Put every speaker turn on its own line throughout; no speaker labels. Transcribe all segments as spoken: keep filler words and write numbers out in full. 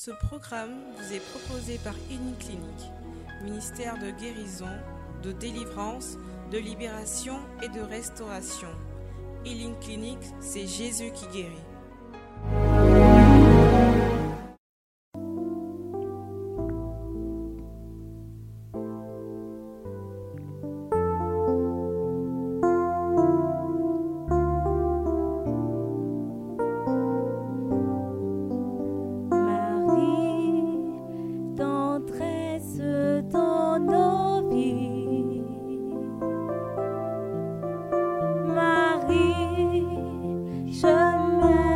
Ce programme vous est proposé par Healing Clinic, ministère de guérison, de délivrance, de libération et de restauration. Healing Clinic, c'est Jésus qui guérit.
Je m'aime.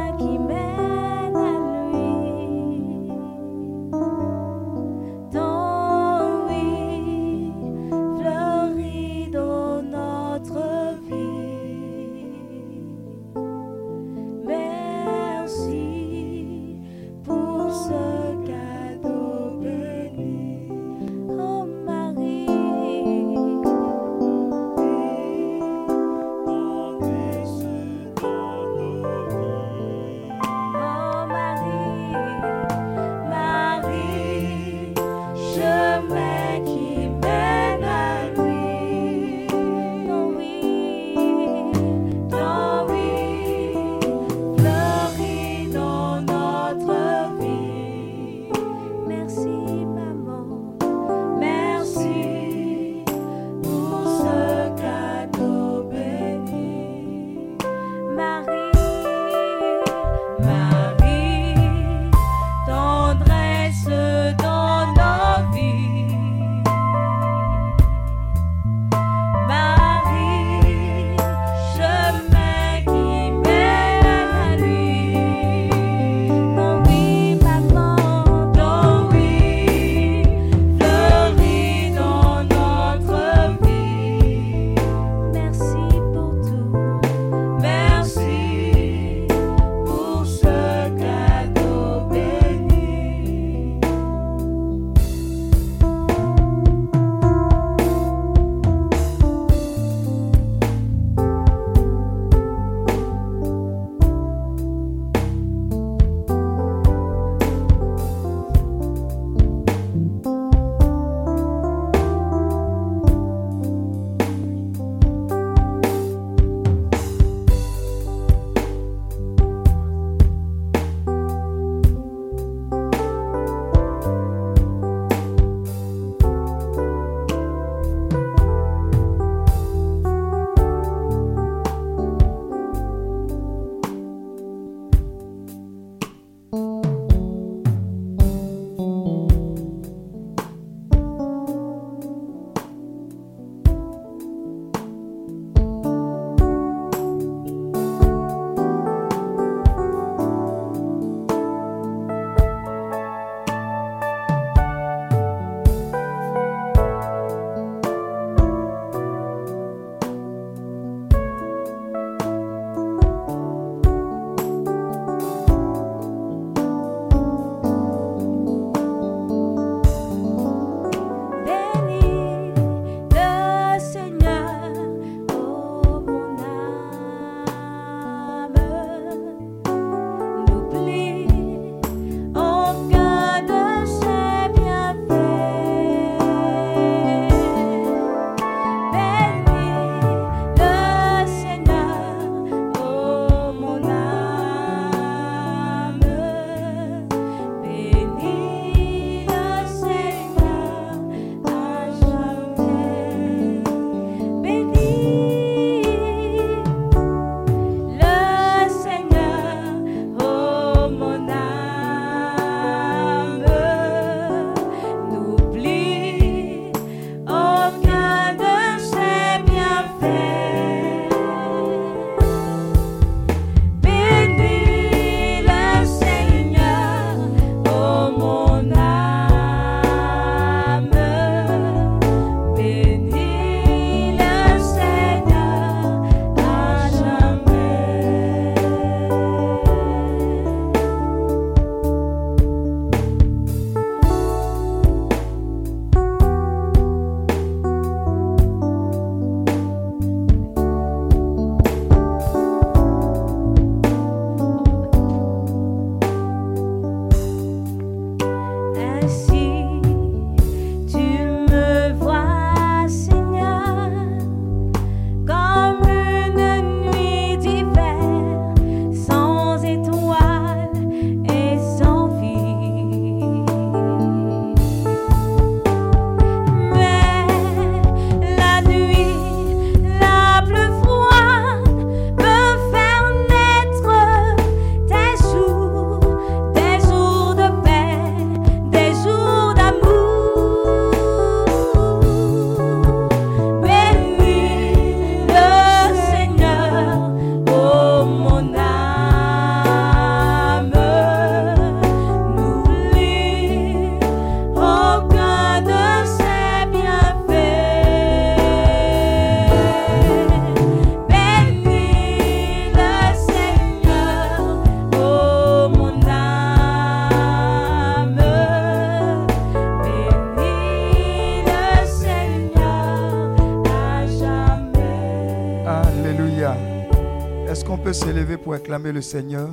s'élever pour acclamer le Seigneur.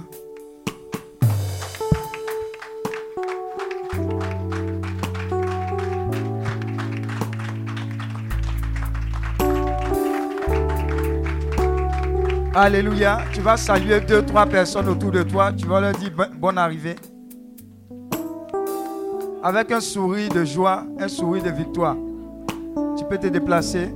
Alléluia. Tu vas saluer deux, trois personnes autour de toi. Tu vas leur dire bonne arrivée. Avec un sourire de joie, un sourire de victoire. Tu peux te déplacer.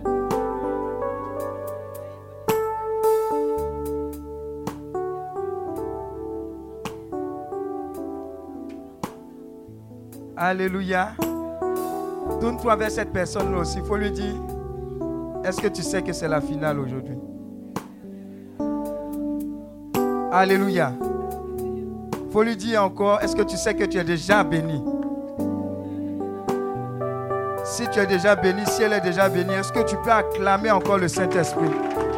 Alléluia. Tourne-toi vers cette personne-là aussi. Il faut lui dire, est-ce que tu sais que c'est la finale aujourd'hui? Alléluia. Il faut lui dire encore, est-ce que tu sais que tu es déjà béni? Si tu es déjà béni, si elle est déjà bénie, est-ce que tu peux acclamer encore le Saint-Esprit?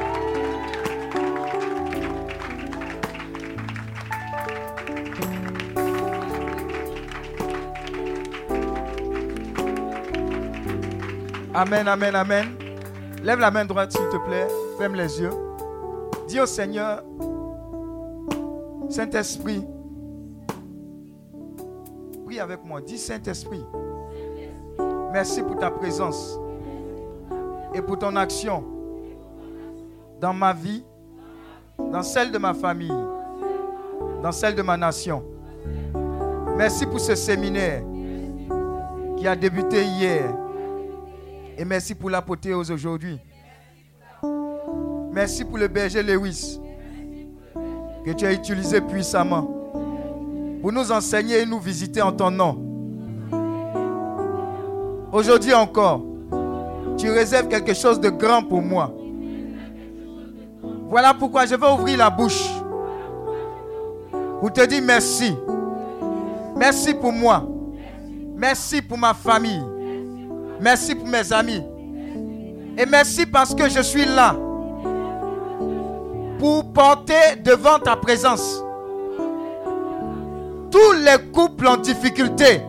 Amen, amen, amen. Lève la main droite s'il te plaît. Ferme les yeux. Dis au Seigneur, Saint-Esprit, prie avec moi. Dis Saint-Esprit, merci pour ta présence et pour ton action dans ma vie, dans celle de ma famille, dans celle de ma nation. Merci pour ce séminaire qui a débuté hier. Et merci pour l'apothéose aujourd'hui. Merci pour le berger Lewis que tu as utilisé puissamment pour nous enseigner et nous visiter en ton nom. Aujourd'hui encore, tu réserves quelque chose de grand pour moi. Voilà pourquoi je vais ouvrir la bouche pour te dire merci. Merci pour moi. Merci pour ma famille. Merci pour mes amis. Et merci parce que je suis là pour porter devant ta présence tous les couples en difficulté.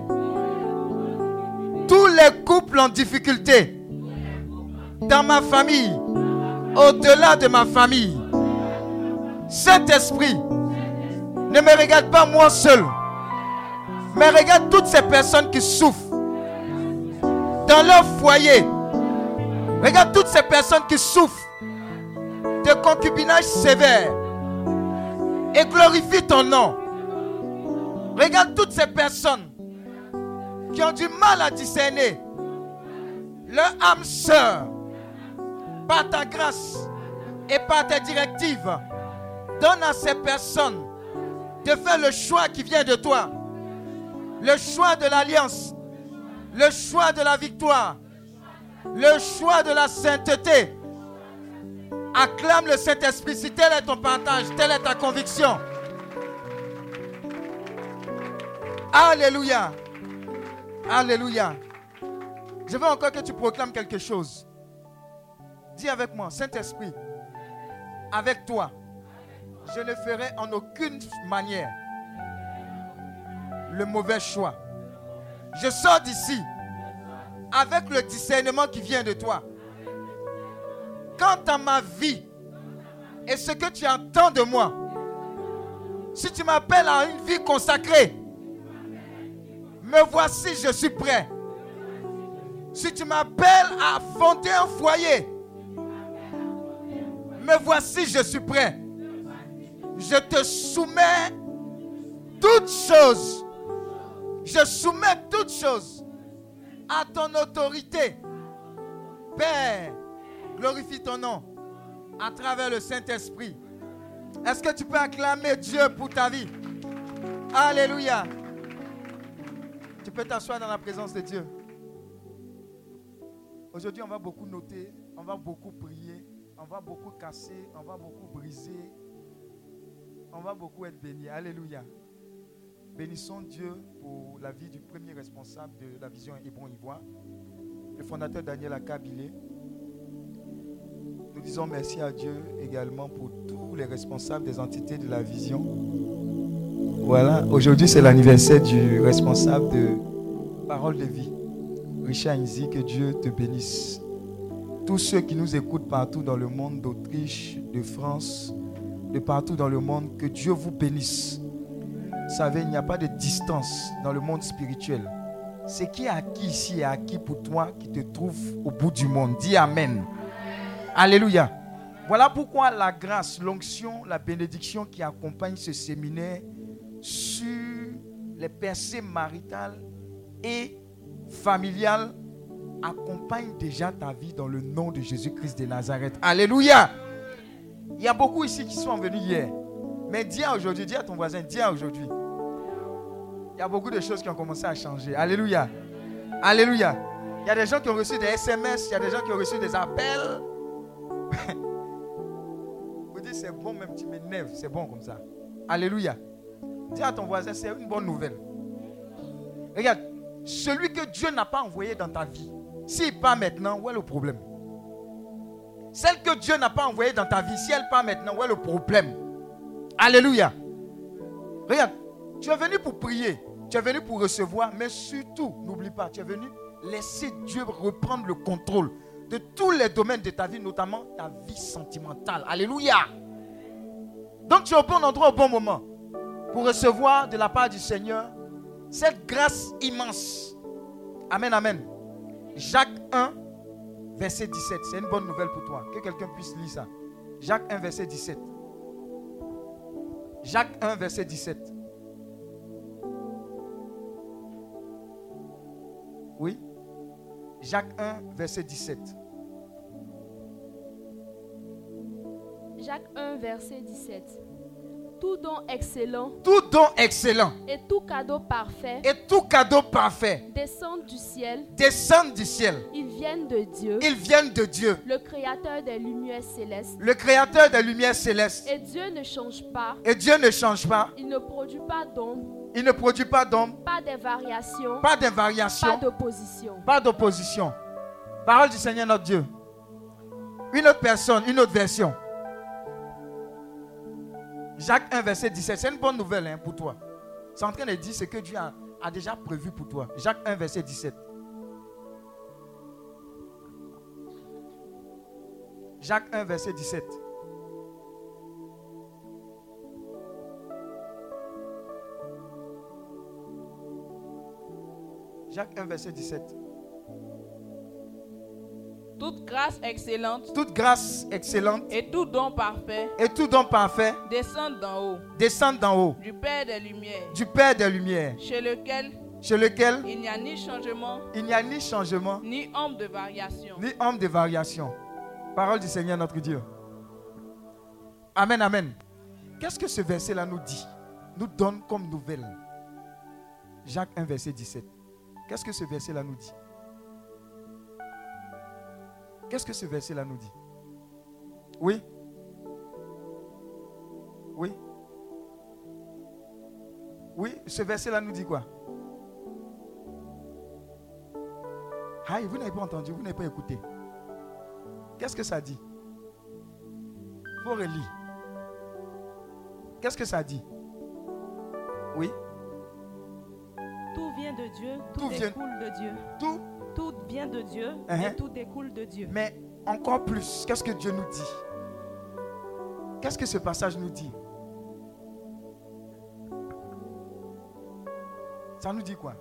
Tous les couples en difficulté. Dans ma famille. Au-delà de ma famille. Saint-Esprit, ne me regarde pas moi seul. Mais regarde toutes ces personnes qui souffrent dans leur foyer. Regarde toutes ces personnes qui souffrent de concubinage sévère et glorifie ton nom. Regarde toutes ces personnes qui ont du mal à discerner leur âme sœur. Par ta grâce et par tes directives, donne à ces personnes de faire le choix qui vient de toi. Le choix de l'alliance. Le choix de la victoire. Le choix de la sainteté. Acclame le Saint-Esprit. Si tel est ton partage, telle est ta conviction. Alléluia. Alléluia. Je veux encore que tu proclames quelque chose. Dis avec moi, Saint-Esprit, avec toi, je ne ferai en aucune manière le mauvais choix. Je sors d'ici avec le discernement qui vient de toi. Quant à ma vie et ce que tu entends de moi, si tu m'appelles à une vie consacrée, me voici, je suis prêt. Si tu m'appelles à fonder un foyer, me voici, je suis prêt. Je te soumets toutes choses. Je soumets toutes choses à ton autorité. Père, glorifie ton nom à travers le Saint-Esprit. Est-ce que tu peux acclamer Dieu pour ta vie? Alléluia. Tu peux t'asseoir dans la présence de Dieu. Aujourd'hui, on va beaucoup noter, on va beaucoup prier, on va beaucoup casser, on va beaucoup briser, on va beaucoup être béni. Alléluia. Bénissons Dieu pour la vie du premier responsable de la vision Hébron-Ivoire, le fondateur Daniel Akabilé. Nous disons merci à Dieu également pour tous les responsables des entités de la vision. Voilà, aujourd'hui c'est l'anniversaire du responsable de Parole de Vie, Richard Inzi, que Dieu te bénisse. Tous ceux qui nous écoutent partout dans le monde, d'Autriche, de France, de partout dans le monde. Que Dieu vous bénisse. Vous savez, il n'y a pas de distance dans le monde spirituel. Ce qui est acquis ici est acquis pour toi qui te trouve au bout du monde. Dis Amen. Alléluia. Voilà pourquoi la grâce, l'onction, la bénédiction qui accompagne ce séminaire sur les percées maritales et familiales accompagne déjà ta vie dans le nom de Jésus-Christ de Nazareth. Alléluia. Il y a beaucoup ici qui sont venus hier. Mais dis à aujourd'hui, dis à ton voisin, dis à aujourd'hui. Il y a beaucoup de choses qui ont commencé à changer. Alléluia. Alléluia. Il y a des gens qui ont reçu des S M S, il y a des gens qui ont reçu des appels. Vous dites, c'est bon, même tu m'énerves, c'est bon comme ça. Alléluia. Dis à ton voisin, c'est une bonne nouvelle. Regarde, celui que Dieu n'a pas envoyé dans ta vie, s'il part maintenant, où est le problème? Celle que Dieu n'a pas envoyée dans ta vie, si elle part maintenant, où est le problème? Alléluia. Regarde, tu es venu pour prier, tu es venu pour recevoir, mais surtout, n'oublie pas, tu es venu laisser Dieu reprendre le contrôle de tous les domaines de ta vie, notamment ta vie sentimentale. Alléluia. Donc tu es au bon endroit au bon moment pour recevoir de la part du Seigneur cette grâce immense. Amen, amen. Jacques un, verset dix-sept. C'est une bonne nouvelle pour toi. Que quelqu'un puisse lire ça. Jacques un, verset dix-sept. Jacques un, verset dix-sept. Oui. Jacques un, verset dix-sept.
Jacques un, verset dix-sept. Tout don excellent,
tout don excellent
et tout cadeau parfait,
et tout cadeau parfait
descendent du ciel,
descendent du ciel.
Ils viennent de Dieu,
ils viennent de Dieu,
le créateur des lumières célestes,
le créateur des lumières célestes.
Et Dieu ne change pas,
et Dieu ne change pas.
Il ne produit pas d'ombre,
il ne produit pas d'ombre,
pas de variation,
pas de variation,
pas d'opposition,
pas d'opposition. Parole du Seigneur notre Dieu. Une autre personne, une autre version. Jacques un, verset dix-sept. C'est une bonne nouvelle hein, pour toi. C'est en train de dire ce que Dieu a, a déjà prévu pour toi. Jacques un, verset dix-sept. Jacques un, verset dix-sept. Jacques un, verset dix-sept.
Toute grâce excellente,
toute grâce excellente
et tout don parfait,
et tout don parfait
descendent d'en haut,
descendent d'en haut,
du Père des lumières,
du Père des lumières,
chez lequel,
chez lequel
il n'y a ni changement,
il n'y a ni changement,
ni ombre de variation,
ni ombre de variation. Parole du Seigneur notre Dieu. Amen, amen. Qu'est-ce que ce verset-là nous dit, nous donne comme nouvelle? Jacques un, verset dix-sept. Qu'est-ce que ce verset-là nous dit? Qu'est-ce que ce verset-là nous dit? Oui? Oui? Oui, ce verset-là nous dit quoi? Aïe, vous n'avez pas entendu, vous n'avez pas écouté. Qu'est-ce que ça dit? Il faut relire. Qu'est-ce que ça dit? Oui?
Tout vient de Dieu, tout,
tout
découle
vient...
de Dieu.
Tout?
Tout vient de Dieu
uh-huh.
et tout découle de Dieu.
Mais encore plus, qu'est-ce que Dieu nous dit? Qu'est-ce que ce passage nous dit? Ça nous dit quoi?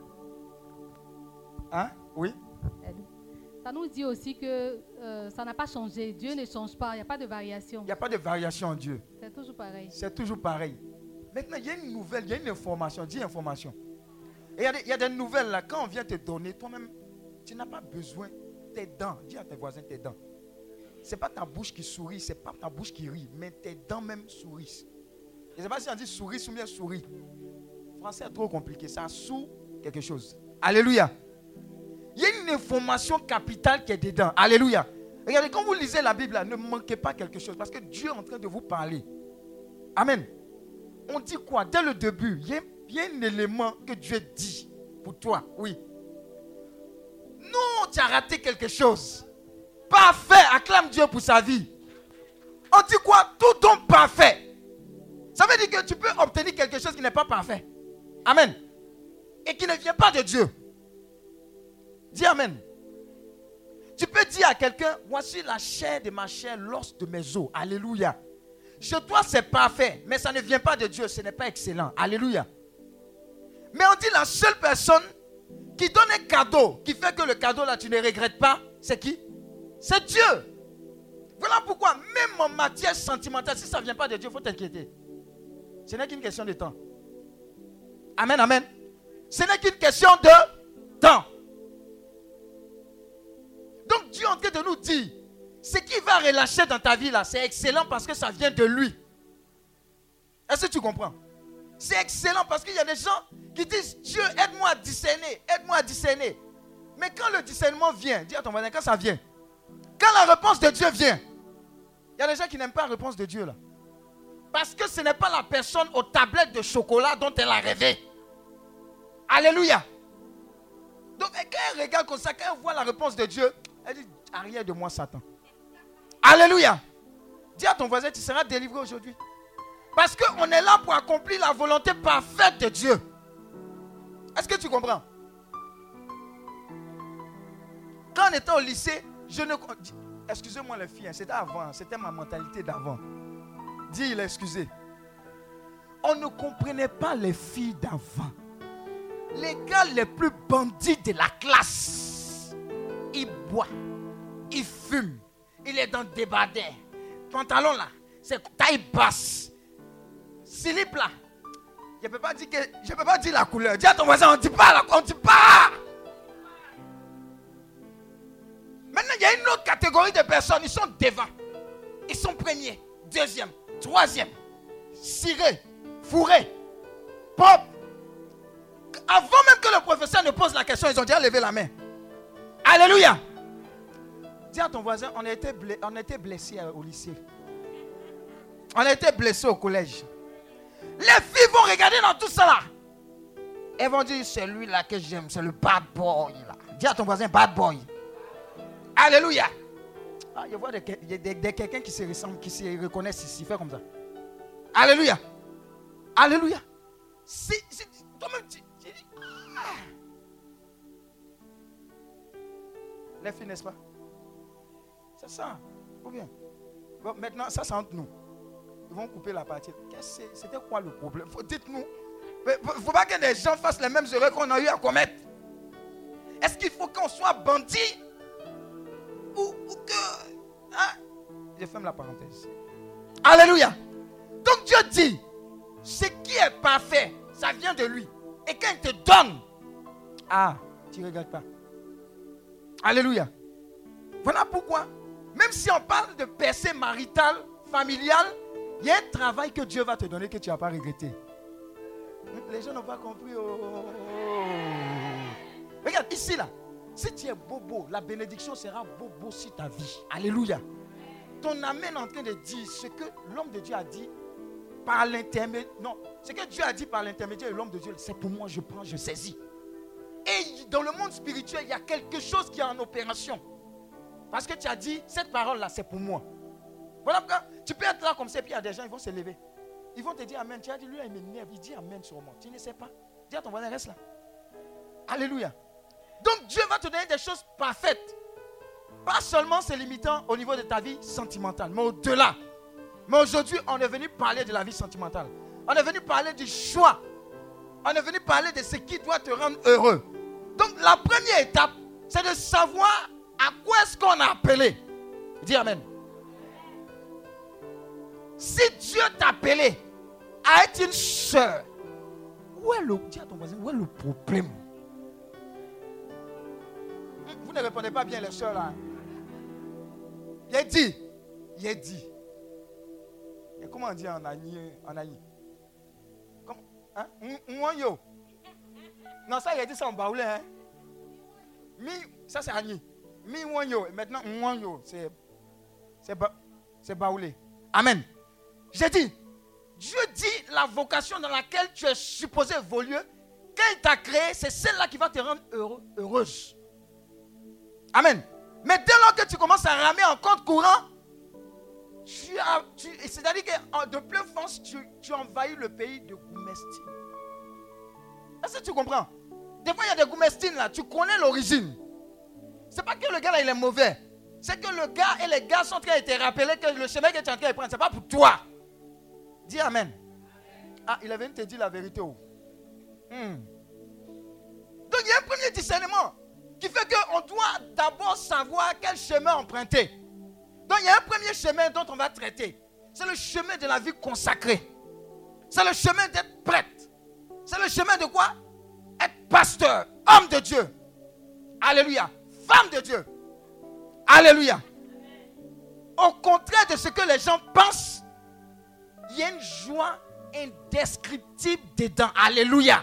Hein? Oui?
Ça nous dit aussi que euh, ça n'a pas changé. Dieu ne change pas, il n'y a pas de variation.
Il n'y a pas de variation en Dieu.
C'est toujours pareil.
C'est toujours pareil. Maintenant, il y a une nouvelle, il y a une information. Dis information. Et il y a des, il y a des nouvelles là, quand on vient te donner, toi-même, tu n'as pas besoin. Tes dents, dis à tes voisins tes dents. Ce n'est pas ta bouche qui sourit, ce n'est pas ta bouche qui rit, mais tes dents même sourissent. Je ne sais pas si on dit souris ou bien souris. Le français est trop compliqué, ça sous quelque chose. Alléluia. Il y a une information capitale qui est dedans. Alléluia. Regardez, quand vous lisez la Bible, là, ne manquez pas quelque chose, parce que Dieu est en train de vous parler. Amen. On dit quoi? Dès le début, il y a, il y a un élément que Dieu dit pour toi. Oui. Non, tu as raté quelque chose. Parfait, acclame Dieu pour sa vie. On dit quoi? Tout don parfait. Ça veut dire que tu peux obtenir quelque chose qui n'est pas parfait. Amen. Et qui ne vient pas de Dieu. Dis amen. Tu peux dire à quelqu'un, voici la chair de ma chair, l'os de mes os. Alléluia. chez toi c'est parfait, mais ça ne vient pas de Dieu, ce n'est pas excellent. Alléluia. Mais on dit la seule personne qui donne un cadeau, qui fait que le cadeau là tu ne regrettes pas, c'est qui? C'est Dieu. Voilà pourquoi même en matière sentimentale, si ça ne vient pas de Dieu, il faut t'inquiéter. Ce n'est qu'une question de temps. Amen, amen. Ce n'est qu'une question de temps. Donc Dieu est en train de nous dire, ce qui va relâcher dans ta vie là, c'est excellent parce que ça vient de lui. Est-ce que tu comprends? C'est excellent parce qu'il y a des gens qui disent, Dieu, aide-moi à discerner, aide-moi à discerner. Mais quand le discernement vient, dis à ton voisin, quand ça vient, quand la réponse de Dieu vient, il y a des gens qui n'aiment pas la réponse de Dieu là. Parce que ce n'est pas la personne aux tablettes de chocolat dont elle a rêvé. Alléluia. Donc quand elle regarde comme ça, quand elle voit la réponse de Dieu, elle dit, arrière de moi Satan. Alléluia. Dis à ton voisin, tu seras délivré aujourd'hui. Parce qu'on est là pour accomplir la volonté parfaite de Dieu. Est-ce que tu comprends? Quand on était au lycée, je ne... Excusez-moi les filles, c'était avant, c'était ma mentalité d'avant. Dis, il est excusé. On ne comprenait pas les filles d'avant. Les gars les plus bandits de la classe. Ils boivent, ils fument, il est dans le débardeur. Pantalon là, c'est taille basse. Slip là, je ne peux pas dire que, je peux pas dire la couleur. Dis à ton voisin, on ne dit pas, on ne dit pas. Maintenant, il y a une autre catégorie de personnes, ils sont devant. Ils sont premiers, deuxième, troisième, cirés, fourrés, pop. Avant même que le professeur ne pose la question, ils ont déjà levé la main. Alléluia. Dis à ton voisin, on a été, blessé, on a été blessés au lycée. On a été blessés au collège. Les filles vont regarder dans tout ça là. Elles vont dire, c'est lui là que j'aime, c'est le bad boy là. Dis à ton voisin, bad boy. Alléluia. Ah, je vois des, des, des, des, quelqu'un qui se ressemble, qui se reconnaît ici, fait comme ça. Alléluia. Alléluia. Si, si, toi-même, tu, tu dis, ah. Les filles, n'est-ce pas? C'est ça. Ou bien? Bon, maintenant, ça, c'est entre nous. Ils vont couper la partie. C'était quoi le problème? Dites-nous. Il ne faut pas que les gens fassent les mêmes erreurs qu'on a eu à commettre. Est-ce qu'il faut qu'on soit bandit? Ou, ou que... Hein? Je ferme la parenthèse. Alléluia. Donc Dieu dit, ce qui est parfait, ça vient de lui. Et quand il te donne, ah, tu ne regardes pas. Alléluia. Voilà pourquoi, même si on parle de percée maritale, familiale, il y a un travail que Dieu va te donner que tu n'as pas regretté. Les gens n'ont pas compris. Oh. Regarde, ici là, si tu es bobo, la bénédiction sera bobo sur ta vie. Alléluia. Ton amen est en train de dire ce que l'homme de Dieu a dit par l'intermédiaire. Non, ce que Dieu a dit par l'intermédiaire de l'homme de Dieu, c'est pour moi, je prends, je saisis. Et dans le monde spirituel, il y a quelque chose qui est en opération. Parce que tu as dit, cette parole-là, c'est pour moi. Voilà pourquoi tu peux être là comme ça, et puis il y a des gens, ils vont se lever. Ils vont te dire amen. Tu as dit, lui, il m'énerve, il dit amen sur moi. Tu ne sais pas. Dis à ton voisin, reste là. Alléluia. Donc Dieu va te donner des choses parfaites. Pas seulement se limitant au niveau de ta vie sentimentale, mais au-delà. Mais aujourd'hui, on est venu parler de la vie sentimentale. On est venu parler du choix. On est venu parler de ce qui doit te rendre heureux. Donc la première étape, c'est de savoir à quoi est-ce qu'on a appelé. Dis amen. Si Dieu t'a appelé à être une soeur, où est le, dis à ton voisin, où est le problème? Vous ne répondez pas bien les soeurs là. Il a dit, il a dit. Et comment on dit en Agni, en Agni? Comment? Hein? Mouanyo. Non, ça il a dit ça en baoulé. Hein? Mi, ça c'est Agni. Mi Mouanyo. Maintenant Mouanyo, c'est c'est ba, c'est baoulé. Amen. J'ai dit, Dieu dit la vocation dans laquelle tu es supposé évoluer. Quand il t'a créé, c'est celle-là qui va te rendre heureux, heureuse. Amen. Mais dès lors que tu commences à ramer en compte courant, tu as, tu, c'est-à-dire que de pleine force, tu, tu envahis le pays de Goumestine. Est-ce que tu comprends? Des fois, il y a des Goumestines là, tu connais l'origine. C'est pas que le gars là, il est mauvais. C'est que le gars et les gars sont en train de te rappeler que le chemin que tu es en train de prendre, c'est pas pour toi. Dis amen. Ah, il est venu te dire la vérité. Oh. Hmm. Donc il y a un premier discernement qui fait qu'on doit d'abord savoir quel chemin emprunter. Donc il y a un premier chemin dont on va traiter. C'est le chemin de la vie consacrée. C'est le chemin d'être prêtre. C'est le chemin de quoi? Être pasteur, homme de Dieu. Alléluia. Femme de Dieu. Alléluia. Au contraire de ce que les gens pensent, il y a une joie indescriptible dedans. Alléluia.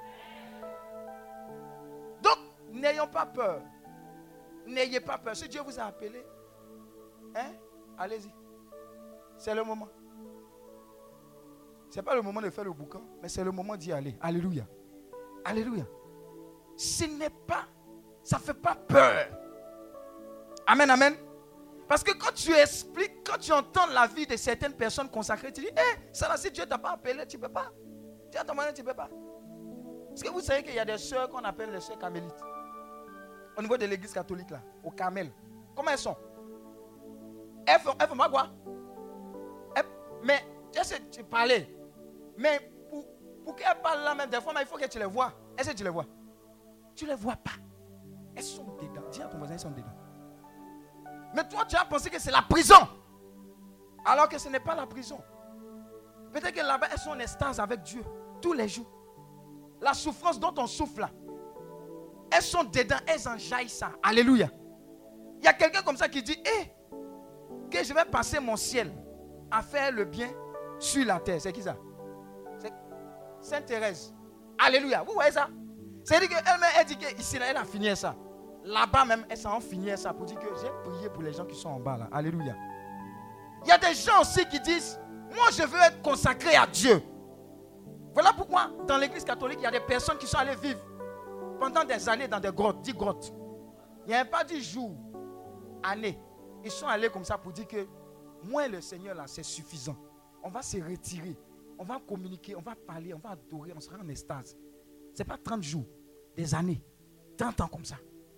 Donc, n'ayons pas peur. N'ayez pas peur. Si Dieu vous a appelé, hein, allez-y. C'est le moment. Ce n'est pas le moment de faire le boucan, mais c'est le moment d'y aller. Alléluia. Alléluia. Ce n'est pas, ça ne fait pas peur. Amen, amen. Parce que quand tu expliques, quand tu entends la vie de certaines personnes consacrées, tu dis, hé, hey, ça là, si Dieu ne t'a pas appelé, tu ne peux pas. Tu as ton moyen, tu ne peux pas. Est-ce que vous savez qu'il y a des sœurs qu'on appelle les sœurs carmélites? Au niveau de l'église catholique, là, au Carmel. Comment elles sont? Elles font, elles font pas quoi? Elles, mais, est-ce que tu parlais? Mais pour, pour qu'elles parlent là même, des fois, il faut que tu les vois. Est-ce que tu les vois? Tu ne les vois pas. Elles sont dedans. Dis à ton voisin, elles sont dedans. Mais toi, tu as pensé que c'est la prison. Alors que ce n'est pas la prison. Peut-être que là-bas, elles sont en extase avec Dieu. Tous les jours. La souffrance dont on souffre là. Elles sont dedans, elles enjaillent ça. Alléluia. Il y a quelqu'un comme ça qui dit, hé, hey, que je vais passer mon ciel à faire le bien sur la terre. C'est qui ça? C'est Sainte Thérèse. Alléluia. Vous voyez ça? C'est-à-dire qu'elle-même, elle dit qu'ici, elle a fini ça. Là-bas même, elle s'en finit ça pour dire que j'ai prié pour les gens qui sont en bas là. Alléluia. Il y a des gens aussi qui disent, moi je veux être consacré à Dieu. Voilà pourquoi dans l'église catholique, il y a des personnes qui sont allées vivre pendant des années dans des grottes, dix grottes. Il n'y a pas dix jours, années. Ils sont allés comme ça pour dire que moi et le Seigneur là, c'est suffisant. On va se retirer, on va communiquer, on va parler, on va adorer, on sera en extase. Ce n'est pas trente jours, des années, trente ans comme ça.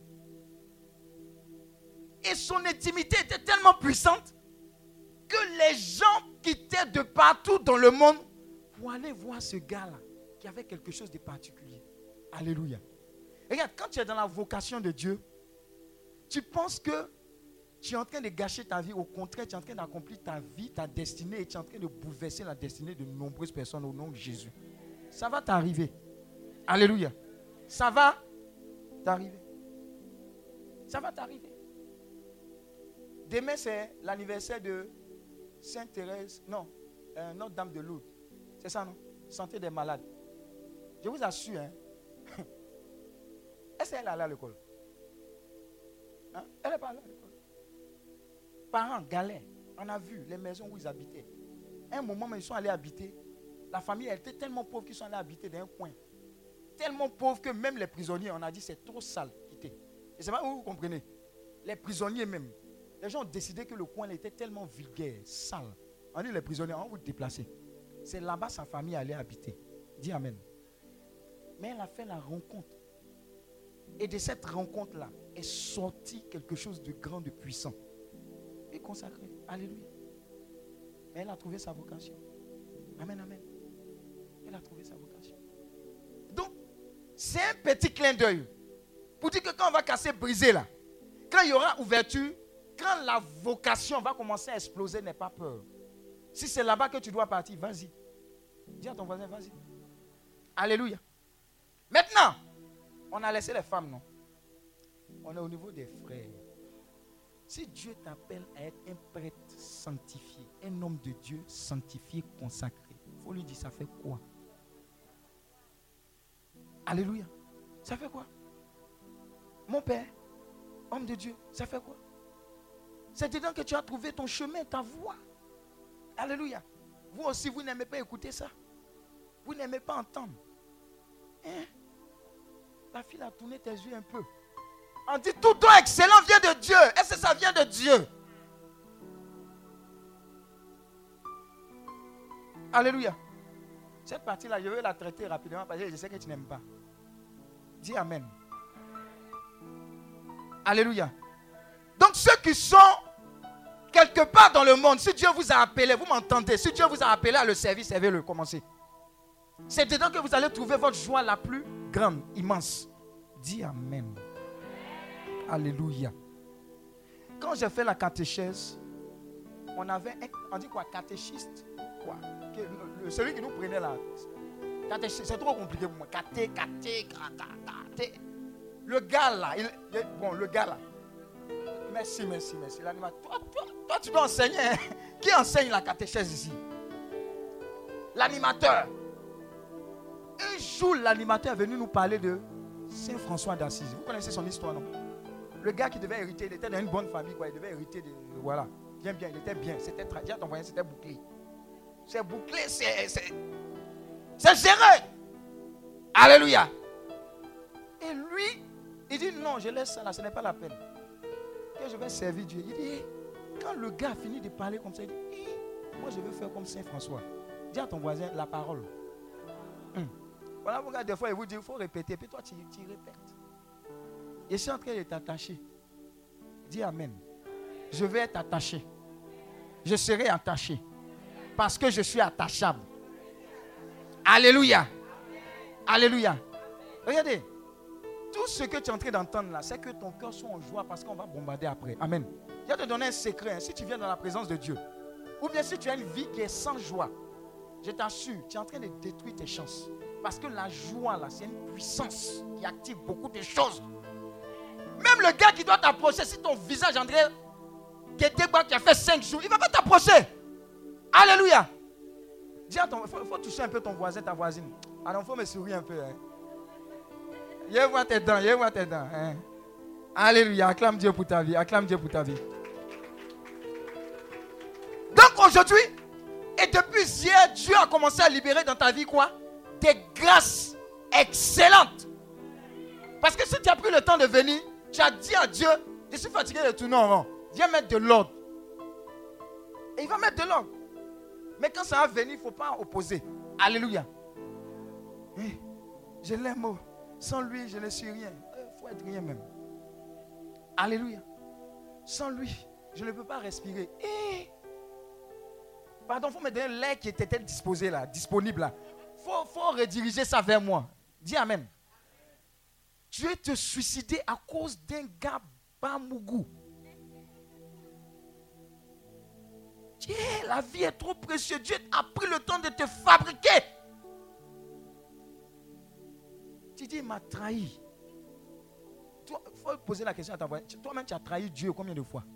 Et son intimité était tellement puissante que les gens quittaient de partout dans le monde pour aller voir ce gars-là qui avait quelque chose de particulier. Alléluia. Regarde, quand tu es dans la vocation de Dieu, tu penses que tu es en train de gâcher ta vie. Au contraire, tu es en train d'accomplir ta vie, ta destinée, et tu es en train de bouleverser la destinée de nombreuses personnes au nom de Jésus. Ça va t'arriver. Alléluia. Ça va t'arriver. Ça va t'arriver. Demain, c'est l'anniversaire de Sainte Thérèse, non, euh, Notre-Dame de Lourdes. C'est ça, non? Santé des malades. Je vous assure, hein. Est-ce qu'elle est allée à l'école? Hein? Elle n'est pas allée à l'école. Parents, galère. On a vu les maisons où ils habitaient. À un moment, ils sont allés habiter. La famille elle était tellement pauvre qu'ils sont allés habiter dans un coin. Tellement pauvre que même les prisonniers, on a dit c'est trop sale, quitter. Et c'est pas où vous comprenez. Les prisonniers même. Les gens ont décidé que le coin était tellement vulgaire, sale. On dit les prisonniers, on va vous déplacer. C'est là-bas sa famille allait habiter. Dis amen. Mais elle a fait la rencontre. Et de cette rencontre-là est sorti quelque chose de grand, de puissant. Et consacré. Alléluia. Mais elle a trouvé sa vocation. Amen, amen. Elle a trouvé sa vocation. Donc, c'est un petit clin d'œil. Pour dire que quand on va casser, briser là, quand il y aura ouverture, quand la vocation va commencer à exploser, n'aie pas peur. Si c'est là-bas que tu dois partir, vas-y. Dis à ton voisin, vas-y. Alléluia. Maintenant, on a laissé les femmes, non? On est au niveau des frères. Si Dieu t'appelle à être un prêtre sanctifié, un homme de Dieu sanctifié, consacré, il faut lui dire, ça fait quoi? Alléluia. Ça fait quoi? Mon père, homme de Dieu, ça fait quoi? C'est dedans que tu as trouvé ton chemin, ta voie. Alléluia. Vous aussi, vous n'aimez pas écouter ça. Vous n'aimez pas entendre. Hein? La fille a tourné tes yeux un peu. On dit tout don excellent vient de Dieu. Est-ce que ça vient de Dieu? Alléluia. Cette partie-là, je vais la traiter rapidement parce que je sais que tu n'aimes pas. Dis amen. Alléluia. Donc ceux qui sont, quelque part dans le monde, si Dieu vous a appelé, vous m'entendez, si Dieu vous a appelé à le servir, servez-le, commencez. C'est dedans que vous allez trouver votre joie la plus grande, immense. Dis Amen. Alléluia. Quand j'ai fait la catéchèse, on avait un, on dit quoi, catéchiste, quoi, que, le, le, celui qui nous prenait là. Catéchiste, c'est trop compliqué pour moi. Caté, caté, caté. Le gars là, il, il, bon, le gars là. Merci, merci, merci. L'animateur. Toi, toi, toi, tu dois enseigner. Hein? Qui enseigne la catéchèse ici? L'animateur. Un jour, l'animateur est venu nous parler de Saint François d'Assise. Vous connaissez son histoire, non? Le gars qui devait hériter, il était dans une bonne famille, quoi. Il devait hériter de. Voilà. Bien, bien, il était bien. C'était traduit à ton moyen, c'était bouclé. C'est bouclé, c'est. C'est, c'est géré. Alléluia. Et lui, il dit non, je laisse ça là, ce n'est pas la peine. Que je vais servir Dieu. Il dit, quand le gars finit de parler comme ça, il dit, eh, moi je veux faire comme Saint François. Dis à ton voisin la parole. Hum. Voilà pourquoi des fois il vous dit, il faut répéter, puis toi tu, tu répètes. Je suis en train de t'attacher. Dis Amen. Je vais être attaché. Je serai attaché. Parce que je suis attachable. Alléluia. Alléluia. Regardez. Tout ce que tu es en train d'entendre là, c'est que ton cœur soit en joie parce qu'on va bombarder après. Amen. Je vais te donner un secret. Hein. Si tu viens dans la présence de Dieu, ou bien si tu as une vie qui est sans joie, je t'assure, tu es en train de détruire tes chances. Parce que la joie là, c'est une puissance qui active beaucoup de choses. Même le gars qui doit t'approcher, si ton visage André, qui était quoi, qui a fait cinq jours, il ne va pas t'approcher. Alléluia. Dis à ton, il faut, faut toucher un peu ton voisin, ta voisine. Alors il faut me sourire un peu. Hein. Je vois tes dents, je vois tes dents. Hein. Alléluia, acclame Dieu pour ta vie, acclame Dieu pour ta vie. Donc aujourd'hui, et depuis hier, Dieu a commencé à libérer dans ta vie quoi? Des grâces excellentes. Parce que si tu as pris le temps de venir, tu as dit à Dieu, je suis fatigué de tourner en rond. Viens mettre de l'ordre. Et il va mettre de l'ordre. Mais quand ça va venir, il ne faut pas opposer. Alléluia. Eh, je l'aime. Sans lui, je ne suis rien. Il faut être rien même. Alléluia. Sans lui, je ne peux pas respirer. Eh. Pardon, il faut me donner l'air qui était disposé là, disponible là. Il faut, faut rediriger ça vers moi. Dis Amen. Tu es te suicider à cause d'un gars Bamougou. Dieu, la vie est trop précieuse. Dieu a pris le temps de te fabriquer. Tu dis, il m'a trahi. Il faut poser la question à ta voix. Toi-même, tu as trahi Dieu combien de fois?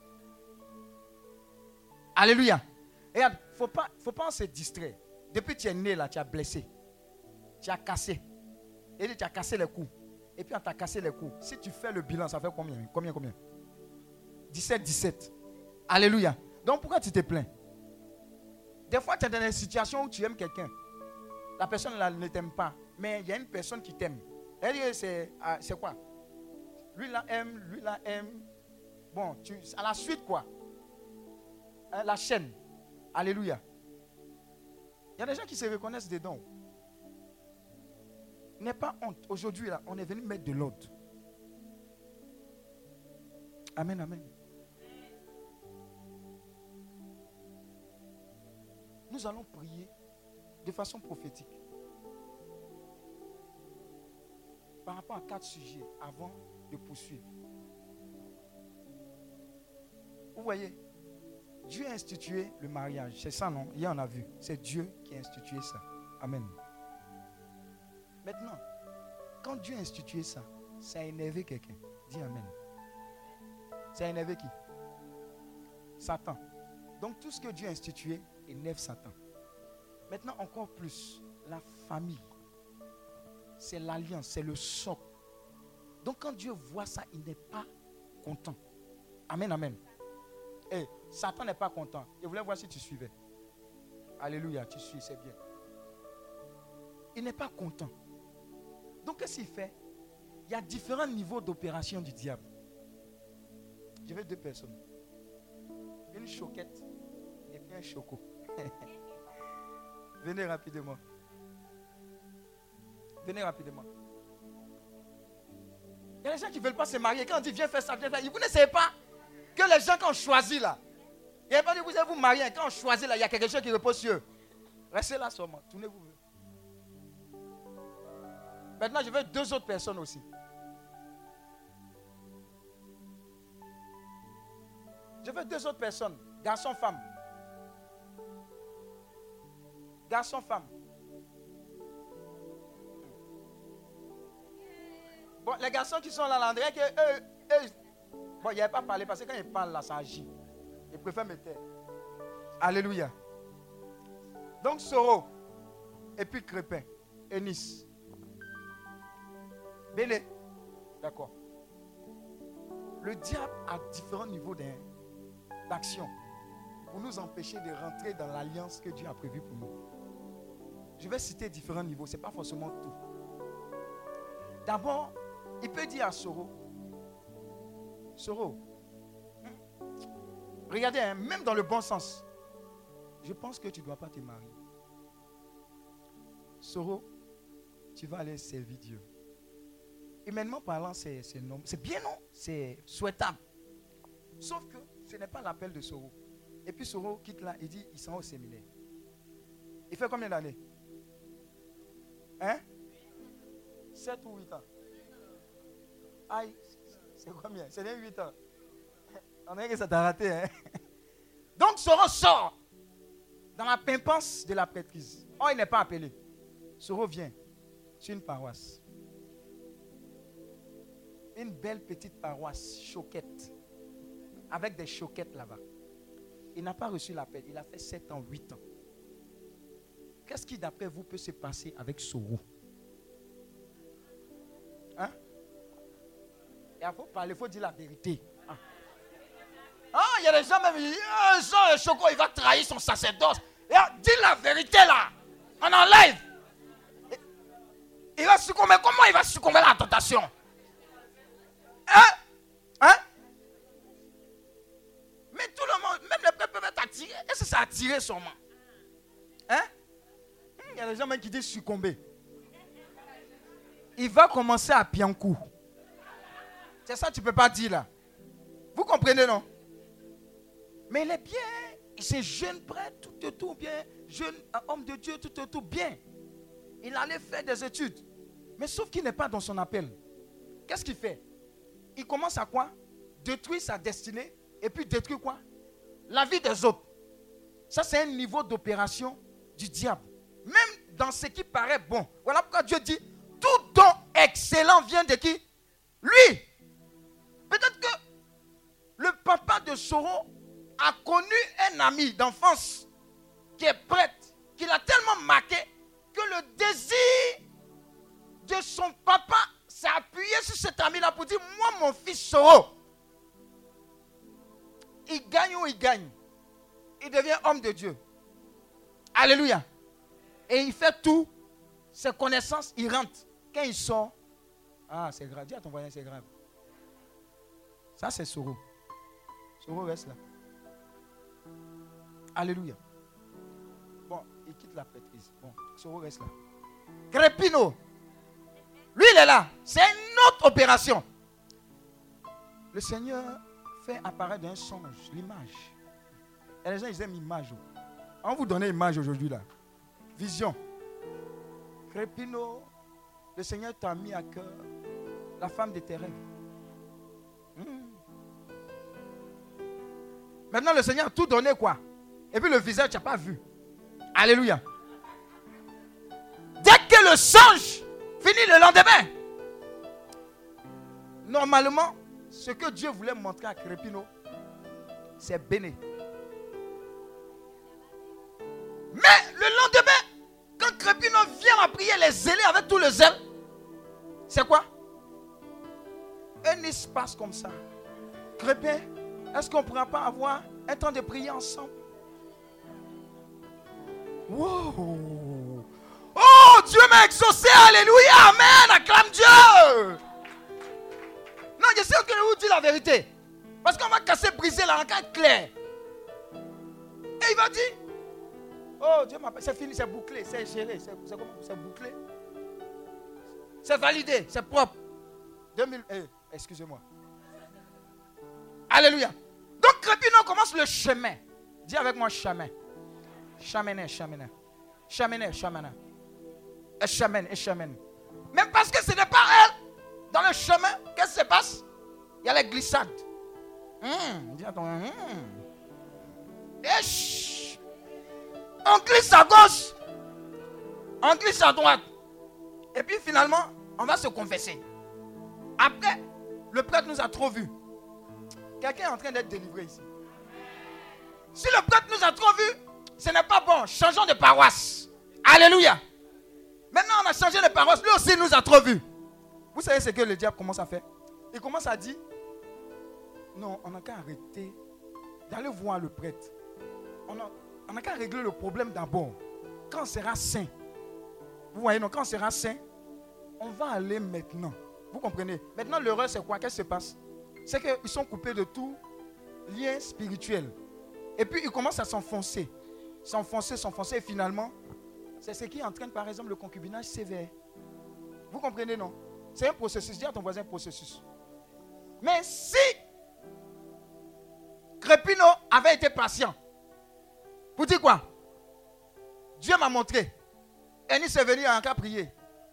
Alléluia. Regarde, il ne faut pas, faut pas se distraire. Depuis que tu es né là, tu as blessé. Tu as cassé. Et tu as cassé les coups. Et puis on t'a cassé les coups. Si tu fais le bilan, ça fait combien? Combien, combien? dix-sept, dix-sept. Alléluia. Donc pourquoi tu te plains? Des fois, tu es dans une situation où tu aimes quelqu'un. La personne là ne t'aime pas. Mais il y a une personne qui t'aime. Elle dit, c'est, c'est quoi? Lui là aime, lui là aime. Bon, tu, à la suite quoi? Hein, la chaîne. Alléluia. Il y a des gens qui se reconnaissent dedans. N'aie pas honte. Aujourd'hui, là, on est venu mettre de l'ordre. Amen, amen. Nous allons prier de façon prophétique. Par rapport à quatre sujets avant de poursuivre. Vous voyez, Dieu a institué le mariage. C'est ça, non? Hier, on a vu. C'est Dieu qui a institué ça. Amen. Maintenant, quand Dieu a institué ça, ça a énervé quelqu'un. Dis Amen. Ça a énervé qui? Satan. Donc tout ce que Dieu a institué énerve Satan. Maintenant encore plus, la famille. C'est l'alliance, c'est le socle. Donc quand Dieu voit ça, il n'est pas content. Amen, amen. Et Satan n'est pas content. Il voulait voir si tu suivais. Alléluia, tu suis, c'est bien. Il n'est pas content. Donc, qu'est-ce qu'il fait? Il y a différents niveaux d'opération du diable. Je veux deux personnes. Une choquette et puis un choco. Venez rapidement. Venez rapidement. Il y a des gens qui ne veulent pas se marier. Quand on dit viens faire ça, viens faire ça. Vous ne savez pas que les gens qu'on choisit là, Il n'y a pas dit vous allez vous marier. Quand on choisit là, il y a quelque chose qui repose sur eux. Restez là seulement. Tournez-vous. Maintenant, je veux deux autres personnes aussi. Je veux deux autres personnes. Garçon, femme. Garçon, femme. Bon, les garçons qui sont là, là, on dirait que eux, eux, bon, il n'y avait pas parlé parce que quand ils parlent là, ça agit. Ils préfèrent me taire. Alléluia. Donc, Soro, et puis Crépin, et Nice. Béné. D'accord. Le diable a différents niveaux d'action pour nous empêcher de rentrer dans l'alliance que Dieu a prévue pour nous. Je vais citer différents niveaux, ce n'est pas forcément tout. D'abord, il peut dire à Soro, Soro, regardez, hein, même dans le bon sens, je pense que tu ne dois pas te marier. Soro, tu vas aller servir Dieu. Humainement parlant, c'est, c'est, c'est bien, non? C'est souhaitable. Sauf que ce n'est pas l'appel de Soro. Et puis Soro quitte là, il dit, il s'en va au séminaire. Il fait combien d'années? Hein? sept ou huit ans? Aïe, c'est combien? C'est bien huit ans. On dirait que ça t'a raté, hein? Donc Soro sort dans la pimpance de la prêtrise. Oh, il n'est pas appelé. Soro vient sur une paroisse. Une belle petite paroisse, choquette, avec des choquettes là-bas. Il n'a pas reçu l'appel, il a fait sept ans, huit ans. Qu'est-ce qui, d'après vous, peut se passer avec Soro? Hein? Il faut parler, il faut dire la vérité. Ah, ah, il y a des gens même, ils disent, oh, Jean Choco, il va trahir son sacerdoce. Et, ah, dis la vérité là, on enlève. Il va succomber, comment il va succomber à la tentation? Hein? Hein? Mais tout le monde, même les peuples peuvent être attirés. Est-ce que ça a attiré sûrement? Hein? Il y a des gens même qui disent succomber. Il va commencer à Piankou. C'est ça que tu ne peux pas dire là. Vous comprenez, non? Mais il est bien. C'est jeune prêtre, tout et tout bien. Jeune homme de Dieu, tout et tout bien. Il allait faire des études. Mais sauf qu'il n'est pas dans son appel. Qu'est-ce qu'il fait? Il commence à quoi? Détruire sa destinée et puis détruire quoi? La vie des autres. Ça, c'est un niveau d'opération du diable. Même dans ce qui paraît bon. Voilà pourquoi Dieu dit, tout don excellent vient de qui? Lui. Peut-être que le papa de Soro a connu un ami d'enfance qui est prêtre, qui l'a tellement marqué que le désir de son papa s'est appuyé sur cet ami-là pour dire, moi, mon fils Soro, il gagne ou il gagne. Il devient homme de Dieu. Alléluia. Et il fait tout. Ses connaissances, il rentre. Quand il sort, ah, c'est grave. Dis à ton voisin, c'est grave. Ça, c'est Soro. Soro reste là. Alléluia. Bon, il quitte la prêtrise. Bon, Soro reste là. Crépino. Lui, il est là. C'est une autre opération. Le Seigneur fait apparaître un songe, l'image. Et les gens, ils aiment l'image. On va vous donner l'image aujourd'hui là. Vision. Crépino, le Seigneur t'a mis à cœur la femme de tes rêves. Mmh. Maintenant, le Seigneur a tout donné quoi? Et puis le visage, tu n'as pas vu. Alléluia. Dès que le songe finit le lendemain, normalement, ce que Dieu voulait montrer à Crépino, c'est béni. Mais le lendemain, quand Crépino vient à prier les zélés avec tout le zèle, c'est quoi? Un espace comme ça. Crépin, est-ce qu'on ne pourra pas avoir un temps de prière ensemble? Wow! Oh, Dieu m'a exaucé, alléluia, amen, acclame Dieu! Non, je sais que je vous dis la vérité. Parce qu'on va casser, briser la rencontre claire. Et il va dire, oh, Dieu m'appelle, c'est fini, c'est bouclé, c'est géré, c'est, c'est, c'est bouclé. C'est validé, c'est propre. deux mille, eh, excusez-moi. Alléluia. Donc, Crépino commence le chemin. Dis avec moi chemin. Chemin, chemin. Chemin, chemin. Et chemin, et chemin. Même parce que ce n'est pas elle. Dans le chemin, qu'est-ce qui se passe? Il y a les glissades. Hum, dis à ton hum. Et chut. On glisse à gauche. On glisse à droite. Et puis finalement, on va se confesser. Après, le prêtre nous a trop vus. Quelqu'un est en train d'être délivré ici. Si le prêtre nous a trop vus, ce n'est pas bon. Changeons de paroisse. Alléluia. Maintenant, on a changé de paroisse. Lui aussi nous a trop vus. Vous savez ce que le diable commence à faire? Il commence à dire, non, on n'a qu'à arrêter d'aller voir le prêtre. On a, on n'a qu'à régler le problème d'abord. Quand on sera saint, vous voyez, non, quand on sera saint, on va aller maintenant. Vous comprenez? Maintenant, l'erreur, c'est quoi? Qu'est-ce qui se passe? C'est qu'ils sont coupés de tout lien spirituel. Et puis, ils commencent à s'enfoncer. S'enfoncer, s'enfoncer. Et finalement, c'est ce qui entraîne, par exemple, le concubinage sévère. Vous comprenez, non? C'est un processus. Dis à ton voisin un processus. Mais si Crépino avait été patient, vous dites quoi? Dieu m'a montré. Eunice est venu en cas prier.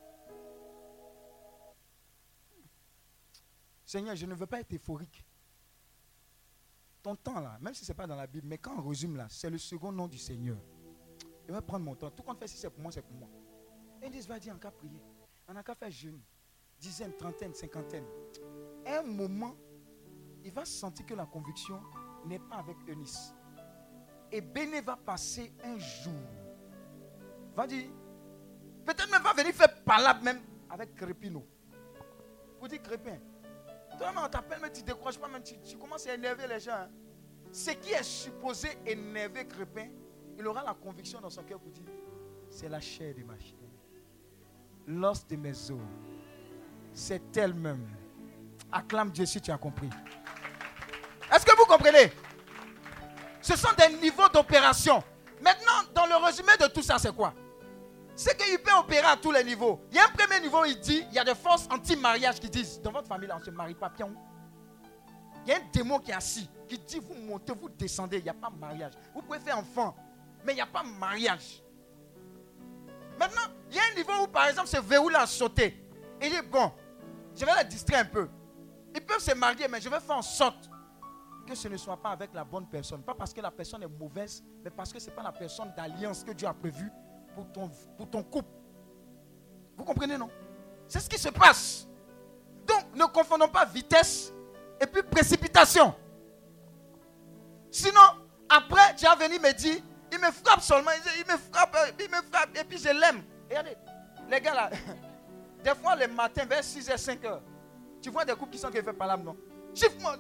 Seigneur, je ne veux pas être euphorique. Ton temps là, même si ce n'est pas dans la Bible, mais quand on résume là, c'est le second nom du Seigneur. Je vais prendre mon temps. Tout compte fait, si c'est pour moi, c'est pour moi. Eunice va dire en cas prier. On n'a qu'à faire jeûne. Dizaine, trentaine, cinquantaine. À un moment, il va sentir que la conviction n'est pas avec Eunice. Et Béné va passer un jour. Va dire, peut-être même va venir faire palabre même avec Crépino. Pour dire Crépin, toi on t'appelle mais tu ne décroches pas, même tu, tu commences à énerver les gens. Hein. Ce qui est supposé énerver Crépin, il aura la conviction dans son cœur pour dire, c'est la chair de ma chair. L'os de mes os. C'est elle-même. Acclame Dieu si tu as compris. Est-ce que vous comprenez? Ce sont des niveaux d'opération. Maintenant, dans le résumé de tout ça, c'est quoi? C'est qu'il peut opérer à tous les niveaux. Il y a un premier niveau, il dit, il y a des forces anti-mariage qui disent, dans votre famille, là, on ne se marie pas, pion. Il y a un démon qui est assis, qui dit, vous montez, vous descendez, il n'y a pas de mariage. Vous pouvez faire enfant, mais il n'y a pas de mariage. Maintenant, il y a un niveau où, par exemple, ce verrou-là a sauté. Il dit, bon, je vais la distraire un peu. Ils peuvent se marier, mais je vais faire en sorte que ce ne soit pas avec la bonne personne. Pas parce que la personne est mauvaise, mais parce que ce n'est pas la personne d'alliance que Dieu a prévue pour ton, pour ton couple. Vous comprenez, non? C'est ce qui se passe. Donc, ne confondons pas vitesse et puis précipitation. Sinon, après, tu as venu me dire, il me frappe seulement, il me frappe, il me frappe, et puis je l'aime. Regardez, les gars là, des fois, le matin, vers six heures, cinq heures, tu vois des couples qui sont qui font palabre, non? Chiffre-moi,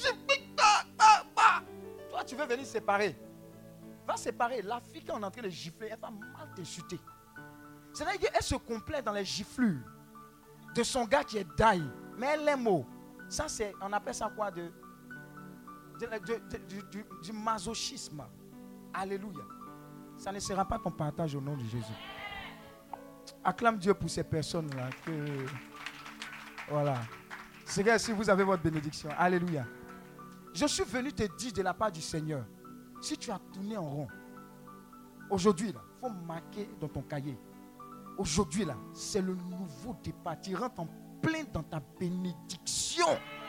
toi, tu veux venir séparer. Va séparer. La fille qui est en train de gifler, elle va mal t'insulter. C'est-à-dire qu'elle se complaît dans les giflures de son gars qui est daille. Mais elle aime mot. Ça, c'est, on appelle ça quoi? De, de, de, de, de, du, du masochisme. Alléluia. Ça ne sera pas ton partage au nom de Jésus. Acclame Dieu pour ces personnes-là. Que, voilà. Seigneur, si vous avez votre bénédiction. Alléluia. Je suis venu te dire de la part du Seigneur, si tu as tourné en rond, aujourd'hui, il faut marquer dans ton cahier. Aujourd'hui, là, c'est le nouveau départ. Tu rentres en plein dans ta bénédiction.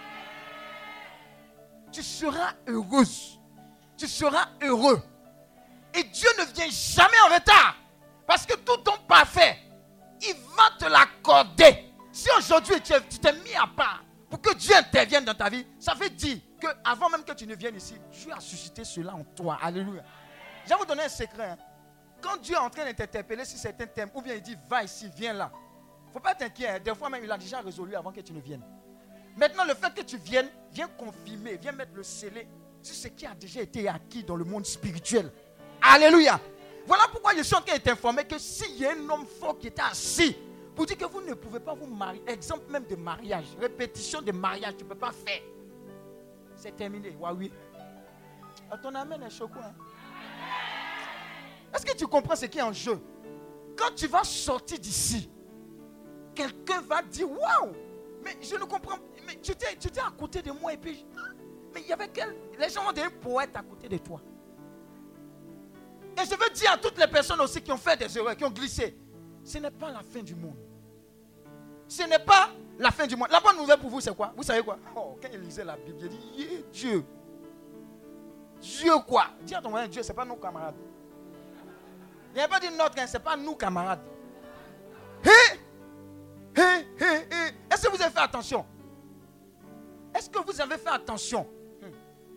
Tu seras heureuse. Tu seras heureux. Et Dieu ne vient jamais en retard. Parce que tout ton parfait, il va te l'accorder. Si aujourd'hui tu t'es mis à part pour que Dieu intervienne dans ta vie, ça veut dire qu'avant même que tu ne viennes ici, Dieu a suscité cela en toi. Alléluia. Je vais vous donner un secret. Hein. Quand Dieu est en train de t'interpeller sur certains thèmes, ou bien il dit va ici, viens là. Il ne faut pas t'inquiéter. Hein. Des fois même, il a déjà résolu avant que tu ne viennes. Maintenant, le fait que tu viennes, viens confirmer, viens mettre le scellé sur ce qui a déjà été acquis dans le monde spirituel. Alléluia. Voilà pourquoi je suis en train de t'informer que s'il y a un homme fort qui était assis pour dire que vous ne pouvez pas vous marier, exemple même de mariage, répétition de mariage, tu ne peux pas faire. C'est terminé. Ouais, oui. Ton amen est choquant. Hein? Est-ce que tu comprends ce qui est en jeu? Quand tu vas sortir d'ici, quelqu'un va dire waouh, mais je ne comprends pas. Mais tu étais, tu étais à côté de moi et puis. Mais il y avait quel. Les gens ont des poètes à côté de toi. Et je veux dire à toutes les personnes aussi qui ont fait des erreurs, qui ont glissé, ce n'est pas la fin du monde. Ce n'est pas la fin du monde. La bonne nouvelle pour vous, c'est quoi? Vous savez quoi? Oh, quand il lisait la Bible, il dit, yeah, Dieu. Dieu quoi? Dis à ton voisin, Dieu, ce n'est pas nos camarades. Il n'a pas dit notre, ce n'est pas nous camarades. Hé, hé, hé, hé. Est-ce que vous avez fait attention? Est-ce que vous avez fait attention? hmm.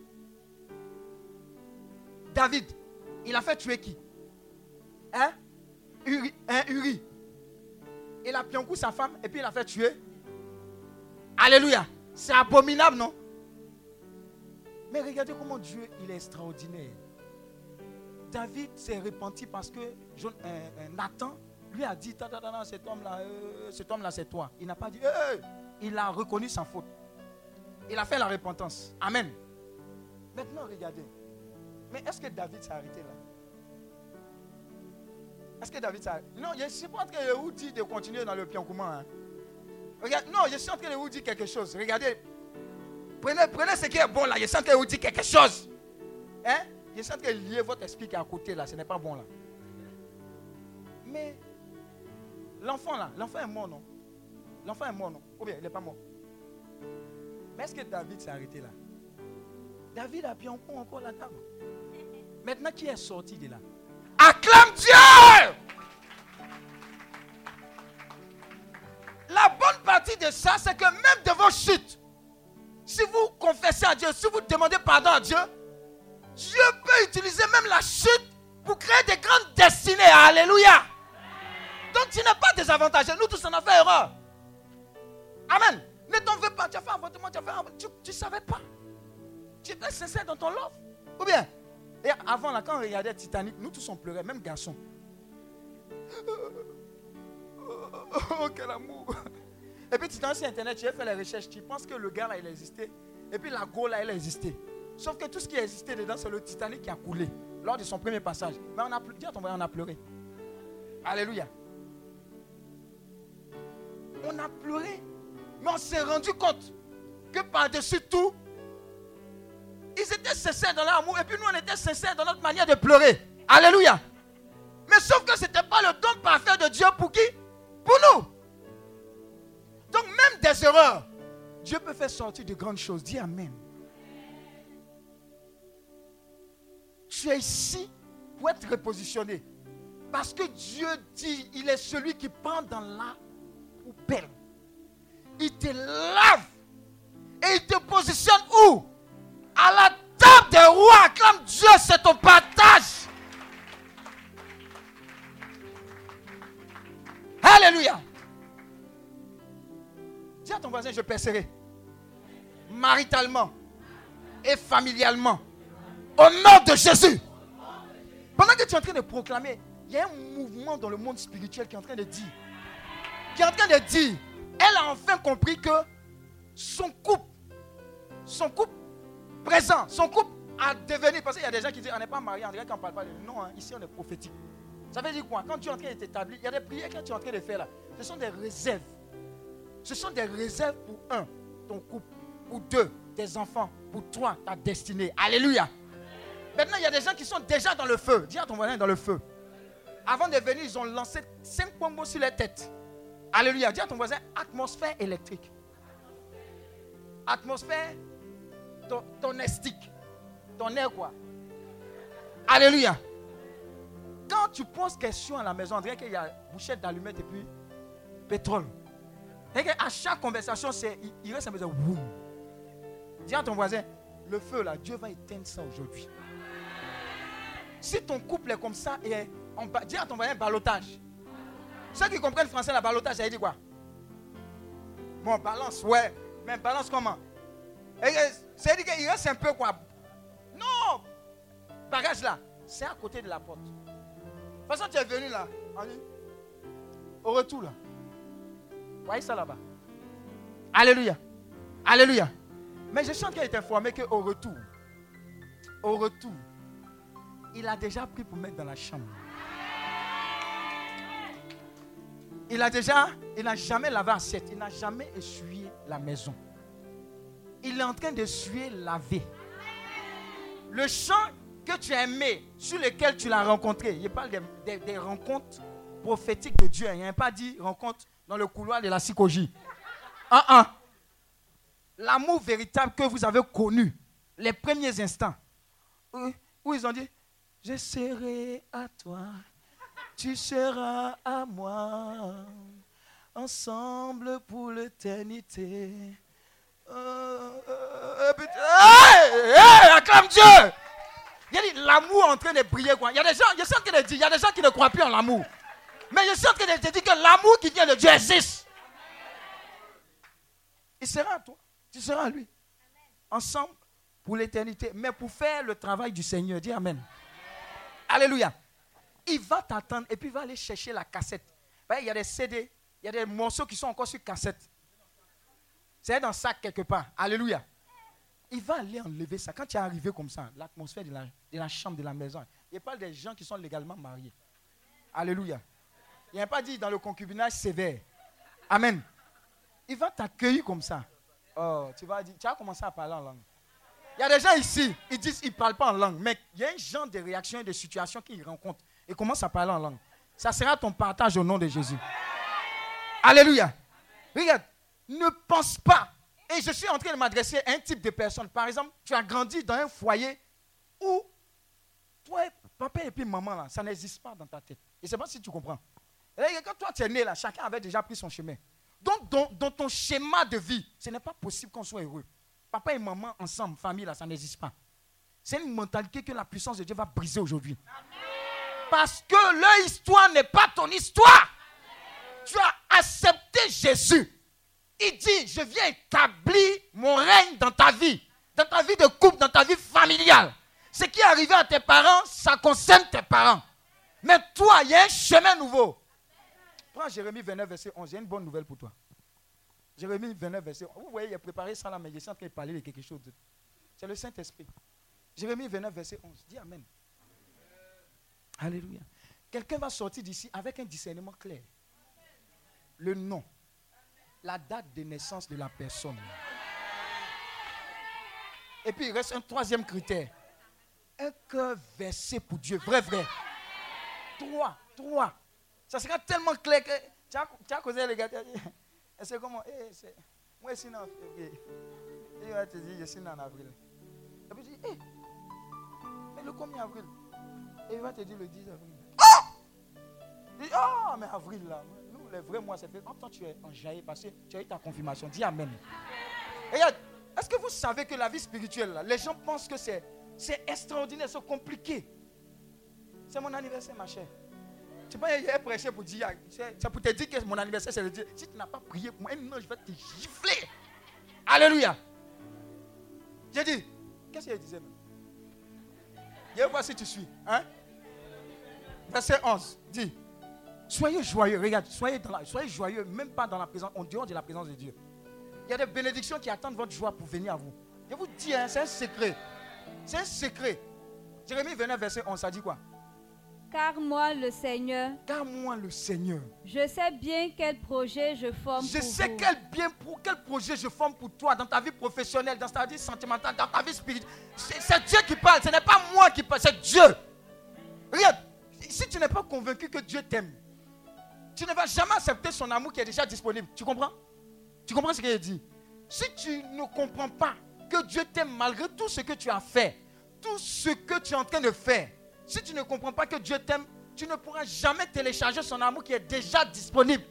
David, il a fait tuer qui? Hein? Uri, hein, Uri. Il a pris un coup sa femme et puis il a fait tuer. Alléluia. C'est abominable, non? Mais regardez comment Dieu, il est extraordinaire. David s'est repenti parce que John, euh, euh, Nathan lui a dit, cet homme-là, euh, cet homme-là, c'est toi. Il n'a pas dit, hey! Il a reconnu sa faute. Il a fait la repentance. Amen. Maintenant, regardez. Mais est-ce que David s'est arrêté là? Est-ce que David s'est arrêté? Non, je ne suis pas en train de vous dire de continuer dans le piancoumant. Hein. Regarde, non, je suis en train de vous dire quelque chose. Regardez. Prenez, prenez ce qui est bon là. Je suis en train de vous dire quelque chose. Hein? Je suis en train de lier votre esprit qui est à côté là. Ce n'est pas bon là. Mais l'enfant là, l'enfant est mort, non? L'enfant est mort, non? Ou bien il n'est pas mort? Mais est-ce que David s'est arrêté là? David a pris encore, encore la dame. Maintenant, qui est sorti de là? Acclame Dieu! La bonne partie de ça, c'est que même de vos chutes, si vous confessez à Dieu, si vous demandez pardon à Dieu, Dieu peut utiliser même la chute pour créer des grandes destinées. Alléluia! Donc tu n'es pas désavantagé. Nous tous on a fait erreur. Amen. Ne t'en veux pas. Tu as fait un avortement, tu as fait un... Tu ne savais pas. Tu étais sincère dans ton love. Ou bien, et avant là, quand on regardait Titanic, nous tous on pleurait, même garçons. Oh, quel amour. Et puis tu t'en sur internet, tu as fait les recherches, tu penses que le gars là il existait. Et puis la go là elle a existé. Sauf que tout ce qui a existé dedans, c'est le Titanic qui a coulé lors de son premier passage. Mais on a pleuré. Dis à ton voisin, on a pleuré. Alléluia. On a pleuré. Mais on s'est rendu compte que par-dessus tout, ils étaient sincères dans leur amour. Et puis nous, on était sincères dans notre manière de pleurer. Alléluia. Mais sauf que ce n'était pas le don parfait de Dieu pour qui? Pour nous. Donc même des erreurs, Dieu peut faire sortir de grandes choses. Dis Amen. Tu es ici pour être repositionné. Parce que Dieu dit, il est celui qui prend dans la poubelle. Il te lave. Et il te positionne où? À la table des rois. Acclame Dieu, c'est ton partage. Alléluia. Dis à ton voisin, je percerai. Maritalement et familialement. Au nom de Jésus. Pendant que tu es en train de proclamer, il y a un mouvement dans le monde spirituel qui est en train de dire. Qui est en train de dire. Elle a enfin compris que son couple, son couple présent, son couple a devenu, parce qu'il y a des gens qui disent on n'est pas mariés, on dirait qu'on ne parle pas de non, hein, ici on est prophétique. Ça veut dire quoi? Quand tu es en train de t'établir, il y a des prières que tu es en train de faire là. Ce sont des réserves. Ce sont des réserves pour un, ton couple, pour deux, tes enfants, pour toi, ta destinée. Alléluia. Maintenant, il y a des gens qui sont déjà dans le feu. Dis à ton voisin dans le feu. Avant de venir, ils ont lancé cinq pompes sur leur tête. Alléluia. Dis à ton voisin, atmosphère électrique. Atmosphère ton, tonestique. Ton air quoi? Alléluia. Quand tu poses question à la maison, on dirait qu'il y a bouchette d'allumettes et puis pétrole. Et à chaque conversation, c'est, il, il reste un peu de boum. Dis à ton voisin, le feu là, Dieu va éteindre ça aujourd'hui. Si ton couple est comme ça, et on, dis à ton voisin, ballottage. Ceux qui comprennent le français, la ballottage, ça veut dire quoi? Bon, balance, ouais. Mais balance comment? Ça veut dire qu'il reste un peu quoi? Non! Bagage là, c'est à côté de la porte. De toute façon, tu es venu là. Au retour là. Voyez ça là-bas. Alléluia. Alléluia. Mais je suis en train de t'informer qu'au retour, au retour, il a déjà pris pour mettre dans la chambre. Il a déjà, il n'a jamais lavé assiette, il n'a jamais essuyé la maison. Il est en train d'essuyer, laver. Le champ que tu as aimé, sur lesquels tu l'as rencontré. Il parle des, des, des rencontres prophétiques de Dieu. Il n'a pas dit rencontre dans le couloir de la psychologie. Un, un. L'amour véritable que vous avez connu, les premiers instants, où, où ils ont dit, je serai à toi, tu seras à moi, ensemble pour l'éternité. Euh, euh, hey, hey, acclame Dieu! Il y a dit l'amour est en train de briller. Quoi. Il y a des gens, je suis en train de dire, il y a des gens qui ne croient plus en l'amour. Mais je suis en train de te dire que l'amour qui vient de Dieu existe. Il sera à toi, tu seras à lui. Ensemble pour l'éternité. Mais pour faire le travail du Seigneur, dis Amen. Alléluia. Il va t'attendre et puis il va aller chercher la cassette. Il y a des C D, il y a des morceaux qui sont encore sur cassette. C'est dans le sac quelque part. Alléluia. Il va aller enlever ça. Quand tu es arrivé comme ça, l'atmosphère de la, de la chambre, de la maison, il parle des gens qui sont légalement mariés. Alléluia. Il n'a pas dit dans le concubinage sévère. Amen. Il va t'accueillir comme ça. Oh, tu vas dire, tu vas commencer à parler en langue. Il y a des gens ici, ils disent qu'ils ne parlent pas en langue, mais il y a un genre de réaction et de situation qu'ils rencontrent. Ils commencent à parler en langue. Ça sera ton partage au nom de Jésus. Alléluia. Regarde, ne pense pas. Et je suis en train de m'adresser à un type de personne. Par exemple, tu as grandi dans un foyer où toi, papa et puis maman, là, ça n'existe pas dans ta tête. Je ne sais pas si tu comprends. Et quand toi, tu es né, là, chacun avait déjà pris son chemin. Donc, dans, dans ton schéma de vie, ce n'est pas possible qu'on soit heureux. Papa et maman ensemble, famille, là, ça n'existe pas. C'est une mentalité que la puissance de Dieu va briser aujourd'hui. Parce que leur histoire n'est pas ton histoire. Tu as accepté Jésus. Il dit, je viens établir mon règne dans ta vie. Dans ta vie de couple, dans ta vie familiale. Ce qui est arrivé à tes parents, ça concerne tes parents. Mais toi, il y a un chemin nouveau. Prends Jérémie vingt-neuf, verset onze. Il y a une bonne nouvelle pour toi. Jérémie vingt-neuf, verset onze. Vous voyez, il a préparé ça là, mais je suis en train de parler de quelque chose. De... C'est le Saint-Esprit. Jérémie vingt-neuf, verset onze. Dis Amen. Alléluia. Quelqu'un va sortir d'ici avec un discernement clair. Le nom. La date de naissance de la personne. Et puis il reste un troisième critère. Un cœur versé pour Dieu. Vrai, vrai. Trois. Trois. Ça sera tellement clair que tu as, tu as causé les gars. Et c'est comment eh, c'est, moi, je suis en février. Et il va te dire, je suis en avril. Et puis tu dis, eh, mais le combien avril? Et il va te dire le dix avril. Oh! Il dit, oh, mais avril là. Nous, les vrais mois, c'est fait. En temps, tu es enjaillé parce que tu as eu ta confirmation. Dis Amen. Et regarde, est-ce que vous savez que la vie spirituelle, là, les gens pensent que c'est, c'est extraordinaire, c'est compliqué. C'est mon anniversaire, ma chère. Tu peux y prêcher pour dire, c'est pour te dire que mon anniversaire, c'est le dire. Si tu n'as pas prié pour moi, non, je vais te gifler. Alléluia. J'ai dit, qu'est-ce qu'il disait même? Je vais voir si tu suis. Hein? Verset onze, dit, soyez joyeux, regarde, soyez, dans la, soyez joyeux, même pas dans la présence, en dehors de la présence de Dieu. Il y a des bénédictions qui attendent votre joie pour venir à vous. Je vous dis, hein, c'est un secret. C'est un secret. Jérémie vingt-neuf, verset onze, ça dit quoi?
Car moi, le Seigneur,
Car moi, le Seigneur,
je sais bien quel projet je forme
je
pour
sais
vous.
quel bien, pour quel projet je forme pour toi, dans ta vie professionnelle, dans ta vie sentimentale, dans ta vie spirituelle. C'est, c'est Dieu qui parle, ce n'est pas moi qui parle, c'est Dieu. Regarde, si tu n'es pas convaincu que Dieu t'aime, tu ne vas jamais accepter son amour qui est déjà disponible. Tu comprends? Tu comprends ce qu'il dit? Si tu ne comprends pas que Dieu t'aime malgré tout ce que tu as fait, tout ce que tu es en train de faire, si tu ne comprends pas que Dieu t'aime, tu ne pourras jamais télécharger son amour qui est déjà disponible.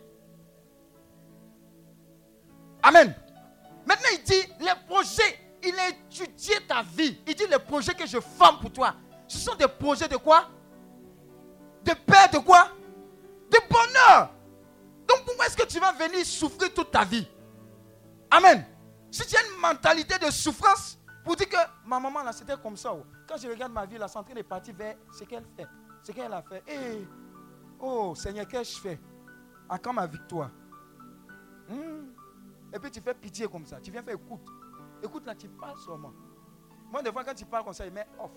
Amen. Maintenant, il dit, les projets, il a étudié ta vie. Il dit, les projets que je forme pour toi, ce sont des projets de quoi? De paix, de quoi? De bonheur. Donc, pourquoi est-ce que tu vas venir souffrir toute ta vie? Amen. Si tu as une mentalité de souffrance, pour dire que ma maman, là, c'était comme ça. Quand je regarde ma vie, là, c'est en train de partir vers ce qu'elle fait. Ce qu'elle a fait. Hey, oh, Seigneur, qu'est-ce que je fais? À quand ma victoire? Hmm. Et puis tu fais pitié comme ça. Tu viens faire écoute. Écoute, là, tu parles seulement. Moi, des fois, quand tu parles comme ça, il met off.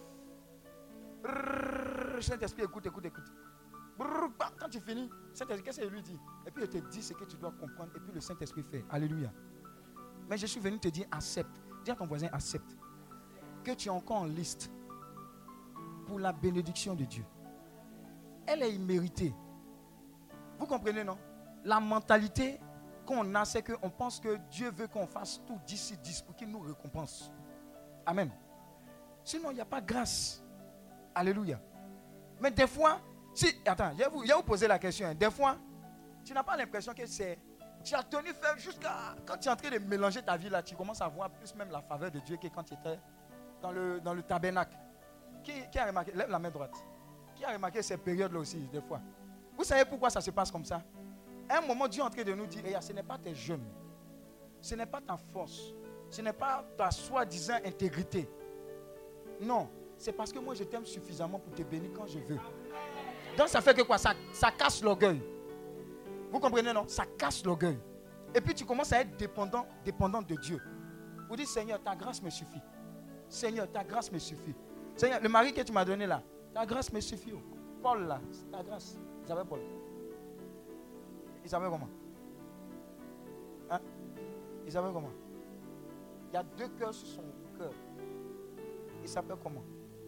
Brrr, Saint-Esprit, écoute, écoute, écoute. Brrr, quand tu finis, Saint-Esprit, qu'est-ce qu'il lui dit? Et puis il te dit ce que tu dois comprendre. Et puis le Saint-Esprit fait. Alléluia. Mais je suis venu te dire accepte. Dis à ton voisin accepte. Que tu es encore en liste. pour la bénédiction de Dieu. Elle est imméritée. Vous comprenez, non? La mentalité qu'on a, c'est qu'on pense que Dieu veut qu'on fasse tout dix dix pour qu'il nous récompense. Amen. Sinon, il n'y a pas grâce. Alléluia. Mais des fois, si, attends, je vais vous, je vais vous poser la question. Hein. Des fois, tu n'as pas l'impression que c'est... Tu as tenu faire jusqu'à... Quand tu es en train de mélanger ta vie là, tu commences à voir plus même la faveur de Dieu que quand tu étais dans le, dans le tabernacle. Qui, qui a remarqué? Lève la main droite. Qui a remarqué ces périodes-là aussi, des fois? Vous savez pourquoi ça se passe comme ça? À un moment, Dieu est en train de nous dire, regarde, ce n'est pas tes jeûnes. Ce n'est pas ta force. Ce n'est pas ta soi-disant intégrité. Non. C'est parce que moi, je t'aime suffisamment pour te bénir quand je veux. Donc, ça fait que quoi? Ça, ça casse l'orgueil. Vous comprenez, non? Ça casse l'orgueil. Et puis, tu commences à être dépendant, dépendant de Dieu. Vous dites, Seigneur, ta grâce me suffit. Seigneur, ta grâce me suffit. Seigneur, le mari que tu m'as donné là, ta grâce me suffit. Paul là, ta grâce. Il s'appelle Paul. Il s'appelle comment? Hein? Il s'appelle comment? Il y a deux cœurs sur son cœur. Il s'appelle comment?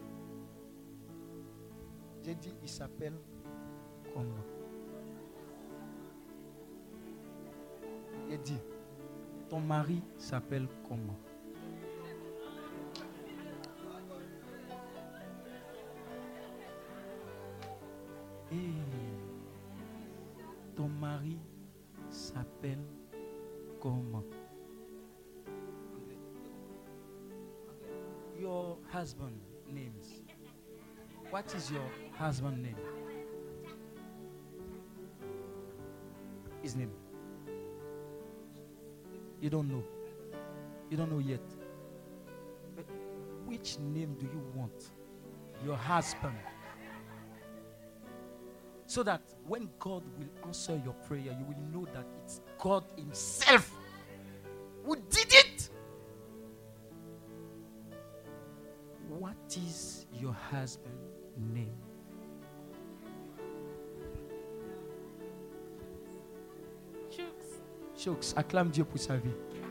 J'ai dit, il s'appelle comment? J'ai dit, ton mari s'appelle comment? Et ton mari s'appelle comment? Your husband names. What is your husband name? His name. You don't know. You don't know yet. But which name do you want? Your husband. So that when God will answer your prayer, you will know that it's God Himself who did it. What is your husband's name?
Chooks.
Chooks, acclame Dieu pour sa vie.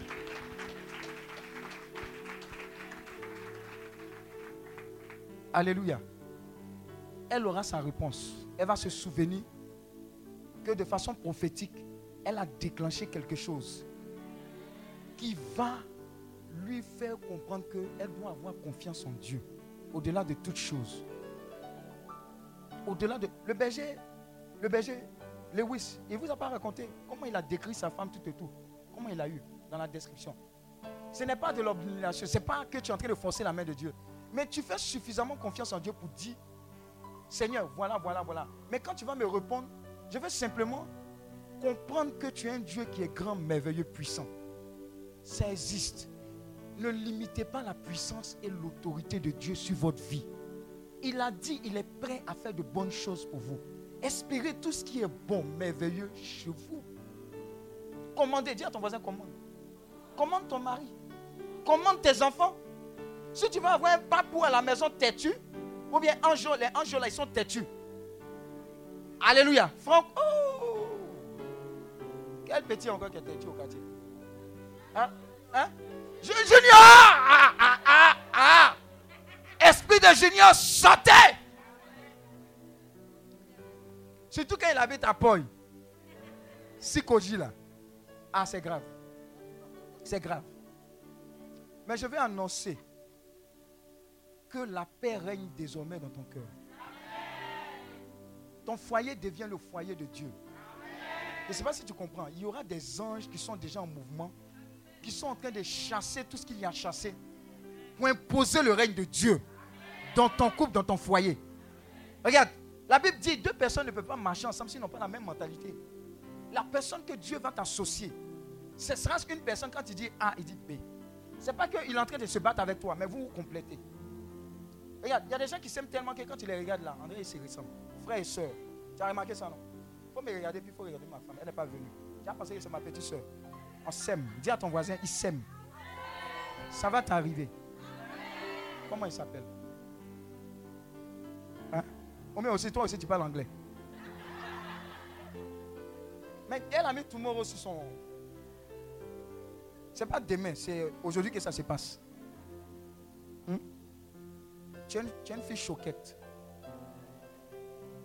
Alléluia. Elle aura sa réponse. Elle va se souvenir que de façon prophétique, elle a déclenché quelque chose qui va lui faire comprendre qu'elle doit avoir confiance en Dieu, au-delà de toute chose. Au-delà de... Le berger, le berger, Lewis, il ne vous a pas raconté comment il a décrit sa femme tout et tout. Comment il a eu dans la description. Ce n'est pas de l'obligation, ce n'est pas que tu es en train de forcer la main de Dieu. Mais tu fais suffisamment confiance en Dieu pour dire, Seigneur, voilà, voilà, voilà. Mais quand tu vas me répondre, je veux simplement comprendre que tu es un Dieu qui est grand, merveilleux, puissant. Ça existe. Ne limitez pas la puissance et l'autorité de Dieu sur votre vie. Il a dit, il est prêt à faire de bonnes choses pour vous. Espérez tout ce qui est bon, merveilleux chez vous. Commandez, dis à ton voisin, commande. Commande ton mari. Commande tes enfants. Si tu veux avoir un papou à la maison têtu, ou bien un jour, les anges là, ils sont têtus. Alléluia. Franck, oh! Quel petit encore qui est têtu au quartier? Hein? Hein? Junior! Ah, ah, ah, ah! Esprit de Junior, sortez! Surtout quand il habite à Poy. Sikoji là. Ah, c'est grave. C'est grave. Mais je vais annoncer que la paix règne désormais dans ton cœur. Ton foyer devient le foyer de Dieu. Je ne sais pas si tu comprends. Il y aura des anges qui sont déjà en mouvement, qui sont en train de chasser tout ce qu'il y a chassé pour imposer le règne de Dieu dans ton couple, dans ton foyer. Regarde, la Bible dit deux personnes ne peuvent pas marcher ensemble s'ils n'ont pas la même mentalité. La personne que Dieu va t'associer, ce sera une personne quand il dit A, il dit B. Ce n'est pas qu'il est en train de se battre avec toi, mais vous vous complétez. Regarde, il y a des gens qui s'aiment tellement que quand tu les regardes là, André, ils se ressemblent. Frère et soeur. Tu as remarqué ça, non? Il faut me regarder, puis il faut regarder ma femme. Elle n'est pas venue. Tu as pensé que c'est ma petite soeur. On s'aime. Dis à ton voisin, il s'aime. Ça va t'arriver. Comment il s'appelle? Hein? Oh, mais aussi, toi aussi, tu parles anglais. Mais elle a mis tomorrow sur son... C'est pas demain, c'est aujourd'hui que ça se passe. Hmm? Tu es une, tu es une fille choquette.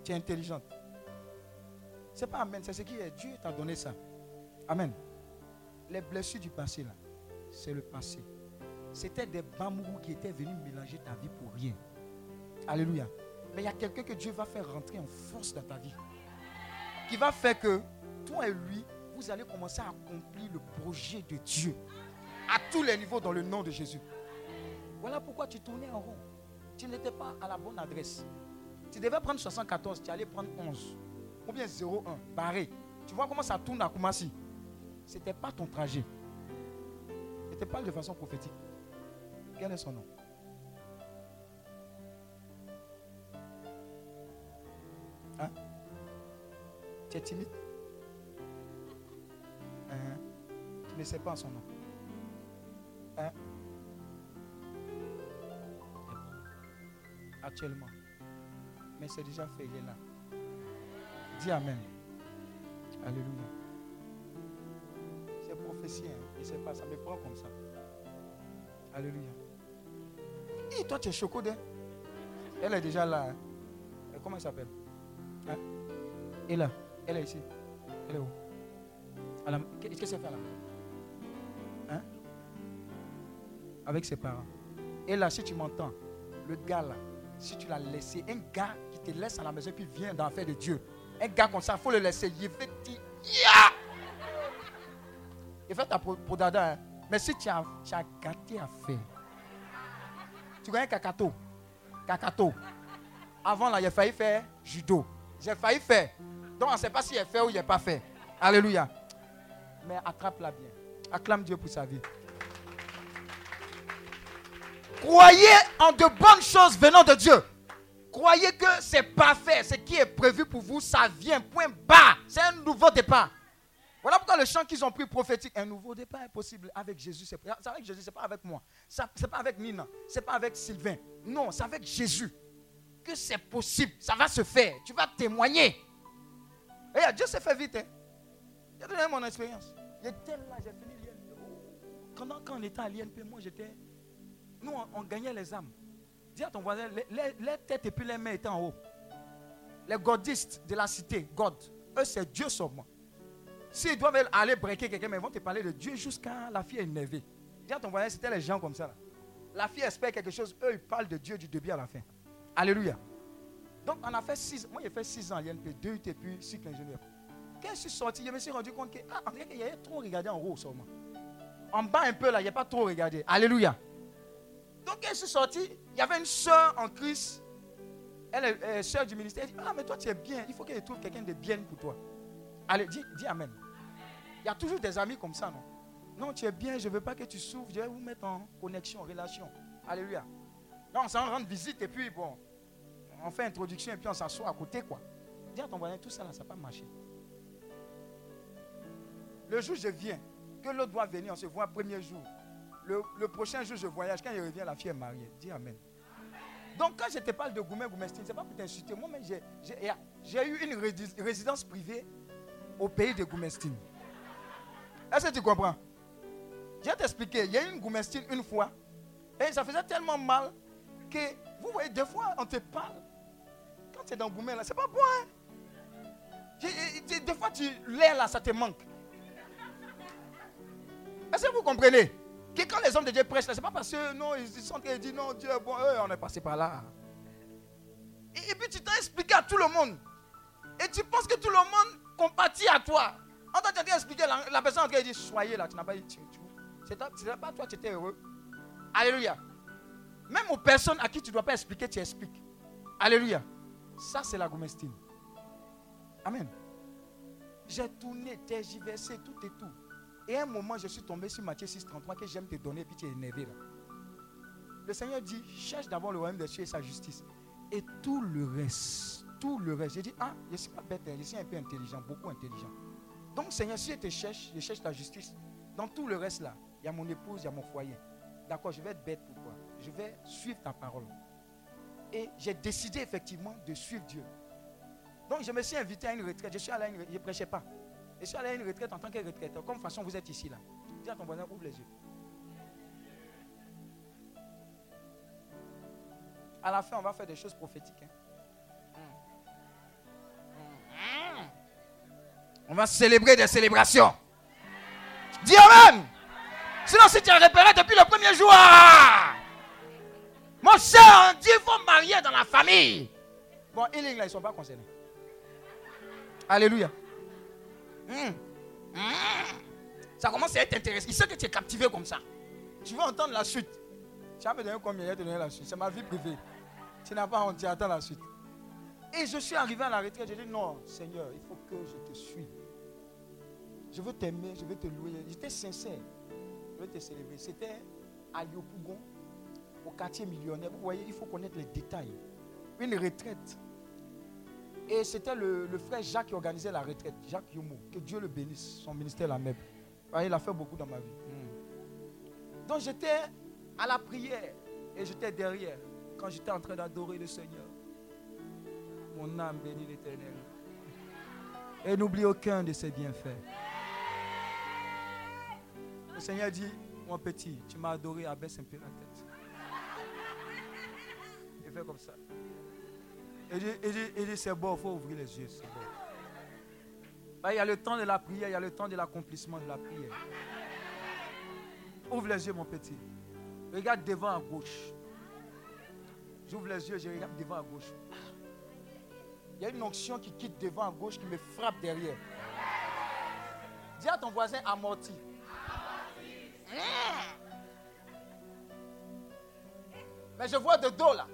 Tu es intelligente. C'est pas amen, c'est ce qui est. Dieu t'a donné ça. Amen. Les blessures du passé, là, c'est le passé. C'était des bambous qui étaient venus mélanger ta vie pour rien. Alléluia. Mais il y a quelqu'un que Dieu va faire rentrer en force dans ta vie. Qui va faire que toi et lui, vous allez commencer à accomplir le projet de Dieu. À tous les niveaux dans le nom de Jésus. Voilà pourquoi tu tournais en rond. Tu n'étais pas à la bonne adresse. Tu devais prendre soixante-quatorze, tu allais prendre onze. Ou bien zéro un, barré. Tu vois comment ça tourne à Koumassi. Ce n'était pas ton trajet. Je te parle de façon prophétique. Quel est son nom? Hein? Tu es timide? Hein? Tu ne sais pas son nom. Hein? Actuellement. Mais c'est déjà fait, il est là. Dis Amen. Alléluia. C'est prophétie, hein. Je ne sais pas, ça me prend comme ça. Alléluia. Et toi, tu es chocodé. Elle est déjà là. Hein. Comment elle s'appelle? Hein? Elle est là. Elle est ici. Elle est où? La... Qu'est-ce qu'elle fait là? Hein? Avec ses parents. Et là, si tu m'entends, le gars là, si tu l'as laissé, un gars qui te laisse à la maison et puis vient dans l'affaire de Dieu, un gars comme ça, il faut le laisser. Il veut dire, yeah! Il fait ta podada, hein? Mais si tu as, tu as gâté à faire, tu connais Kakato? Kakato. Avant là, il a failli faire judo. J'ai failli faire. Donc on ne sait pas s'il est fait ou il n'est pas fait. Alléluia. Mais attrape-la bien. Acclame Dieu pour sa vie. Croyez en de bonnes choses venant de Dieu. Croyez que c'est parfait. Ce qui est prévu pour vous, ça vient. Point barre. C'est un nouveau départ. Voilà pourquoi le chant qu'ils ont pris prophétique, un nouveau départ est possible avec Jésus. C'est avec Jésus, c'est pas avec moi. Ce n'est pas avec Nina. Ce n'est pas avec Sylvain. Non, c'est avec Jésus que c'est possible. Ça va se faire. Tu vas témoigner. Et Dieu s'est fait vite. Hein. J'ai donné mon expérience. J'étais là, j'ai fini l'I N P. Quand, quand on était à l'I N P, moi j'étais... Nous, on, on gagnait les âmes. Dis à ton voisin, les, les, les têtes et puis les mains étaient en haut. Les godistes de la cité, God, eux c'est Dieu sur moi. S'ils doivent aller breaker quelqu'un, mais ils vont te parler de Dieu jusqu'à la fille est énervée. Dis à ton voisin, c'était les gens comme ça. Là. La fille espère quelque chose, eux ils parlent de Dieu du début à la fin. Alléluia. Donc on a fait six, moi j'ai fait six ans à l'I N P, deux U T P, cycle ingénieur. Quand je suis sorti, je me suis rendu compte que, ah, en fait, il y avait trop regardé en haut seulement. En bas un peu là, il n'y a pas trop regardé. Alléluia. Donc quand je suis sorti, il y avait une soeur en Christ. Elle est euh, soeur du ministère. Elle dit, ah mais toi tu es bien, il faut qu'elle trouve quelqu'un de bien pour toi. Allez, dis, dis amen. Il y a toujours des amis comme ça, non? Non, tu es bien, je ne veux pas que tu souffres, je vais vous mettre en connexion, en relation. Alléluia. Non, on s'en rend visite et puis bon, on fait introduction et puis on s'assoit à côté quoi. Dis à ton voisin, tout ça là, ça n'a pas marché. Le jour où je viens, que l'autre doit venir, on se voit le premier jour. Le, le prochain jour, je voyage. Quand je reviens, la fille est mariée. Dis amen. Donc, quand je te parle de Goumé Goumestine, ce n'est pas pour t'insulter. Moi, mais j'ai, j'ai, j'ai eu une résidence privée au pays de Goumestine. Est-ce que tu comprends? Je vais t'expliquer. Il y a eu une Goumestine une fois. Et ça faisait tellement mal que, vous voyez, des fois, on te parle. Quand tu es dans Goumé, là, c'est pas bon. Hein? Des fois, tu, l'air là, ça te manque. Est-ce que vous comprenez? Que quand les hommes de Dieu prêchent, ce n'est pas parce que non, ils sont ils disent non, Dieu est bon, eux, on est passé par là. Et, et puis tu t'as expliqué à tout le monde. Et tu penses que tout le monde compatit à toi. En tant que tu as expliqué, la, la personne qui dit soyez là, tu n'as pas dit, tu, tu, c'est pas toi, tu étais heureux. Alléluia. Même aux personnes à qui tu ne dois pas expliquer, tu expliques. Alléluia. Ça, c'est la Goumestine. Amen. J'ai tourné, tergiversé, tout et tout. Et à un moment, je suis tombé sur Matthieu six, trente-trois que j'aime te donner et puis tu es énervé là. Le Seigneur dit, cherche d'abord le royaume des cieux et sa justice. Et tout le reste, tout le reste. J'ai dit, ah, je ne suis pas bête, je suis un peu intelligent, beaucoup intelligent. Donc Seigneur, si je te cherche, je cherche ta justice. Dans tout le reste là, il y a mon épouse, il y a mon foyer. D'accord, je vais être bête pour toi. Je vais suivre ta parole. Et j'ai décidé effectivement de suivre Dieu. Donc je me suis invité à une retraite. Je suis allé à une retraite, je ne prêchais pas. Je suis allé à une retraite en tant que retraiteur. Comme façon, vous êtes ici là. Dis à ton voisin, ouvre les yeux. À la fin, on va faire des choses prophétiques. Hein. On va célébrer des célébrations. Dis amen. Sinon, si tu es repéré depuis le premier jour, ah, mon cher, on dit qu'il faut marier dans la famille. Bon, Healing, là, ils ne sont pas concernés. Alléluia. Mmh. Mmh. Ça commence à être intéressant. Il sait que tu es captivé comme ça. Tu veux entendre la suite. Tu vas me donner combien? Il va te donner la suite. C'est ma vie privée. Tu n'as pas honte, tu attends la suite. Et je suis arrivé à la retraite. J'ai dit non, Seigneur, il faut que je te suive. Je veux t'aimer, je veux te louer. J'étais sincère. Je veux te célébrer. C'était à Yopougon, au quartier millionnaire. Vous voyez, il faut connaître les détails. Une retraite. Et c'était le, le frère Jacques qui organisait la retraite. Jacques Yomo. Que Dieu le bénisse. Son ministère la M E B. Vous voyez, il a fait beaucoup dans ma vie. Mm. Donc j'étais à la prière. Et j'étais derrière. Quand j'étais en train d'adorer le Seigneur. Mon âme bénit l'Éternel. Et n'oublie aucun de ses bienfaits. Le Seigneur dit, mon petit, tu m'as adoré, abaisse un peu la tête. Il fait comme ça. Il dit, il dit, il dit c'est bon, il faut ouvrir les yeux. C'est bon. Bah, il y a le temps de la prière, il y a le temps de l'accomplissement de la prière. Ouvre les yeux, mon petit. Regarde devant à gauche. J'ouvre les yeux, je regarde devant à gauche. Il y a une onction qui quitte devant à gauche qui me frappe derrière. Dis à ton voisin amorti. Mmh. Mais je vois de dos là.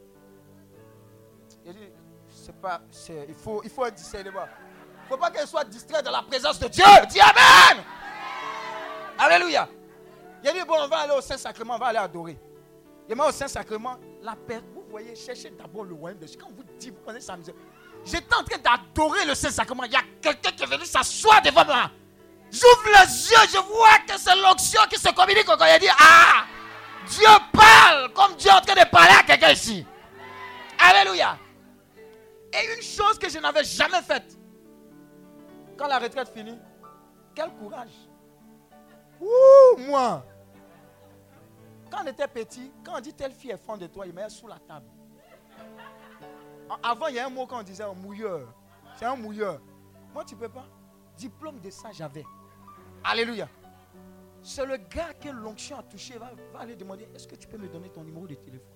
Il dit, c'est pas, c'est, il faut, il faut être discernement. Il ne faut pas qu'elle soit distraite dans la présence de Dieu. Dis amen. Alléluia. Il a dit, bon, on va aller au Saint-Sacrement, on va aller adorer. Il m'a au Saint-Sacrement, la paix. Vous voyez, cherchez d'abord le royaume de Dieu. Quand vous dites, vous pensez ça, j'étais en train d'adorer le Saint-Sacrement. Il y a quelqu'un qui est venu s'asseoir devant moi. J'ouvre les yeux, je vois que c'est l'onction qui se communique. Quand il a dit, ah, Dieu parle comme Dieu est en train de parler à quelqu'un ici. Alléluia. Et une chose que je n'avais jamais faite. Quand la retraite finit, quel courage. Ouh, moi. Quand on était petit, quand on dit telle fille est fond de toi, il met sous la table. Avant, il y a un mot qu'on disait un mouilleur. C'est un mouilleur. Moi, tu ne peux pas. Diplôme de ça, j'avais. Alléluia. C'est le gars que l'onction a touché, va, va aller demander, est-ce que tu peux me donner ton numéro de téléphone?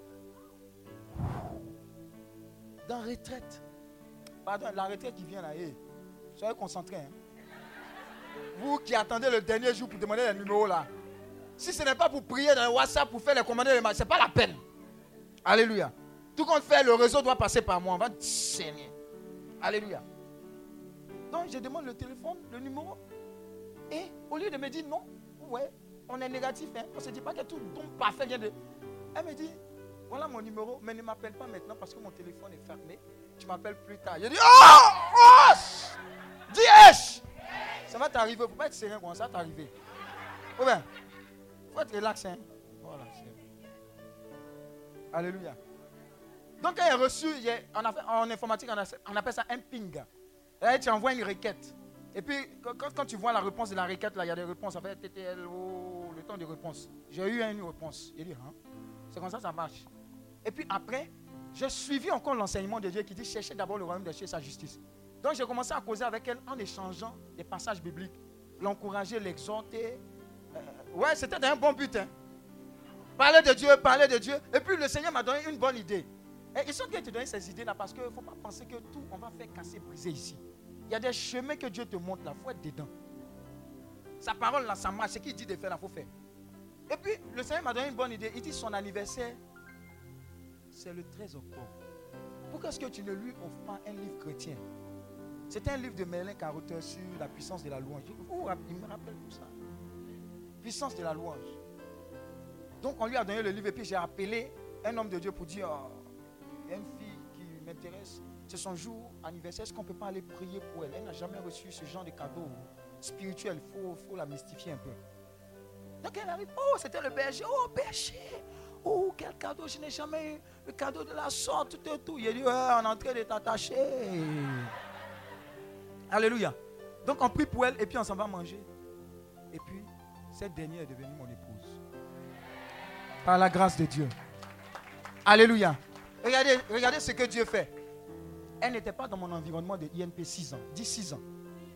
Dans la retraite. Pardon, la retraite qui vient là. Hey, soyez concentrés. Hein. Vous qui attendez le dernier jour pour demander les numéros là. Si ce n'est pas pour prier dans le WhatsApp, pour faire les commandes, ce n'est pas la peine. Alléluia. Tout compte fait, le réseau doit passer par moi. On va saigner. Alléluia. Donc, je demande le téléphone, le numéro. Et au lieu de me dire non, ouais, on est négatif. Hein, on ne se dit pas que tout don parfait vient de... Elle me dit, voilà mon numéro, mais ne m'appelle pas maintenant parce que mon téléphone est fermé. Tu m'appelles plus tard. Je dis, oh, oh, dis H. Ça va t'arriver. Il ne faut pas être serein quand ça va t'arriver. Ou bien, il faut être relax. Hein. Voilà, c'est... Alléluia. Donc, quand il est reçu, il est, en, en informatique, on appelle ça un ping. Là, tu envoies une requête. Et puis, quand, quand tu vois la réponse de la requête, là, il y a des réponses. Ça fait T T L O, le temps de réponse. J'ai eu une réponse. Il dit, hein? C'est comme ça que ça marche. Et puis après, j'ai suivi encore l'enseignement de Dieu qui dit, cherchez d'abord le royaume de Dieu et sa justice. Donc, j'ai commencé à causer avec elle en échangeant des passages bibliques. L'encourager, l'exhorter. Euh, ouais, c'était un bon but. Hein? Parler de Dieu, parler de Dieu. Et puis, le Seigneur m'a donné une bonne idée. Et ils sont bien te donner ces idées-là parce qu'il ne faut pas penser que tout, on va faire casser, briser ici. Il y a des chemins que Dieu te montre là, il faut être dedans. Sa parole là, ça marche. Ce qu'il dit de faire là, il faut faire. Et puis, le Seigneur m'a donné une bonne idée. Il dit son anniversaire, c'est le treize octobre. Pourquoi est-ce que tu ne lui offres pas un livre chrétien? C'est un livre de Merlin Carothers sur la puissance de la louange. Il me rappelle tout ça. Puissance de la louange. Donc, on lui a donné le livre et puis j'ai appelé un homme de Dieu pour dire, oh, il y a une fille qui m'intéresse. C'est son jour anniversaire. Est-ce qu'on ne peut pas aller prier pour elle? Elle n'a jamais reçu ce genre de cadeau spirituel. Il faut, faut la mystifier un peu. Donc elle arrive. Oh, c'était le berger. Oh, berger. Oh, quel cadeau. Je n'ai jamais eu le cadeau de la sorte. Tout et tout. Il a dit, ouais, on est en train de t'attacher. Alléluia. Donc on prie pour elle et puis on s'en va manger. Et puis, cette dernière est devenue mon épouse. Par la grâce de Dieu. Alléluia. Regardez, regardez ce que Dieu fait. Elle n'était pas dans mon environnement de I N P six ans. dix-six ans.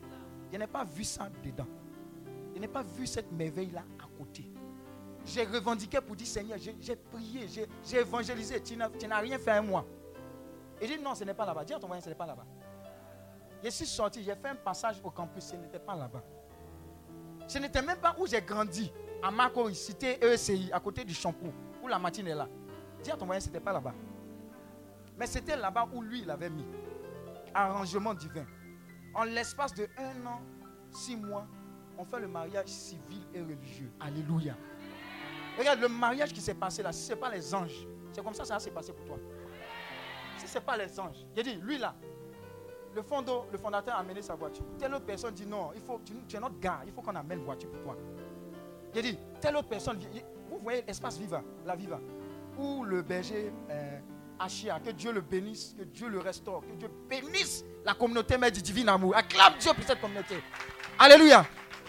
Je n'ai pas vu ça dedans. Je n'ai pas vu cette merveille-là à côté. J'ai revendiqué pour dire, Seigneur, j'ai, j'ai prié, j'ai, j'ai évangélisé. Tu n'as, tu n'as rien fait à moi. Et dit, non, ce n'est pas là-bas. Dis à ton voisin, ce n'est pas là-bas. Je suis sorti, j'ai fait un passage au campus, ce n'était pas là-bas. Ce n'était même pas où j'ai grandi. À Marcory, cité E C I, à côté du Champoux, où la matinée est là. Dis à ton voisin, ce n'était pas là-bas. Mais c'était là-bas où lui, il avait mis. Arrangement divin. En l'espace de un an, six mois, on fait le mariage civil et religieux. Alléluia. Regarde, le mariage qui s'est passé là, si ce n'est pas les anges, c'est comme ça que ça s'est passé pour toi. Si ce n'est pas les anges, j'ai dit, lui là, le, fondo, le fondateur a amené sa voiture. Telle autre personne dit non, il faut, tu, tu es notre gars, il faut qu'on amène une voiture pour toi. J'ai dit, telle autre personne, vous voyez l'espace Viva, la Viva, où le berger euh, Achia, que Dieu le bénisse, que Dieu le restaure, que Dieu bénisse la communauté mère du divin amour. Acclame Dieu pour cette communauté. Alléluia.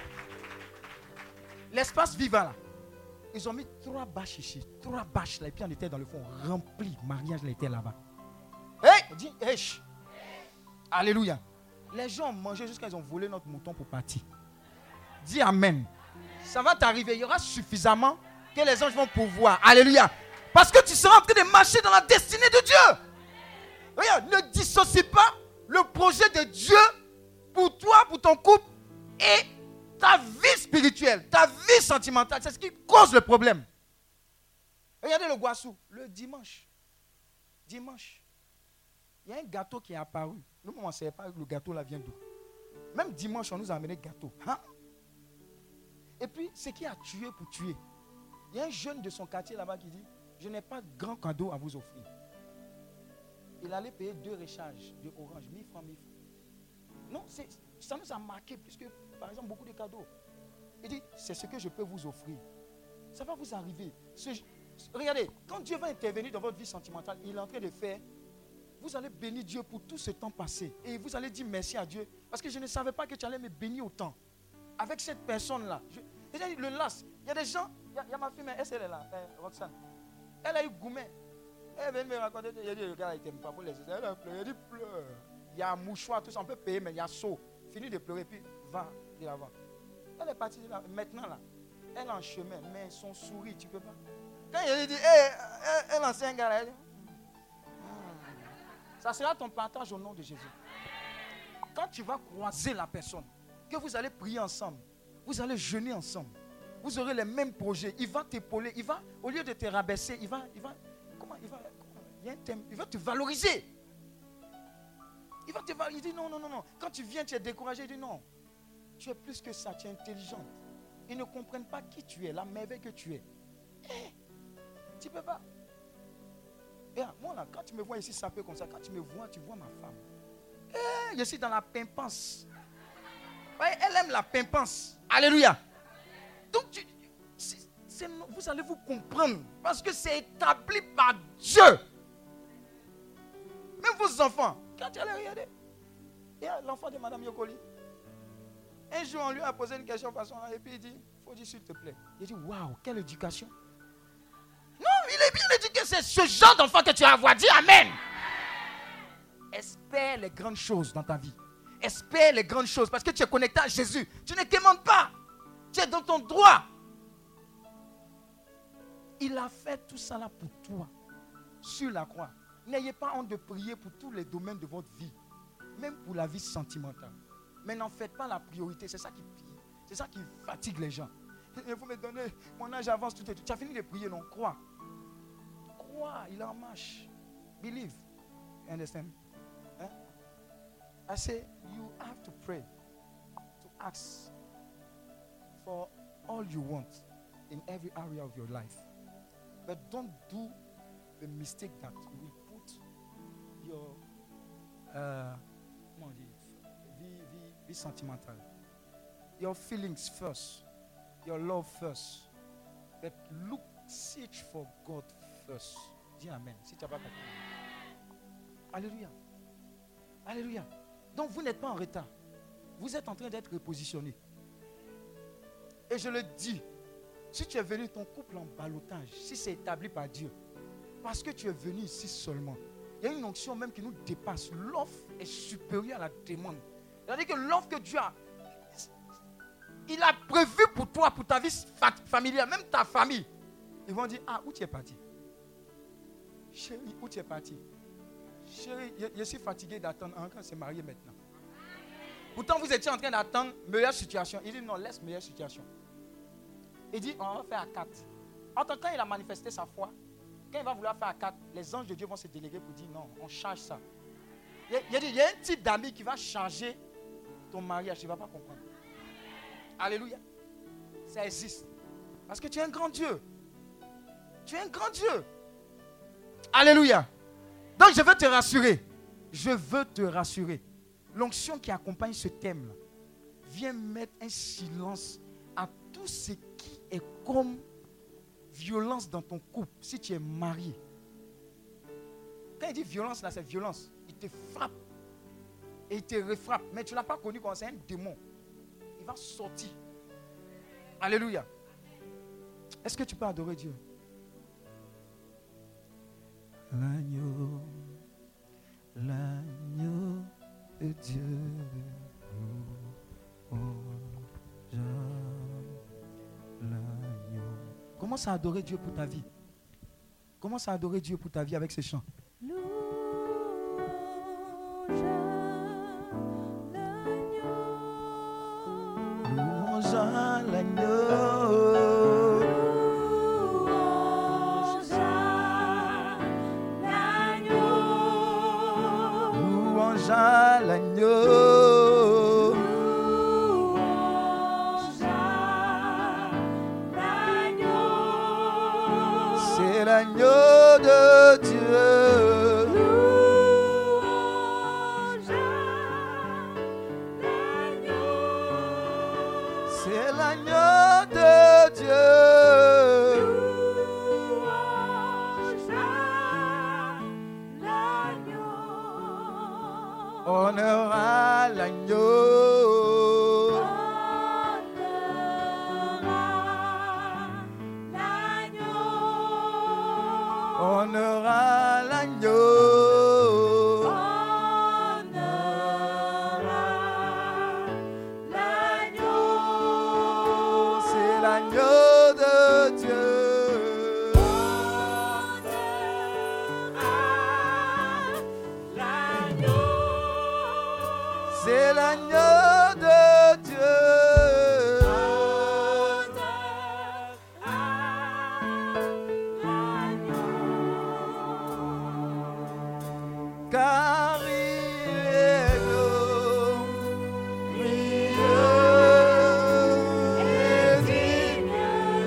L'espace Viva là, ils ont mis trois bâches ici, trois bâches là, et puis on était dans le fond, rempli, mariage là était là-bas. Hé, hey, dis, hey. Alléluia. Les gens ont mangé jusqu'à ils ont volé notre mouton pour partir. Dis amen. Ça va t'arriver, il y aura suffisamment que les anges vont pouvoir. Alléluia. Parce que tu seras en train de marcher dans la destinée de Dieu. Regarde, ne dissocie pas le projet de Dieu pour toi, pour ton couple et ta vie spirituelle, ta vie sentimentale. C'est ce qui cause le problème. Regardez le Guassou, le dimanche. Dimanche. Il y a un gâteau qui est apparu. Nous, on ne savait pas que le gâteau là vient d'où. Même dimanche, on nous a amené gâteau. Hein? Et puis, ce qui a tué pour tuer. Il y a un jeune de son quartier là-bas qui dit, je n'ai pas de grand cadeau à vous offrir. Il allait payer deux recharges de Orange, mille francs, mille francs. Non, c'est, ça nous a marqué plus que, par exemple, beaucoup de cadeaux. Il dit, c'est ce que je peux vous offrir. Ça va vous arriver. Ce, regardez, quand Dieu va intervenir dans votre vie sentimentale, il est en train de faire, vous allez bénir Dieu pour tout ce temps passé. Et vous allez dire merci à Dieu. Parce que je ne savais pas que tu allais me bénir autant. Avec cette personne-là. Je, le las. Il y a des gens, il y a, il y a ma fille, mais elle, elle est là, elle, Roxane. Elle a eu gourmet. Elle vient me raconter, il a dit, le gars, il t'aime pas pour les yeux. Elle a pleuré, il a dit, pleure. Il y a un mouchoir, tout ça, on peut payer, mais il y a saut. Fini de pleurer, puis va de l'avant. Elle est partie de là. Maintenant, là, elle est en chemin, mais son sourire, tu peux pas. Quand il dit, hey, elle, elle lance un gars là, elle dit, ça sera ton partage au nom de Jésus. Quand tu vas croiser la personne, que vous allez prier ensemble, vous allez jeûner ensemble, vous aurez les mêmes projets, il va t'épauler, il va, au lieu de te rabaisser, il va, il va, comment, il va, comment, il y a un thème, il va te valoriser. Il va te valoriser, il dit non, non, non, non. Quand tu viens, tu es découragé, il dit non, tu es plus que ça, tu es intelligente. Ils ne comprennent pas qui tu es, la merveille que tu es. Hey, tu ne peux pas. Et moi là, quand tu me vois ici saper comme ça, quand tu me vois, tu vois ma femme. Eh, je suis dans la pimpance. Ouais, elle aime la pimpance. Alléluia. Donc, tu, c'est, c'est, vous allez vous comprendre. Parce que c'est établi par Dieu. Même vos enfants, quand tu allais regarder, il y a l'enfant de Madame Yokoli. Un jour, on lui a posé une question de façon, et puis il dit, il faut dire s'il te plaît. Il dit, waouh, quelle éducation. Non, il est bien éduqué. C'est ce genre d'enfant que tu vas avoir. Dis amen. Espère les grandes choses dans ta vie. Espère les grandes choses parce que tu es connecté à Jésus. Tu ne demandes pas. Tu es dans ton droit. Il a fait tout ça là pour toi. Sur la croix. N'ayez pas honte de prier pour tous les domaines de votre vie. Même pour la vie sentimentale. Mais n'en faites pas la priorité. C'est ça qui prie. C'est ça qui fatigue les gens. Il faut me donner, mon âge avance, tout et tout. Tu as fini de prier, non? Crois. Crois, il est en marche. Believe. You understand? Hein? I say, you have to pray. To ask for all you want in every area of your life. But don't do the mistake that you will put your, uh, comment on dit, vie, vie, vie sentimentale. Your feelings first. Your love first. But look, search for God first. Dis amen. Si tu n'as pas compris. Alléluia. Alléluia. Donc vous n'êtes pas en retard. Vous êtes en train d'être repositionné. Et je le dis, si tu es venu ton couple en ballottage, si c'est établi par Dieu, parce que tu es venu ici seulement, il y a une onction même qui nous dépasse. L'offre est supérieure à la demande. C'est-à-dire que l'offre que Dieu a, Il a prévu pour toi, pour ta vie familiale, même ta famille. Ils vont dire, ah, où tu es parti? Chérie, où tu es parti? Chérie, je, je suis fatigué d'attendre. Encore, c'est marié maintenant. Pourtant, vous étiez en train d'attendre meilleure situation. Il dit, non, laisse meilleure situation. Il dit, on va faire à quatre. En tant que quand il a manifesté sa foi, quand il va vouloir faire à quatre, les anges de Dieu vont se déléguer pour dire, non, on change ça. Il, il, dit, il y a un type d'ami qui va changer ton mariage. Tu ne vas pas comprendre. Alléluia. Ça existe. Parce que tu es un grand Dieu. Tu es un grand Dieu. Alléluia. Donc je veux te rassurer. Je veux te rassurer. L'onction qui accompagne ce thème vient mettre un silence à tout ce qui est comme violence dans ton couple. Si tu es marié. Quand il dit violence, là c'est violence. Il te frappe. Et il te refrappe. Mais tu ne l'as pas connu comme c'est un démon. Il va sortir. Alléluia. Est-ce que tu peux adorer Dieu? L'agneau, l'agneau de Dieu. Oh, oh, l'agneau. Commence à adorer Dieu pour ta vie. Commence à adorer Dieu pour ta vie avec ces chants. Louange à l'agneau. Louange à l'agneau. C'est l'agneau de Dieu. C'est l'agneau de Dieu. Honneur à l'agneau. Honneur à l'agneau. C'est l'agneau de Dieu. C'est l'agneau de Dieu. Car il est glorieux et digne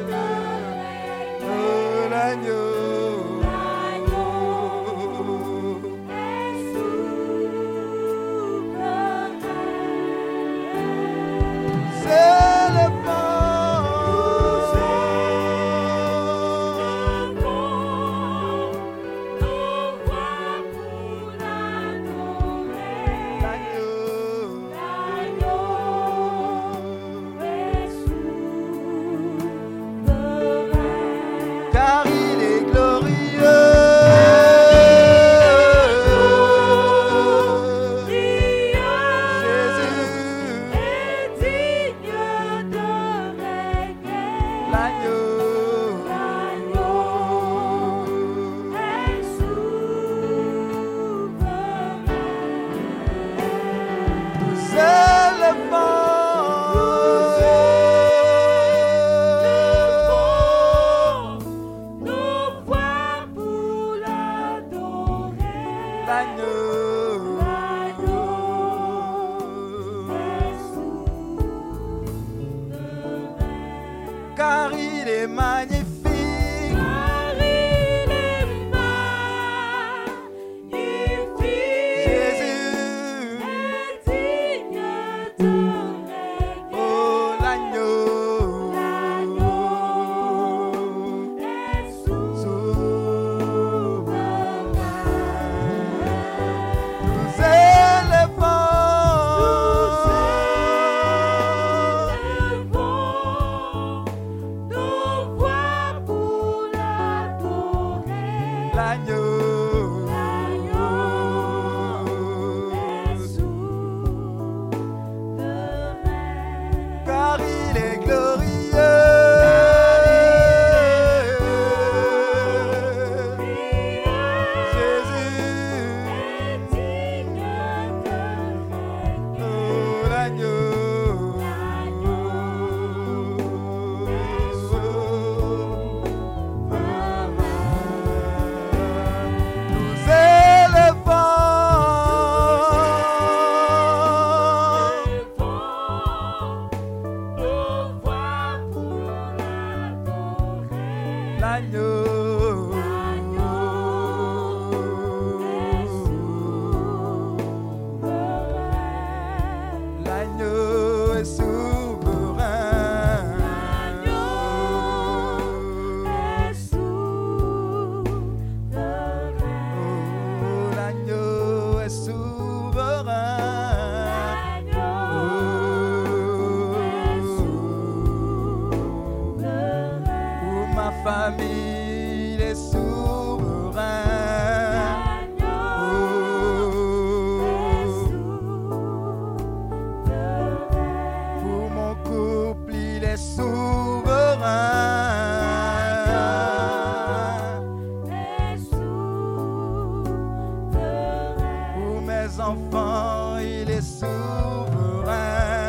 de l'agneau. C'est le car il est glorieux. Car il est magnifique.
Car il est magnifique.
Jésus
est digne de régner.
Oh l'agneau.
L'agneau est souverain.
Tous éléphants. L'agneau, l'agneau est souverain. Car il L'agneau. L'agneau est souverain. Oh, l'agneau est souverain. Oh, ma famille il est souverain. Pour mon couple il est souverain. Pour mes enfants il est souverain.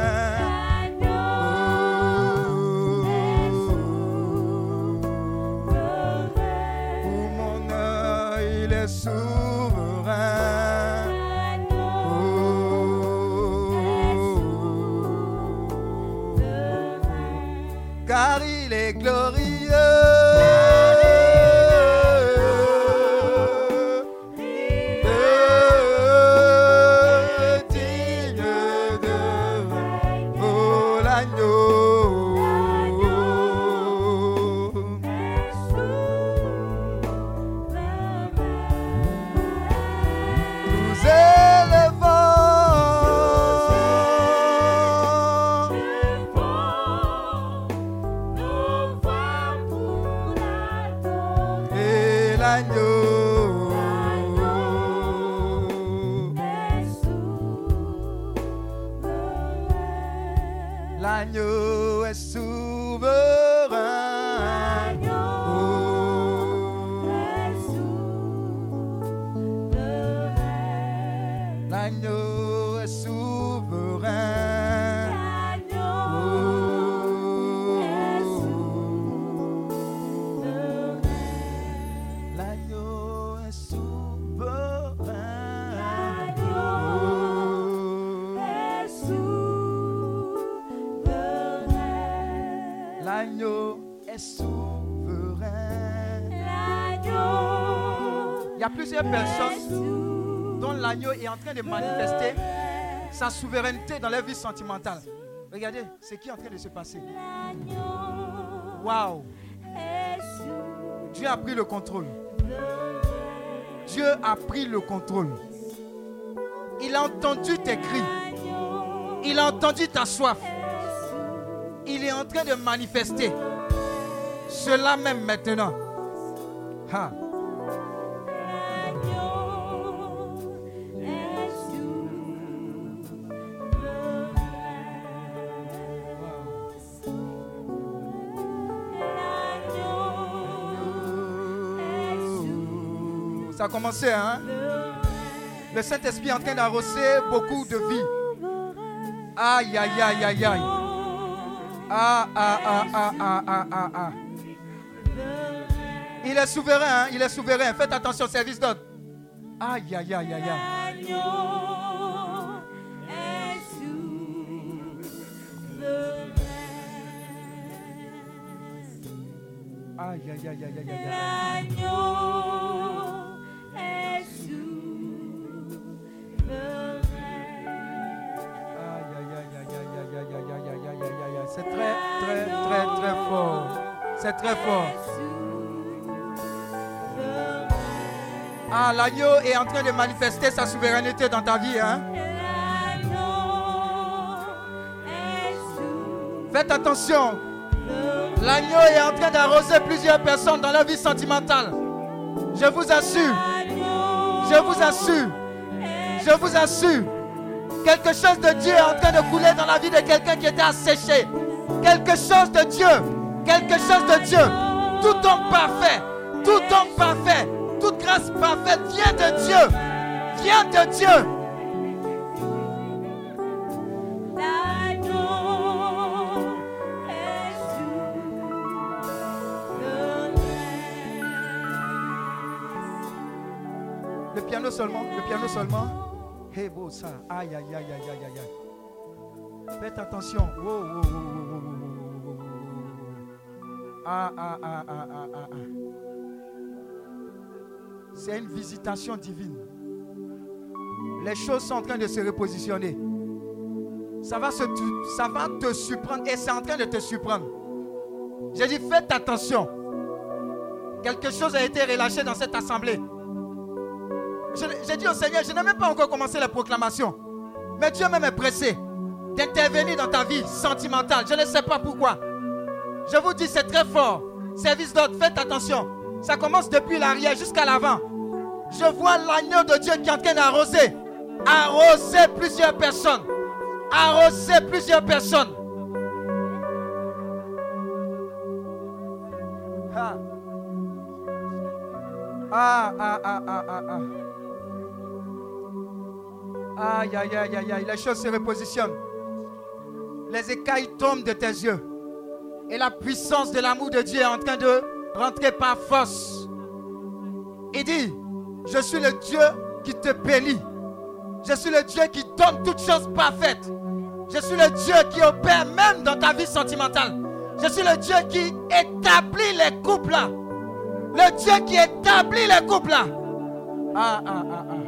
Pour mon œil il est souverain. Car il est glorieux. Euh, digne de oh, l'agneau. Nous élevons et l'agneau. L'agneau est souverain. L'agneau est souverain. L'agneau est souverain. L'agneau est souverain. Il y a plusieurs personnes dont l'agneau est en train de manifester sa souveraineté dans leur vie sentimentale. Regardez ce qui est en train de se passer. Waouh! Dieu a pris le contrôle. Dieu a pris le contrôle. Il a entendu tes cris. Il a entendu ta soif. Il est en train de manifester cela même maintenant. Ha. Ça a commencé, hein? Le Saint-Esprit est en train d'arroser beaucoup de vie. Aïe, aïe, aïe, aïe, aïe. Ah, ah, ah, ah, ah, ah, ah, ah. Il est souverain, hein? Il est souverain. Faites attention au service d'ordre. Aïe, aïe, aïe, aïe, aïe. Aïe, aïe, aïe, aïe, aïe, aïe, aïe. C'est très, très, très, très fort. C'est très fort. Ah, l'agneau est en train de manifester sa souveraineté dans ta vie, hein? Faites attention. L'agneau est en train d'arroser plusieurs personnes dans leur vie sentimentale. Je vous assure. Je vous assure. Je vous assure. Quelque chose de Dieu est en train de couler dans la vie de quelqu'un qui était asséché. Quelque chose de Dieu. Quelque chose de Dieu. Tout don parfait. Tout don parfait. Toute grâce parfaite vient de Dieu. Vient de Dieu. Le piano seulement. Le piano seulement. Hey, beau ça. Aïe, aïe, aïe, aïe, aïe, aïe, aïe. Faites attention. Wow, wow, wow, wow, wow, wow, wow. Ah, ah, ah, ah, ah, ah, ah. C'est une visitation divine. Les choses sont en train de se repositionner. Ça va, se, ça va te surprendre et c'est en train de te surprendre. J'ai dit, faites attention. Quelque chose a été relâché dans cette assemblée. J'ai dit au Seigneur, je n'ai même pas encore commencé la proclamation. Mais Dieu même est pressé d'intervenir dans ta vie sentimentale. Je ne sais pas pourquoi. Je vous dis, c'est très fort. Service d'ordre, faites attention. Ça commence depuis l'arrière jusqu'à l'avant. Je vois l'agneau de Dieu qui est en train d'arroser. Arroser plusieurs personnes. Arroser plusieurs personnes. Ah. Ah, ah, ah, ah, ah, ah. Aïe, aïe, aïe, aïe, aïe. Les choses se repositionnent. Les écailles tombent de tes yeux. Et la puissance de l'amour de Dieu est en train de rentrer par force. Il dit, je suis le Dieu qui te bénit. Je suis le Dieu qui donne toutes choses parfaites. Je suis le Dieu qui opère même dans ta vie sentimentale. Je suis le Dieu qui établit les couples là. Le Dieu qui établit les couples là. Ah, ah, ah, ah.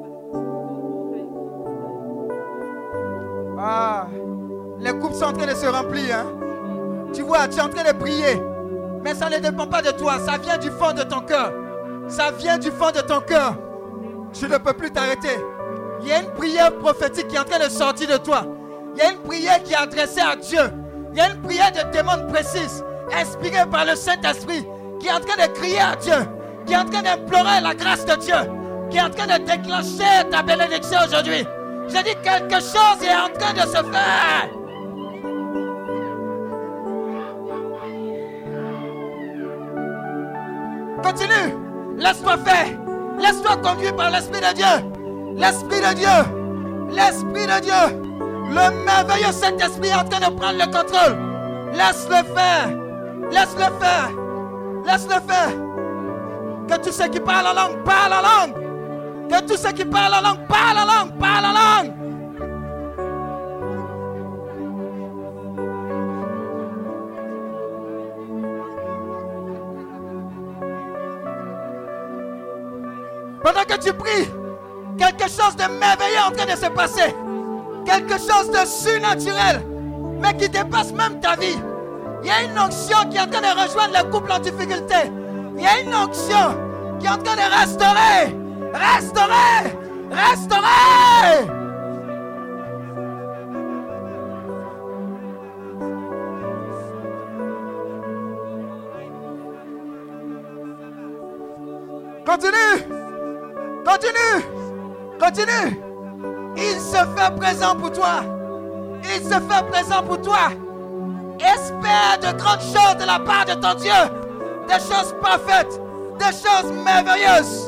Ah, les couples sont en train de se remplir. Hein? Tu vois, tu es en train de prier. Mais ça ne dépend pas de toi. Ça vient du fond de ton cœur. Ça vient du fond de ton cœur. Tu ne peux plus t'arrêter. Il y a une prière prophétique qui est en train de sortir de toi. Il y a une prière qui est adressée à Dieu. Il y a une prière de demande précise, inspirée par le Saint-Esprit, qui est en train de crier à Dieu, qui est en train d'implorer la grâce de Dieu, qui est en train de déclencher ta bénédiction aujourd'hui. Je dis quelque chose est en train de se faire. Continue. Laisse-toi faire. Laisse-toi conduire par l'Esprit de Dieu. L'Esprit de Dieu. L'Esprit de Dieu. Le merveilleux Saint-Esprit est en train de prendre le contrôle. Laisse-le faire. Laisse-le faire. Laisse-le faire. Que tous ceux qui parlent la langue, parlent la langue. Que tous ceux qui parlent la langue, parlent la langue, parlent la langue. Pendant que tu pries, quelque chose de merveilleux est en train de se passer. Quelque chose de surnaturel, mais qui dépasse même ta vie. Il y a une onction qui est en train de rejoindre le couple en difficulté. Il y a une onction qui est en train de restaurer. Restaurer. Restaurer. Continue. Continue. Continue. Il se fait présent pour toi. Il se fait présent pour toi. Espère de grandes choses de la part de ton Dieu. Des choses parfaites. Des choses merveilleuses.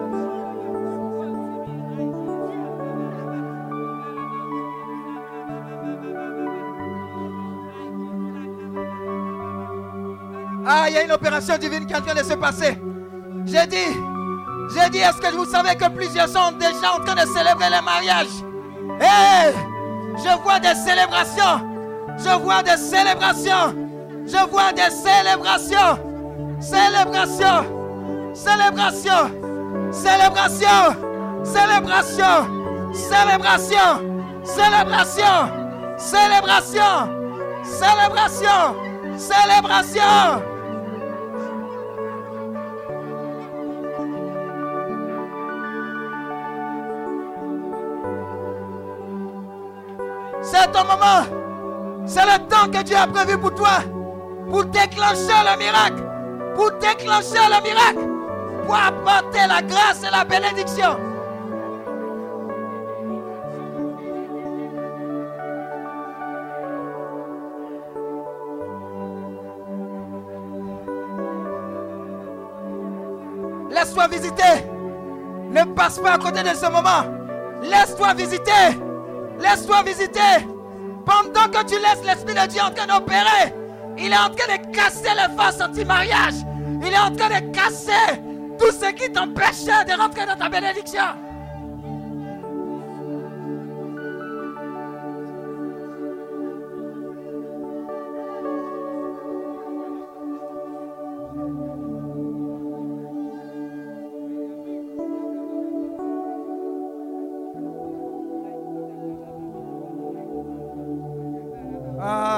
Ah, il y a une opération divine qui est en train de se passer. J'ai dit, j'ai dit, est-ce que vous savez que plusieurs sont déjà en train de célébrer les mariages? Hé, hey, je vois des célébrations. Je vois des célébrations. Je vois des célébrations. Célébration. Célébration. Célébration. Célébration. Célébration. Célébration. Célébration. Célébration. Célébration. C'est ton moment. C'est le temps que Dieu a prévu pour toi. Pour déclencher le miracle. Pour déclencher le miracle. Pour apporter la grâce et la bénédiction. Laisse-toi visiter. Ne passe pas à côté de ce moment. Laisse-toi visiter. Laisse-toi visiter. Pendant que tu laisses l'Esprit de Dieu en train d'opérer, il est en train de casser les fausses anti-mariage. Il est en train de casser tout ce qui t'empêchait de rentrer dans ta bénédiction.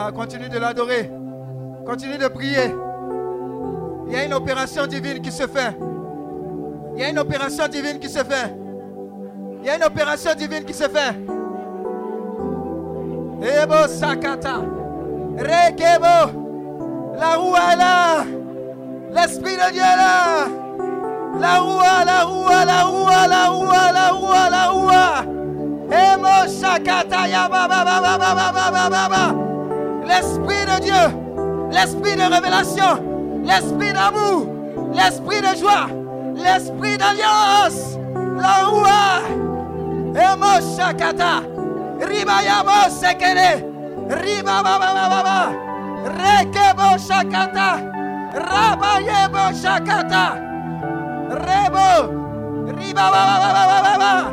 Alléluia. Continue de l'adorer. Continue de prier. Il y a une opération divine qui se fait. Il y a une opération divine qui se fait. Il y a une opération divine qui se fait. Ebo Sakata. Rekebo. La roue est là. L'Esprit de Dieu est là. La roue, la roue, la roue, la roue, la roue, la roue. Ebo Sakata. Ya ba ba ba ba ba ba ba ba ba. L'Esprit de Dieu. L'Esprit de révélation. L'Esprit d'amour. L'Esprit de joie. L'Esprit d'alliance. La roue. Ebo Sakata. Riba yabo sekere. Riba ba ba ba ba ba. Rekebo shakata. Raba yebo shakata. Rebo. Riba ba ba ba ba ba ba.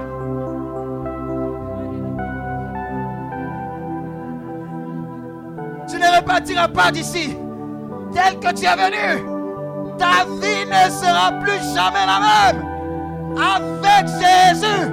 Tu ne repartiras pas d'ici tel que tu es venu. Ta vie ne sera plus jamais la même. Avec Jésus.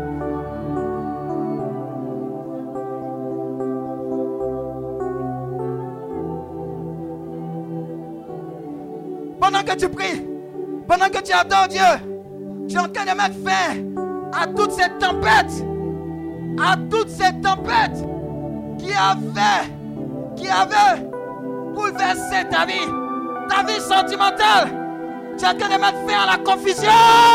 Pendant que tu pries, pendant que tu adores Dieu, tu es en train de mettre fin à toutes ces tempêtes, à toutes ces tempêtes qui avaient, qui avaient bouleversé ta vie, ta vie sentimentale. Tu es en train de mettre fin à la confusion.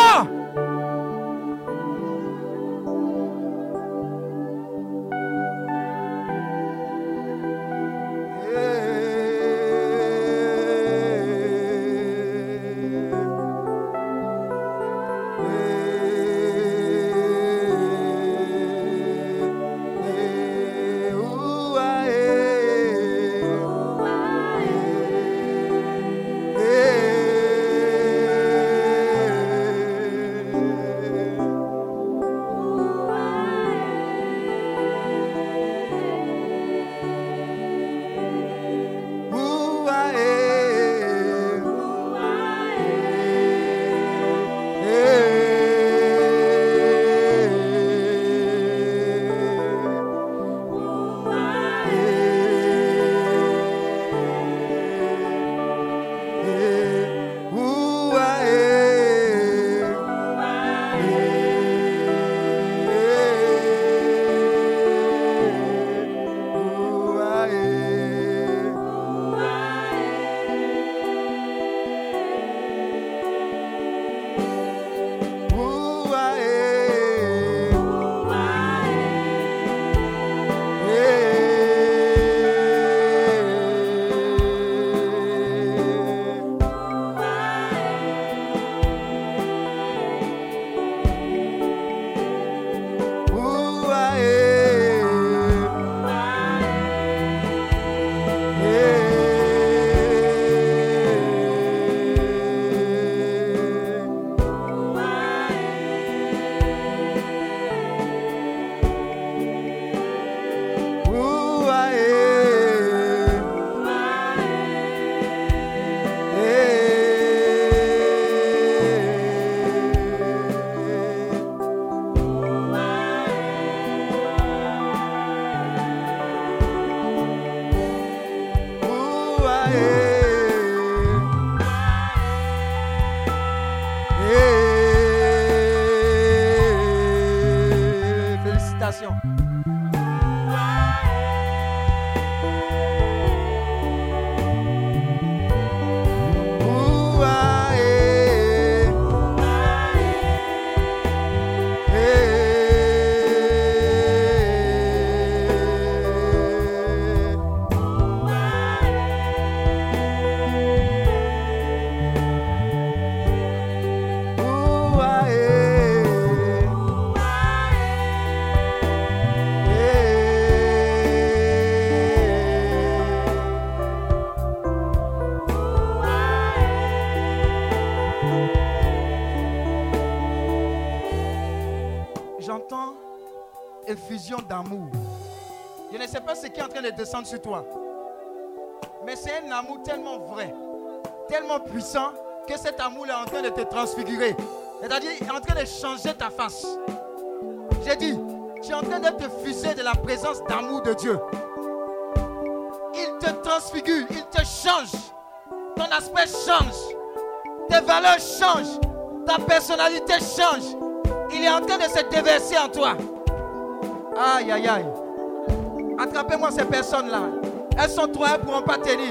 Effusion d'amour. Je ne sais pas ce qui est en train de descendre sur toi, mais c'est un amour tellement vrai, tellement puissant, que cet amour est en train de te transfigurer. C'est-à-dire, il est en train de changer ta face. J'ai dit, tu es en train de te fuser de la présence d'amour de Dieu. te transfigure, il te change. Ton aspect change. Tes valeurs changent. Ta personnalité change. Il est en train de se déverser en toi. Aïe, aïe, aïe. Attrapez-moi ces personnes-là. Elles sont trois, elles ne pourront pas tenir.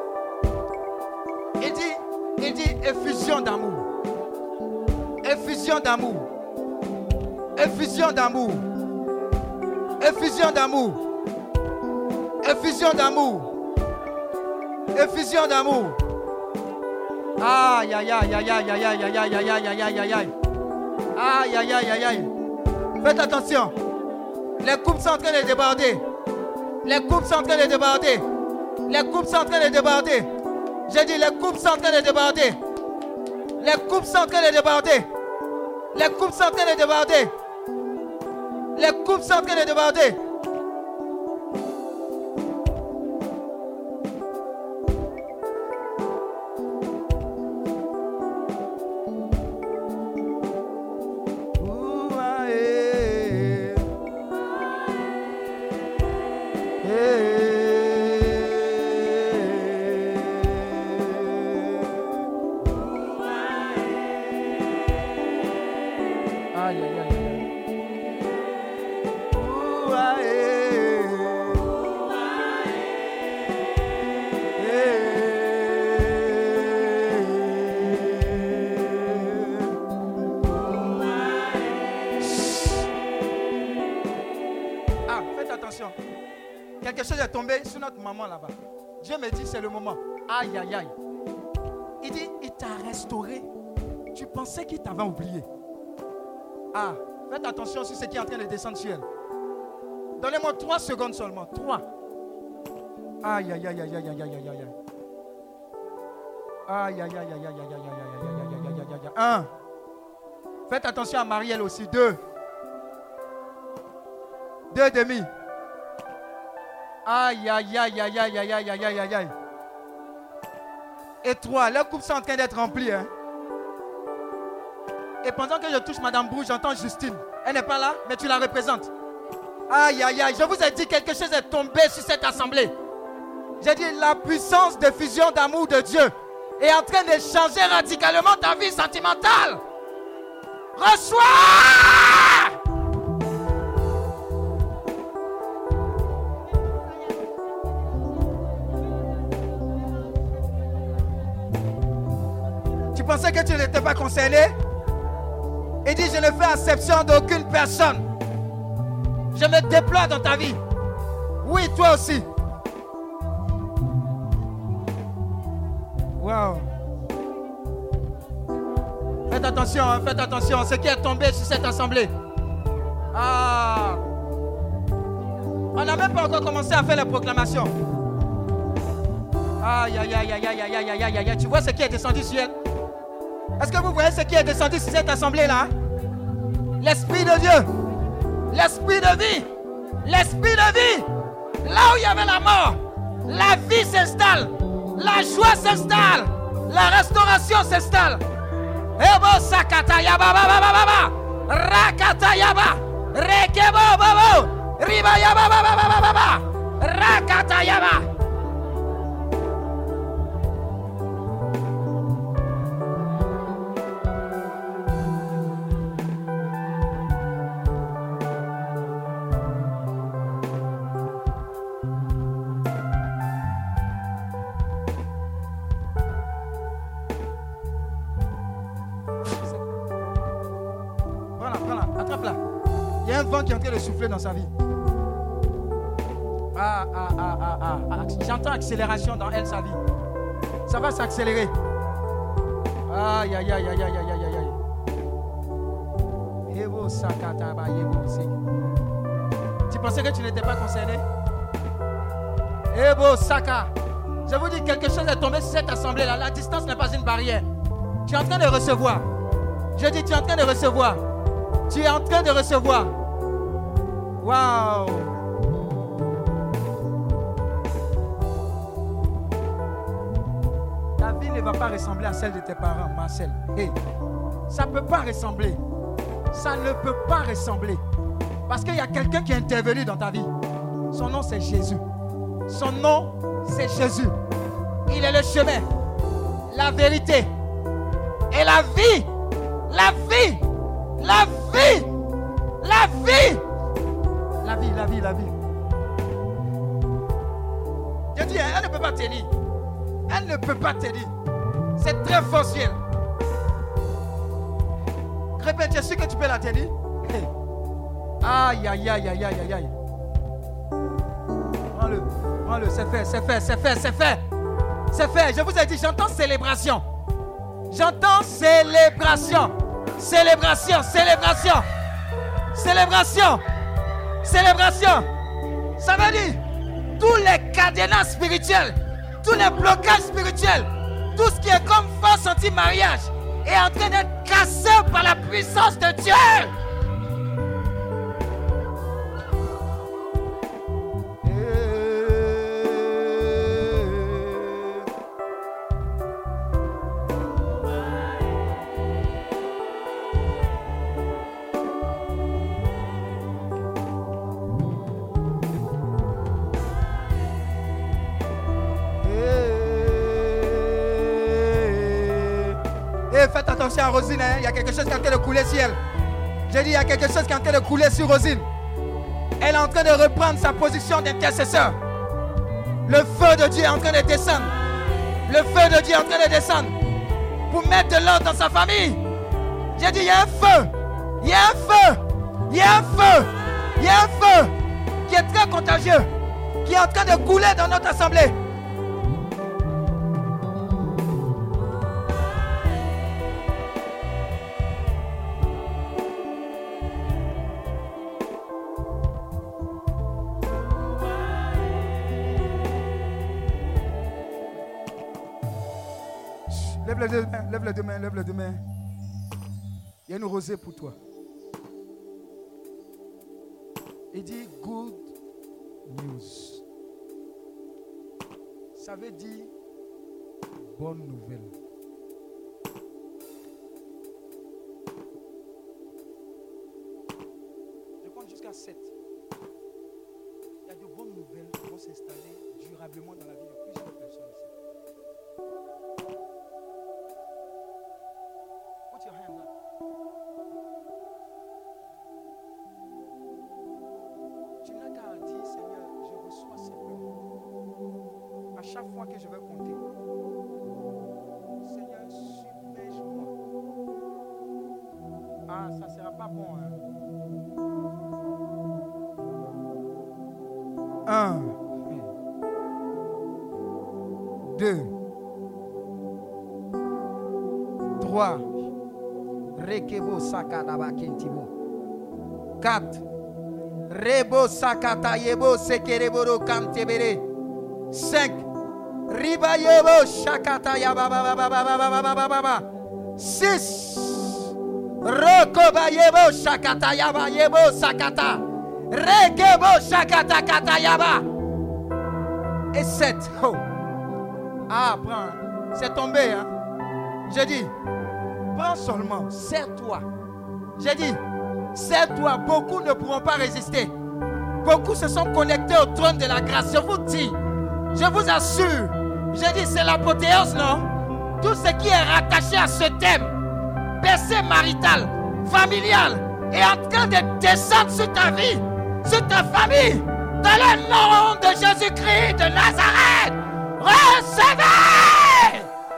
Il dit, il dit effusion d'amour. Effusion d'amour. Effusion d'amour. Effusion d'amour. Effusion d'amour. Effusion d'amour. Aïe, aïe, aïe, aïe, aïe, aïe, aïe, aïe, aïe, aïe, aïe, aïe, aïe, aïe. Aïe, aïe, aïe, aïe, aïe. Faites attention. Les coupes sont en train de déborder. Les coupes sont en train de déborder. Les coupes sont en train de déborder. J'ai dit les coupes sont en train de déborder. Les coupes sont en train de déborder. Les coupes sont en train de déborder. Les coupes sont en train de déborder. Sur notre maman là-bas. Dieu me dit c'est le moment. Aïe aïe aïe. Il dit il t'a restauré. Tu pensais qu'il t'avait oublié. Ah, faites attention sur ce qui est en train de descendre sur elle. Donnez-moi trois secondes seulement. Trois. Aïe aïe aïe aïe aïe aïe aïe aïe. Aïe aïe aïe aïe aïe aïe aïe aïe aïe aïe aïe. Un. Faites attention à Marielle aussi. Deux. Deux demi. Aïe, aïe, aïe, aïe, aïe, aïe, aïe, aïe, aïe, aïe. Et trois, leurs coupes sont en train d'être remplies. Hein? Et pendant que je touche Madame Brou, j'entends Justine. Elle n'est pas là, mais tu la représentes. Aïe, aïe, aïe, je vous ai dit quelque chose est tombé sur cette assemblée. J'ai dit la puissance de fusion d'amour de Dieu est en train de changer radicalement ta vie sentimentale. Reçois! Tu pensais que tu n'étais pas concerné? Il dit, je ne fais exception d'aucune personne. Je me déploie dans ta vie. Oui, toi aussi. Wow. Faites attention, hein, faites attention. Ce qui est tombé sur cette assemblée. Ah. On n'a même pas encore commencé à faire les proclamations. Aïe, aïe, aïe, aïe, aïe, aïe, aïe, aïe, aïe, aïe. Tu vois ce qui est descendu sur elle? Est-ce que vous voyez ce qui est descendu sur cette assemblée-là? L'Esprit de Dieu. L'Esprit de vie. L'Esprit de vie. Là où il y avait la mort, la vie s'installe. La joie s'installe. La restauration s'installe. Ebo sakata yaba baba baba baba. Rakata yaba. Rekebo babo. Riba yaba baba baba baba. Rakata yaba. Qui est en train de souffler dans sa vie. Ah, ah, ah, ah, ah, ah. J'entends accélération dans elle, sa vie. Ça va s'accélérer. Aïe, aïe, aïe, aïe, aïe, aïe, aïe, aïe. Evo sakataba, evo sik. Tu pensais que tu n'étais pas concerné? Evo saka. Je vous dis, quelque chose est tombé sur cette assemblée-là. La distance n'est pas une barrière. Tu es en train de recevoir. Je dis, tu es en train de recevoir. Tu es en train de recevoir. Waouh! Ta vie ne va pas ressembler à celle de tes parents, Marcel. Hey, ça ne peut pas ressembler. Ça ne peut pas ressembler. Parce qu'il y a quelqu'un qui est intervenu dans ta vie. Son nom, c'est Jésus. Son nom, c'est Jésus. Il est le chemin, la vérité et la vie. La vie. La vie. La vie. La vie, la vie, la vie. Je dis, elle ne peut pas tenir. Elle ne peut pas tenir. C'est très fort ciel. Répète, tu es sûr que tu peux la tenir? Hey. Aïe, aïe, aïe, aïe, aïe, aïe, aïe. Prends-le, prends-le, c'est fait, c'est fait, c'est fait, c'est fait. C'est fait, je vous ai dit, j'entends célébration. J'entends célébration. Célébration, célébration. Célébration. Célébration. Ça veut dire, tous les cadenas spirituels, tous les blocages spirituels, tout ce qui est comme force anti-mariage est en train d'être cassé par la puissance de Dieu. Faites attention à Rosine, hein? Il y a quelque chose qui est en train de couler sur elle. J'ai dit, il y a quelque chose qui est en train de couler sur Rosine. Elle est en train de reprendre sa position d'intercesseur. Le feu de Dieu est en train de descendre. Le feu de Dieu est en train de descendre pour mettre de l'ordre dans sa famille. J'ai dit, il y a un feu. Il y a un feu. Il y a un feu. Il y a un feu qui est très contagieux, qui est en train de couler dans notre assemblée. Lève les deux mains, lève les deux mains, lève les deux mains. Il y a une rosée pour toi. Il dit good news. Ça veut dire bonne nouvelle. Je compte jusqu'à sept. Il y a de bonnes nouvelles qui vont s'installer durablement dans la vie de plusieurs personnes ici. Put your hand up. Tu n'as qu'à dire, Seigneur, je reçois simplement. À chaque fois que je vais compter, Seigneur, submerge-moi. Ah, ça ne sera pas bon, hein? Un. Deux. Trois. Rekebo sakadaba kentibo. Quatre. Rebo sakata yebo sekereboro kantebere. Cinq. Riba yebo shakata yababa baba baba baba baba. Six. Rokoba yebo shakata yaba yebo sakata. Rekebo shakata kata yaba. Et sept. Oh. Ah, prends. C'est tombé, hein. J'ai dit, prends seulement, serre-toi. J'ai dit, serre-toi. Beaucoup ne pourront pas résister. Beaucoup se sont connectés au trône de la grâce. Je vous dis, je vous assure. J'ai dit, c'est l'apothéose, non? Tout ce qui est rattaché à ce thème, percée maritale, familiale, est en train de descendre sur ta vie, sur ta famille, dans le nom de Jésus-Christ de Nazareth. Recevez!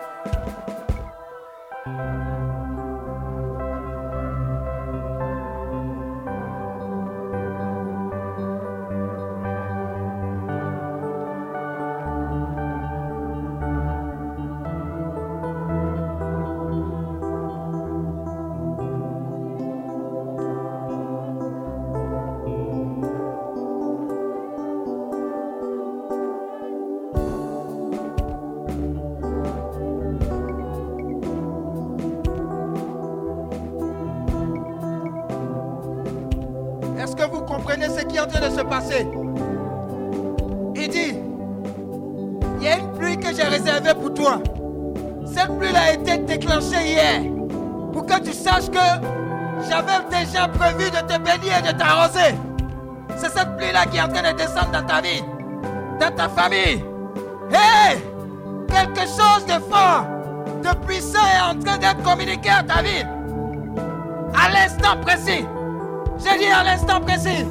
Ce qui est en train de se passer. Il dit, il y a une pluie que j'ai réservée pour toi. Cette pluie a été déclenchée hier pour que tu saches que j'avais déjà prévu de te bénir et de t'arroser. C'est cette pluie là qui est en train de descendre dans ta vie. dans ta famille. Hey! Quelque chose de fort, de puissant est en train d'être communiqué à ta vie. À l'instant précis. J'ai dit à l'instant précis.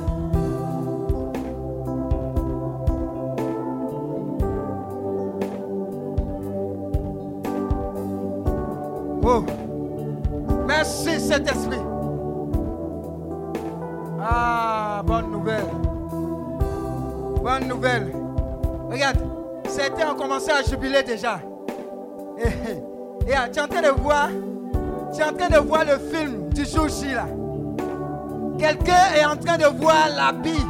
Oh. Merci Saint-Esprit. Ah, bonne nouvelle. Bonne nouvelle. Regarde, certains ont commencé à jubiler déjà. Et, et, et tu es en train de voir, tu es en train de voir le film du jour J là. Quelqu'un est en train de voir l'habit,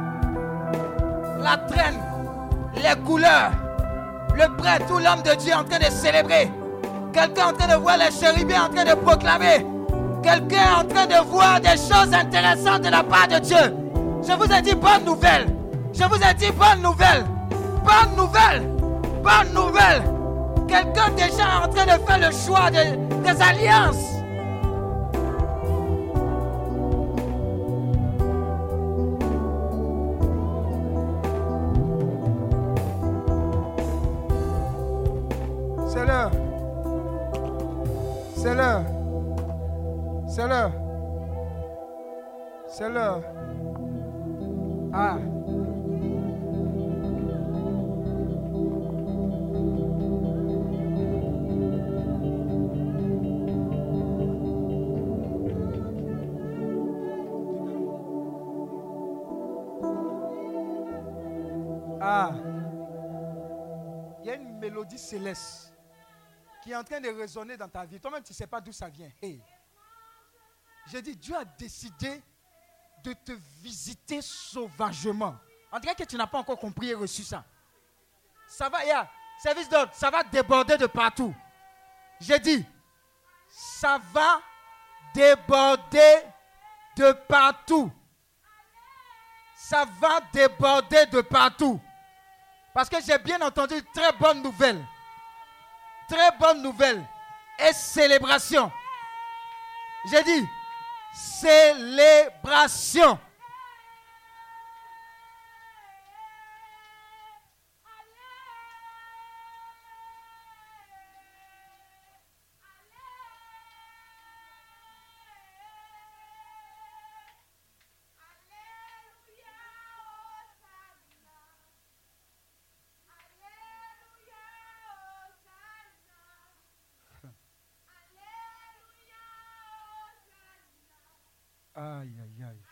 la traîne, les couleurs, le prêtre ou l'homme de Dieu en train de célébrer. Quelqu'un est en train de voir les chérubins en train de proclamer. Quelqu'un est en train de voir des choses intéressantes de la part de Dieu. Je vous ai dit bonne nouvelle. Je vous ai dit bonne nouvelle. Bonne nouvelle. Bonne nouvelle. Quelqu'un déjà est en train de faire le choix de, des alliances. C'est l'heure. C'est l'heure. C'est l'heure. C'est l'heure. Ah. Ah. Il y a une mélodie céleste qui est en train de résonner dans ta vie. Toi-même, tu ne sais pas d'où ça vient. Hey. J'ai dit, Dieu a décidé de te visiter sauvagement. On dirait que tu n'as pas encore compris et reçu ça. Ça va, yeah, service d'ordre, ça va déborder de partout. J'ai dit, ça va déborder de partout. Ça va déborder de partout. Parce que j'ai bien entendu une très bonne nouvelle. Très bonne nouvelle. Et célébration. J'ai dit, célébration. Aïe, aïe, aïe.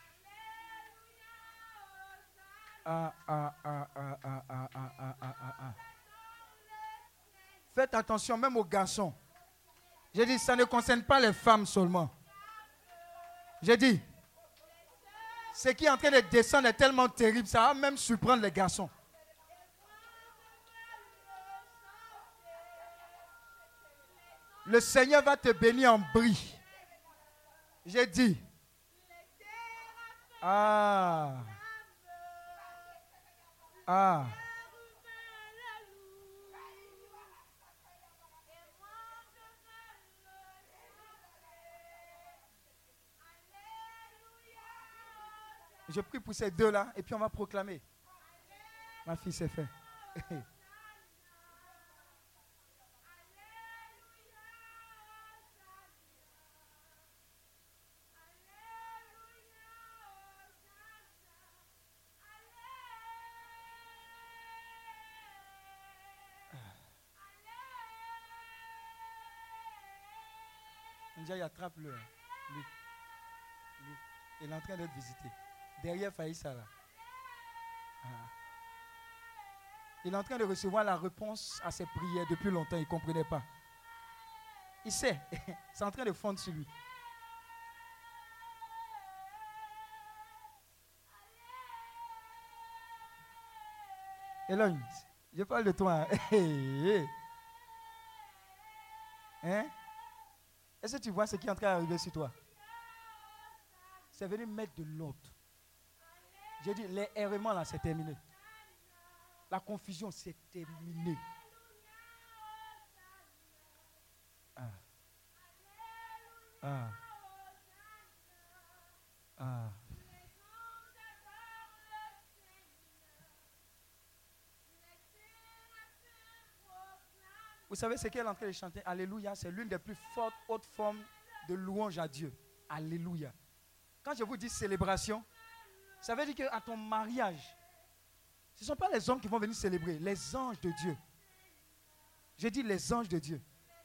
Ah, ah, ah, ah, ah, ah, ah, ah, ah, ah. Faites attention, même aux garçons. J'ai dit, ça ne concerne pas les femmes seulement. J'ai dit, ce qui est en train de descendre est tellement terrible, ça va même surprendre les garçons. Le Seigneur va te bénir en bris. J'ai dit, ah, ah. Je prie pour ces deux-là et puis on va proclamer. Ma fille, c'est fait. Déjà, il attrape le. Lui. Lui. Il est en train d'être visité. Derrière Faïssa, là. Ah. Il est en train de recevoir la réponse à ses prières depuis longtemps. Il ne comprenait pas. Il sait. C'est en train de fondre sur lui. Elohim, je parle de toi. Hein? Est-ce que tu vois ce qui est en train d'arriver sur toi? C'est venu mettre de l'ordre. J'ai dit, les errements là, c'est terminé. La confusion, c'est terminé. Ah. Ah. Ah. Vous savez ce qu'elle est en train de chanter? Alléluia, c'est l'une des plus fortes hautes formes de louange à Dieu. Alléluia. Quand je vous dis célébration, ça veut dire qu'à ton mariage, ce ne sont pas les hommes qui vont venir célébrer, les anges de Dieu. Je dis les anges de Dieu.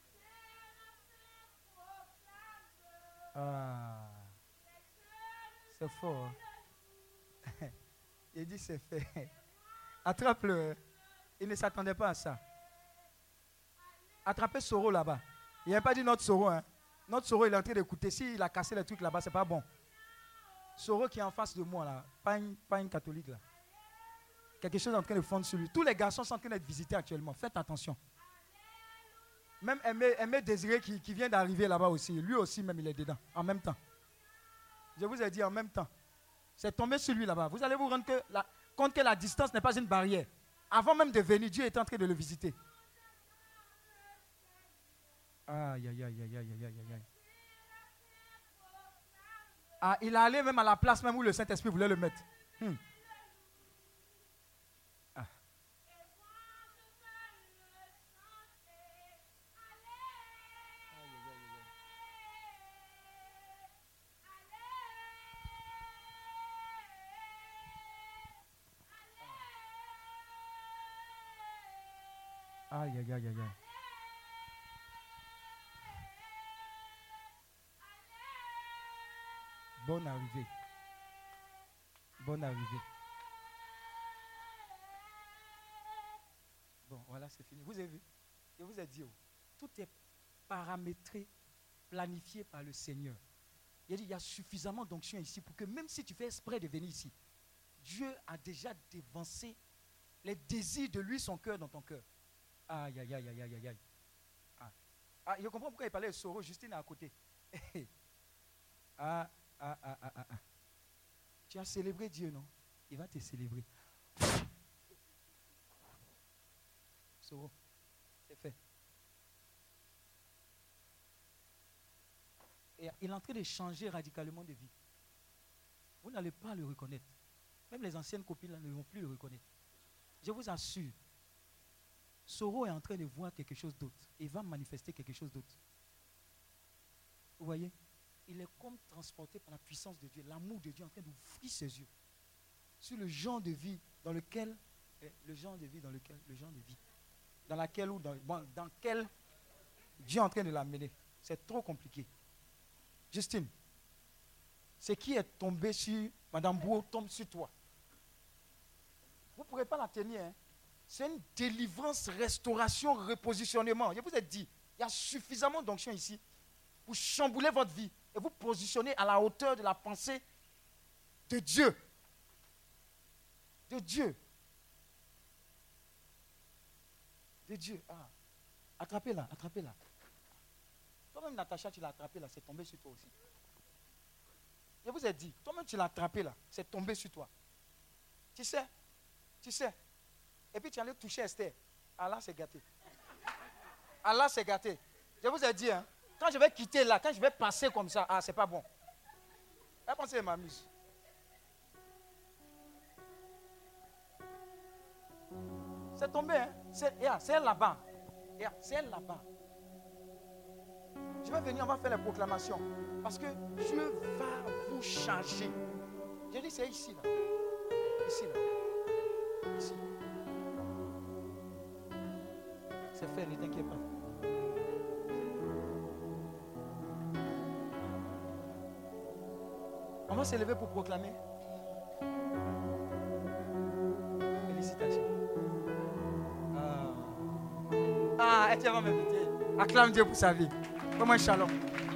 Ah, c'est fort. Hein? Il dit c'est fait. Attrape-le. Il ne s'attendait pas à ça. Attrapez Soro là-bas. Il n'a pas dit notre Soro. Hein. Notre Soro, il est en train d'écouter. S'il a cassé les trucs là-bas, c'est pas bon. Soro qui est en face de moi là, pas une, pas une catholique là. Quelque chose est en train de fondre sur lui. Tous les garçons sont en train d'être visités actuellement. Faites attention. Même Aimé, Aimé Désiré qui, qui vient d'arriver là-bas aussi. Lui aussi même il est dedans. En même temps. Je vous ai dit en même temps. C'est tombé sur lui là-bas. Vous allez vous rendre que la, compte que la distance n'est pas une barrière. Avant même de venir, Dieu est en train de le visiter. Aïe, aïe, aïe, aïe, aïe, aïe, aïe, aïe. Ah, il est allé même à la place même où le Saint-Esprit voulait le mettre. Hmm. Ah. Aïe, aïe, aïe, aïe, aïe. Bonne arrivée. Bonne arrivée. Bon, voilà, c'est fini. Vous avez vu? Je vous ai dit, oh, tout est paramétré, planifié par le Seigneur. Il a dit, il y a suffisamment d'onction ici pour que même si tu fais exprès de venir ici, Dieu a déjà dévancé les désirs de lui, son cœur dans ton cœur. Aïe, aïe, aïe, aïe, aïe, aïe. Ah. Ah, je comprends pourquoi il parlait de Soro. Justine est à côté. ah. Ah, ah, ah, ah, ah. Tu as célébré Dieu, non? Il va te célébrer. Soro, c'est fait. Et il est en train de changer radicalement de vie. Vous n'allez pas le reconnaître. Même les anciennes copines là, ne vont plus le reconnaître. Je vous assure, Soro est en train de voir quelque chose d'autre. Il va manifester quelque chose d'autre. Vous voyez? Il est comme transporté par la puissance de Dieu, l'amour de Dieu en train d'ouvrir ses yeux sur le genre de vie dans lequel, eh, le genre de vie dans lequel, le genre de vie dans laquelle ou dans, bon, dans lequel Dieu est en train de l'amener. C'est trop compliqué. Justine, ce qui est tombé sur Madame Bouot tombe sur toi. Vous ne pourrez pas la tenir. Hein? C'est une délivrance, restauration, repositionnement. Je vous ai dit, il y a suffisamment d'onction ici pour chambouler votre vie et vous positionner à la hauteur de la pensée de Dieu. De Dieu. De Dieu. Ah. Attrapez-la, attrapez-la. Toi-même, Natacha, tu l'as attrapée là, c'est tombé sur toi aussi. Je vous ai dit, toi-même, tu l'as attrapée là, c'est tombé sur toi. Tu sais, tu sais. Et puis tu allais toucher Esther. Allah s'est gâté. Allah s'est gâté. Je vous ai dit, hein, quand je vais quitter là, quand je vais passer comme ça, ah, c'est pas bon. Elle pense qu'elle m'amuse. C'est tombé, hein. C'est, yeah, c'est elle là-bas. Yeah, c'est elle là-bas. Je vais venir, on va faire les proclamations. Parce que Dieu va vous changer. Je dis, c'est ici, là. Ici, là. Ici. C'est fait, ne t'inquiète pas. On va s'élever pour proclamer. Félicitations. Ah, ah elle va m'inviter. Acclame Dieu pour sa vie. Comme un shalom.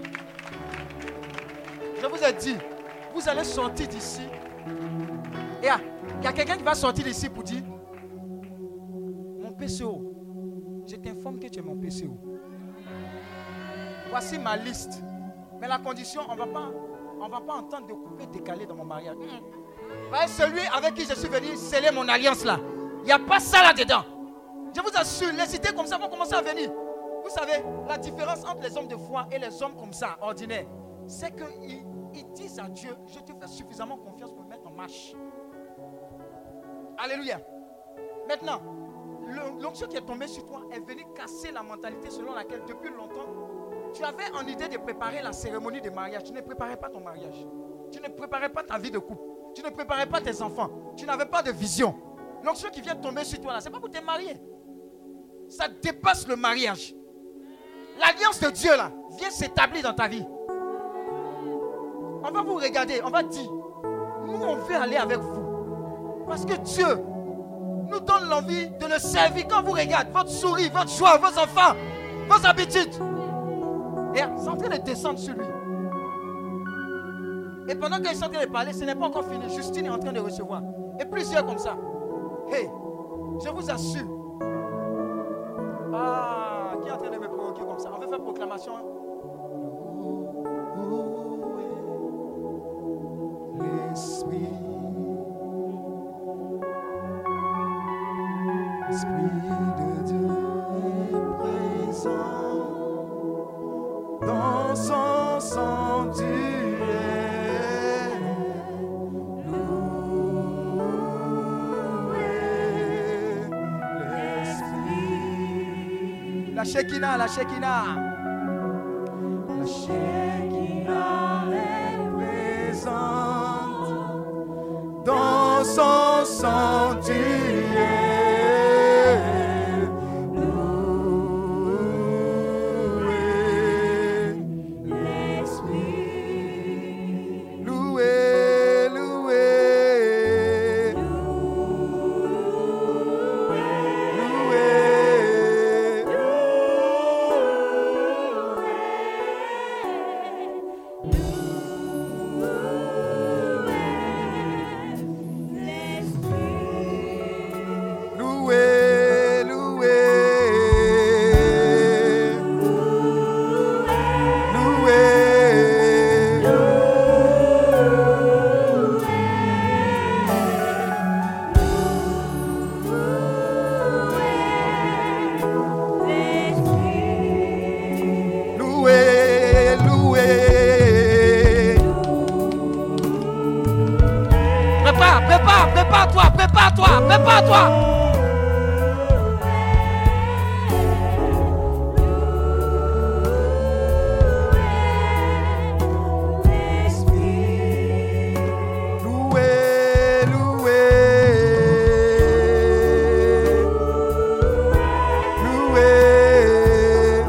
Je vous ai dit, vous allez sortir d'ici. Et il y a quelqu'un qui va sortir d'ici pour dire, mon P C O, je t'informe que tu es mon P C O. Voici ma liste. Mais la condition, on ne va pas, on va pas entendre de couper décalé dans mon mariage. Mmh. Celui avec qui je suis venu sceller mon alliance là, il n'y a pas ça là-dedans. Je vous assure, les cités comme ça vont commencer à venir. Vous savez, la différence entre les hommes de foi et les hommes comme ça, ordinaires, c'est qu'ils ils disent à Dieu, je te fais suffisamment confiance pour me mettre en marche. Alléluia. Maintenant, le- l'onction qui est tombée sur toi est venue casser la mentalité selon laquelle depuis longtemps, tu avais en idée de préparer la cérémonie de mariage. Tu ne préparais pas ton mariage. Tu ne préparais pas ta vie de couple. Tu ne préparais pas tes enfants. Tu n'avais pas de vision. L'onction qui vient tomber sur toi là, c'est pas pour te marier. Ça dépasse le mariage. L'alliance de Dieu là vient s'établir dans ta vie. On va vous regarder, on va dire, nous on veut aller avec vous. Parce que Dieu nous donne l'envie de le servir. Quand vous regardez votre sourire, votre joie, vos enfants, vos habitudes. Et c'est en train de descendre sur lui. Et pendant qu'ils sont en train de parler, ce n'est pas encore fini. Justine est en train de recevoir. Et plusieurs comme ça. Hey, je vous assure. Ah, qui est en train de me provoquer comme ça? On veut faire proclamation. L'Esprit, l'Esprit de Dieu est présent dans son sanctuaire. La Shekinah, la Shekinah. La Shekinah est présente dans son sanctuaire. Louez l'Esprit. Louez, louez. Louez, louez. Louez, louez. Prépare, prépare, prépare-toi, prépare-toi, prépare-toi. Louez, louez. Louez.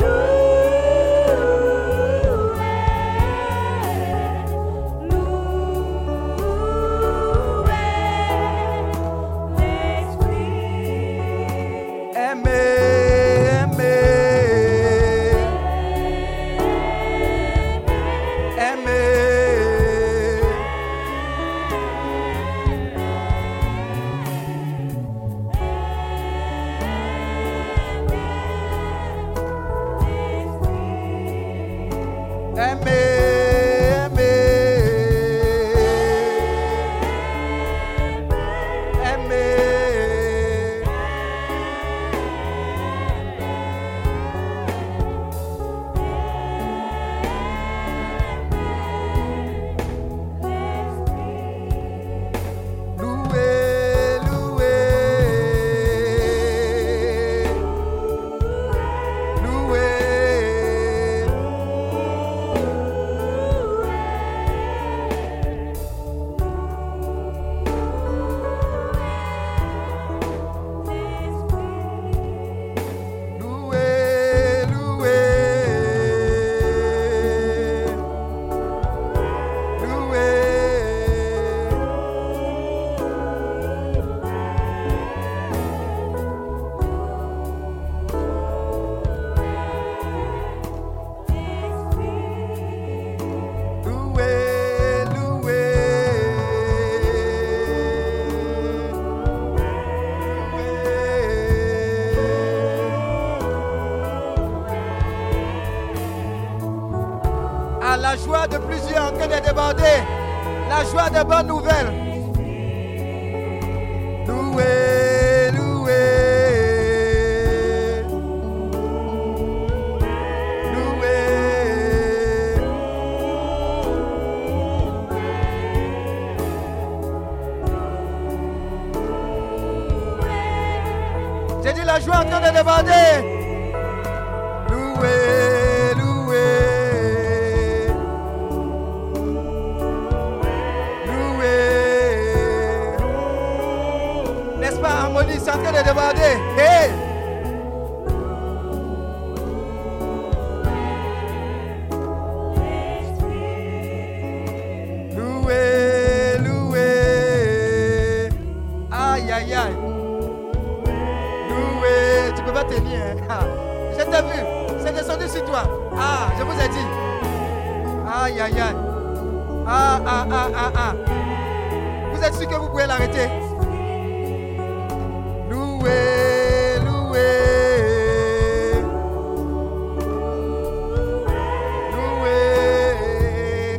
Aimez, aimez. Aimez. Aimez, aimez. Aimez. Louez, louez. Louez. Louez, louez. Louez, à la joie de plusieurs en train de déborder, la joie de bonnes nouvelles. Louez, louez. Louez. J'ai dit la train de déborder. Loué, loué. Loué. N'est-ce pas, harmonie, c'est en train de déborder. Hey! Loué, loué. Aïe, aïe, aïe. Loué, tu peux pas tenir. Hein? Je t'ai vu, c'est descendu sur toi. Ah, je vous ai dit. Aïe, aïe, aïe. Ah, ah, ah, ah, ah. Vous êtes sûr que vous pouvez l'arrêter? Loué, loué. Loué.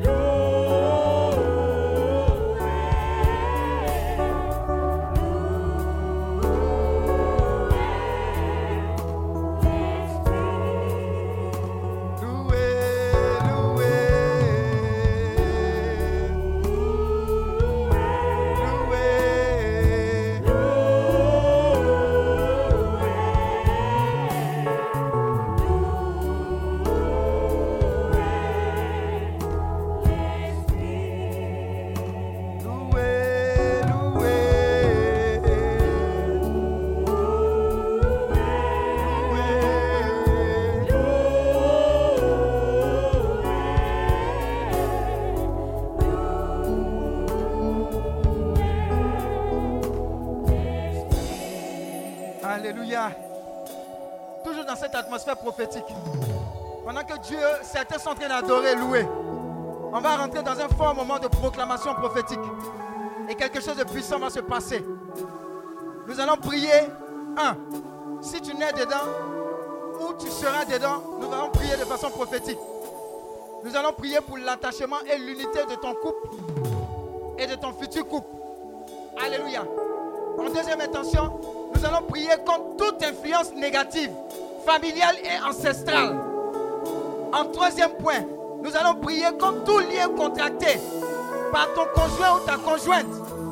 Alléluia. Toujours dans cette atmosphère prophétique. Pendant que Dieu, certains sont en train d'adorer, louer, on va rentrer dans un fort moment de proclamation prophétique. Et quelque chose de puissant va se passer. Nous allons prier. Un, si tu nais dedans, ou tu seras dedans, nous allons prier de façon prophétique. Nous allons prier pour l'attachement et l'unité de ton couple et de ton futur couple. Alléluia. En deuxième intention, nous allons prier contre toute influence négative, familiale et ancestrale. En troisième point, nous allons prier contre tout lien contracté par ton conjoint ou ta conjointe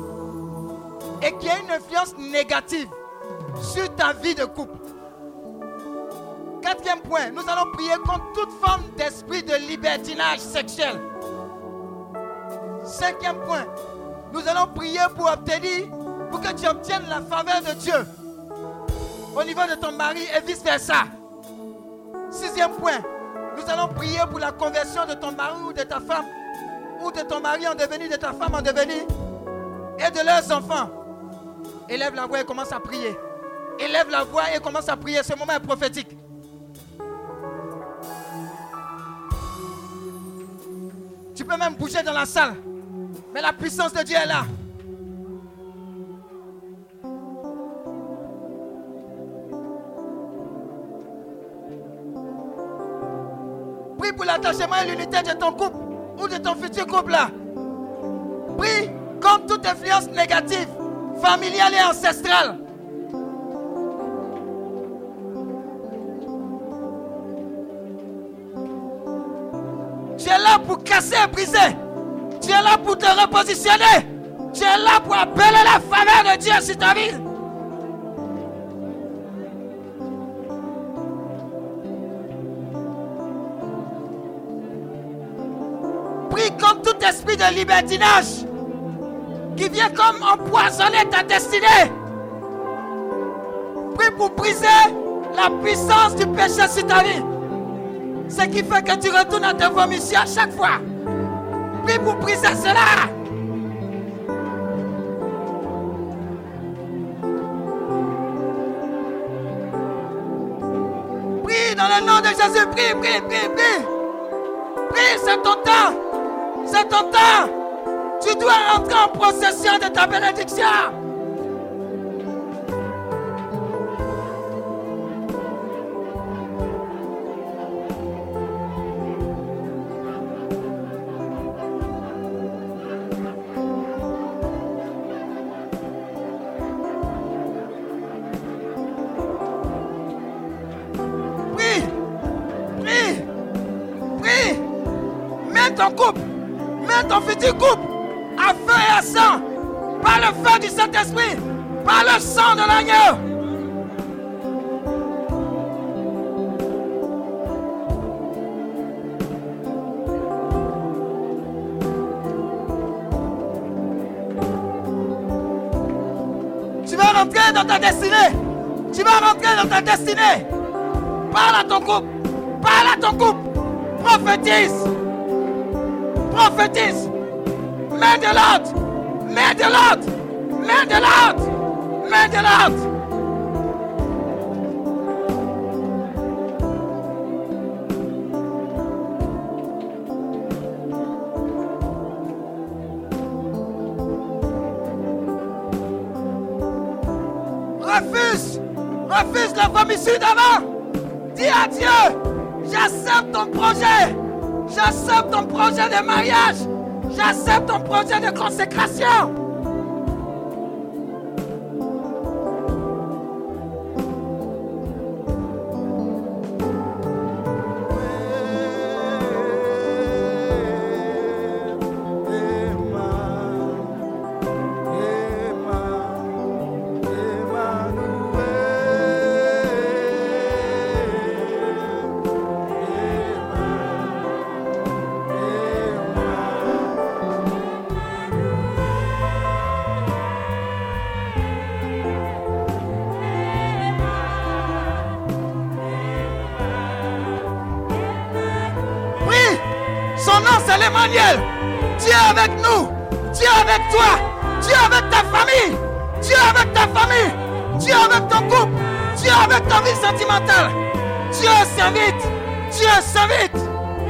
et qui a une influence négative sur ta vie de couple. Quatrième point, nous allons prier contre toute forme d'esprit de libertinage sexuel. Cinquième point, nous allons prier pour obtenir, pour que tu obtiennes la faveur de Dieu au niveau de ton mari et vice versa. Sixième point, nous allons prier pour la conversion de ton mari ou de ta femme, ou de ton mari en devenir, de ta femme en devenir, et de leurs enfants. Élève la voix et commence à prier. Élève la voix et commence à prier. Ce moment est prophétique. Tu peux même bouger dans la salle, mais la puissance de Dieu est là. Prie pour l'attachement et l'unité de ton couple ou de ton futur couple là. Prie contre toute influence négative, familiale et ancestrale. Tu es là pour casser et briser. Tu es là pour te repositionner. Tu es là pour appeler la faveur de Dieu sur ta vie. Prie contre tout esprit de libertinage qui vient comme empoisonner ta destinée. Prie pour briser la puissance du péché sur ta vie. Ce qui fait que tu retournes à tes vomissions à chaque fois. Prie pour briser cela. Prie dans le nom de Jésus. Prie, prie, prie, prie. Prie, c'est ton temps. C'est ton temps. Tu dois rentrer en possession de ta bénédiction. Ton couple, mets ton futur couple à feu et à sang, par le feu du Saint-Esprit, par le sang de l'agneau. rentrer dans ta destinée. Tu vas rentrer dans ta destinée. Parle à ton couple. Parle à ton couple. Prophétise. Prophétise. Mets de l'ordre. Mets de l'ordre. Mets de l'ordre. Mets de l'ordre. Refuse. Refuse la femme issue d'avant. Dis à Dieu, j'accepte ton projet. J'accepte ton projet de mariage. J'accepte ton projet de consécration. Emmanuel, Dieu est avec nous, Dieu est avec toi, Dieu est avec ta famille, Dieu est avec ta famille, Dieu est avec ton couple, Dieu est avec ta vie sentimentale. Dieu s'invite, Dieu s'invite.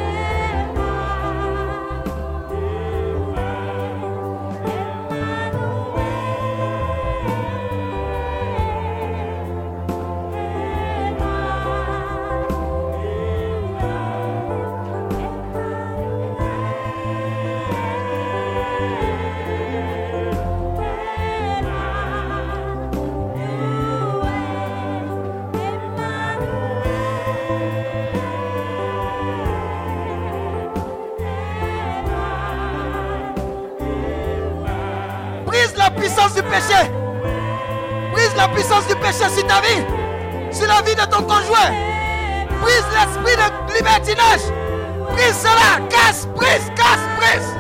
Du péché. Brise la puissance du péché sur ta vie, sur la vie de ton conjoint. Brise l'esprit de libertinage. Brise cela. Casse, brise, casse, brise.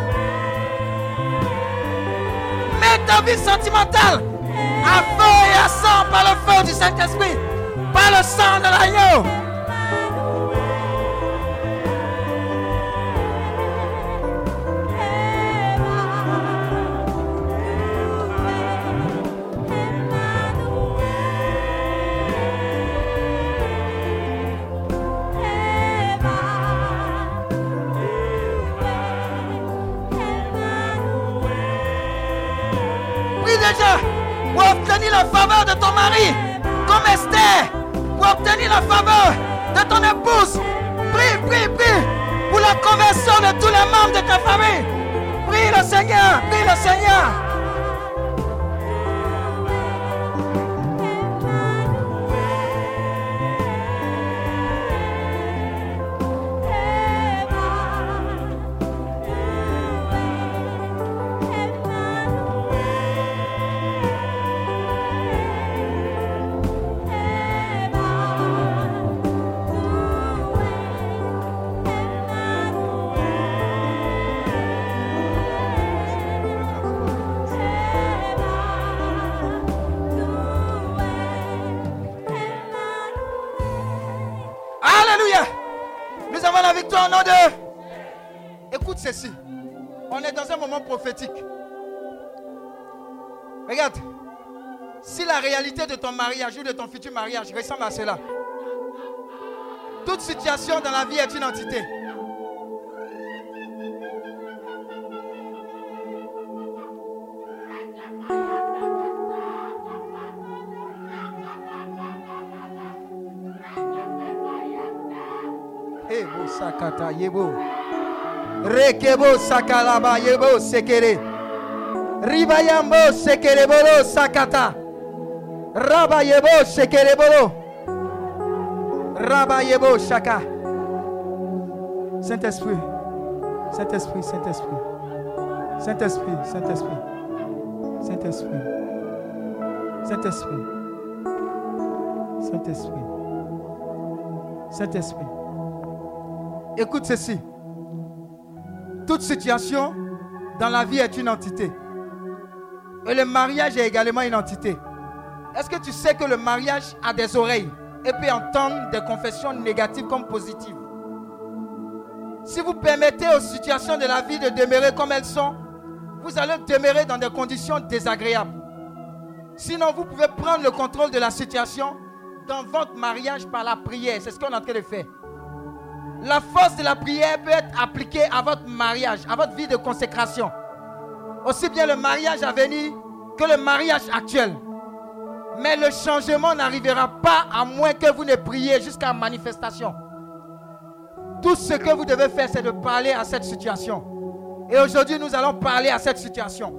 Mets ta vie sentimentale à feu et à sang par le feu du Saint-Esprit, par le sang de l'agneau. Pour obtenir la faveur de ton mari, comme Esther, pour obtenir la faveur de ton épouse. Prie, prie, prie pour la conversion de tous les membres de ta famille. Prie le Seigneur, prie le Seigneur. Au nom de... Écoute ceci. On est dans un moment prophétique. Regarde. Si la réalité de ton mariage ou de ton futur mariage ressemble à cela, toute situation dans la vie est une entité. Ebo sakata yebo. Rekebo sakalaba yebo sekere. Ribayambo sekere bolo sakata. Raba yebo sekere bolo. Raba yebo shaka. Saint-Esprit. Saint-Esprit, Saint-Esprit. Saint-Esprit, Saint-Esprit. Saint-Esprit. Saint-Esprit. Saint-Esprit. Saint-Esprit. Écoute ceci. Toute situation dans la vie est une entité. Et le mariage est également une entité. Est-ce que tu sais que le mariage a des oreilles et peut entendre des confessions négatives comme positives? Si vous permettez aux situations de la vie de demeurer comme elles sont, vous allez demeurer dans des conditions désagréables. Sinon, vous pouvez prendre le contrôle de la situation dans votre mariage par la prière. C'est ce qu'on est en train de faire. La force de la prière peut être appliquée à votre mariage, à votre vie de consécration. Aussi bien le mariage à venir que le mariage actuel. Mais le changement n'arrivera pas à moins que vous ne priez jusqu'à manifestation. Tout ce que vous devez faire, c'est de parler à cette situation. Et aujourd'hui, nous allons parler à cette situation.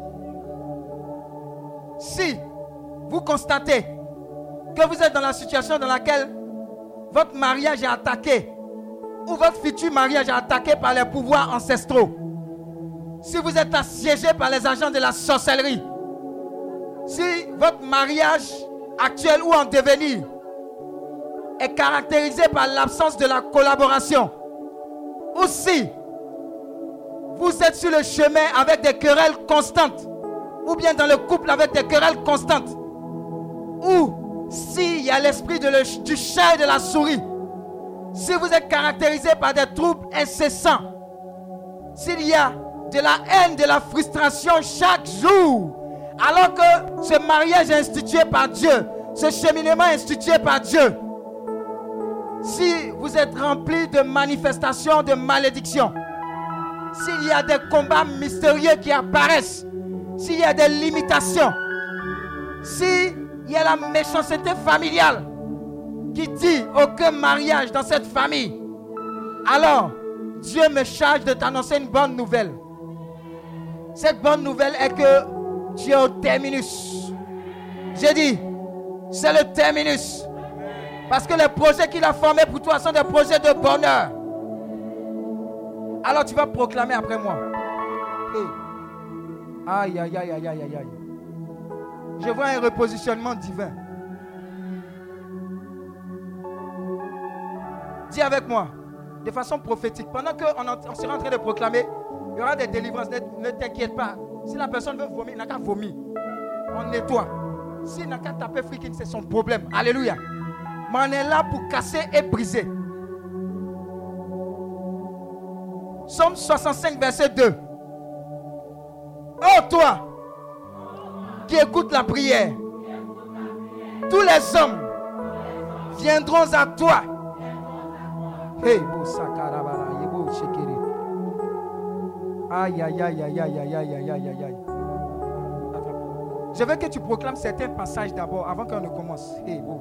Si vous constatez que vous êtes dans la situation dans laquelle votre mariage est attaqué, ou votre futur mariage est attaqué par les pouvoirs ancestraux, si vous êtes assiégé par les agents de la sorcellerie, si votre mariage actuel ou en devenir est caractérisé par l'absence de la collaboration, ou si vous êtes sur le chemin avec des querelles constantes, ou bien dans le couple avec des querelles constantes, ou s'il y a l'esprit de le, du chat et de la souris, si vous êtes caractérisé par des troubles incessants, s'il y a de la haine, de la frustration chaque jour, alors que ce mariage est institué par Dieu, ce cheminement est institué par Dieu, si vous êtes rempli de manifestations de malédiction, s'il y a des combats mystérieux qui apparaissent, s'il y a des limitations, s'il y a la méchanceté familiale qui dit aucun mariage dans cette famille, alors Dieu me charge de t'annoncer une bonne nouvelle. Cette bonne nouvelle est que tu es au terminus. J'ai dit, c'est le terminus. Parce que les projets qu'il a formés pour toi sont des projets de bonheur. Alors tu vas proclamer après moi. Hey. Aïe, aïe, aïe, aïe, aïe, aïe, aïe. Je vois un repositionnement divin. Dis avec moi, de façon prophétique. Pendant qu'on on sera en train de proclamer, il y aura des délivrances. Ne, ne t'inquiète pas. Si la personne veut vomir, il n'a qu'à vomir. On nettoie. S'il n'a qu'à taper freaking, c'est son problème. Alléluia. Mais on est là pour casser et briser. Psaume soixante-cinq, verset deux. Oh toi, qui écoute la prière, tous les hommes viendront à toi. Hey, aïe, aïe, aïe, aïe, aïe, aïe, aïe, aïe, aïe, aïe. Je veux que tu proclames certains passages d'abord avant qu'on ne commence. Hey, bon.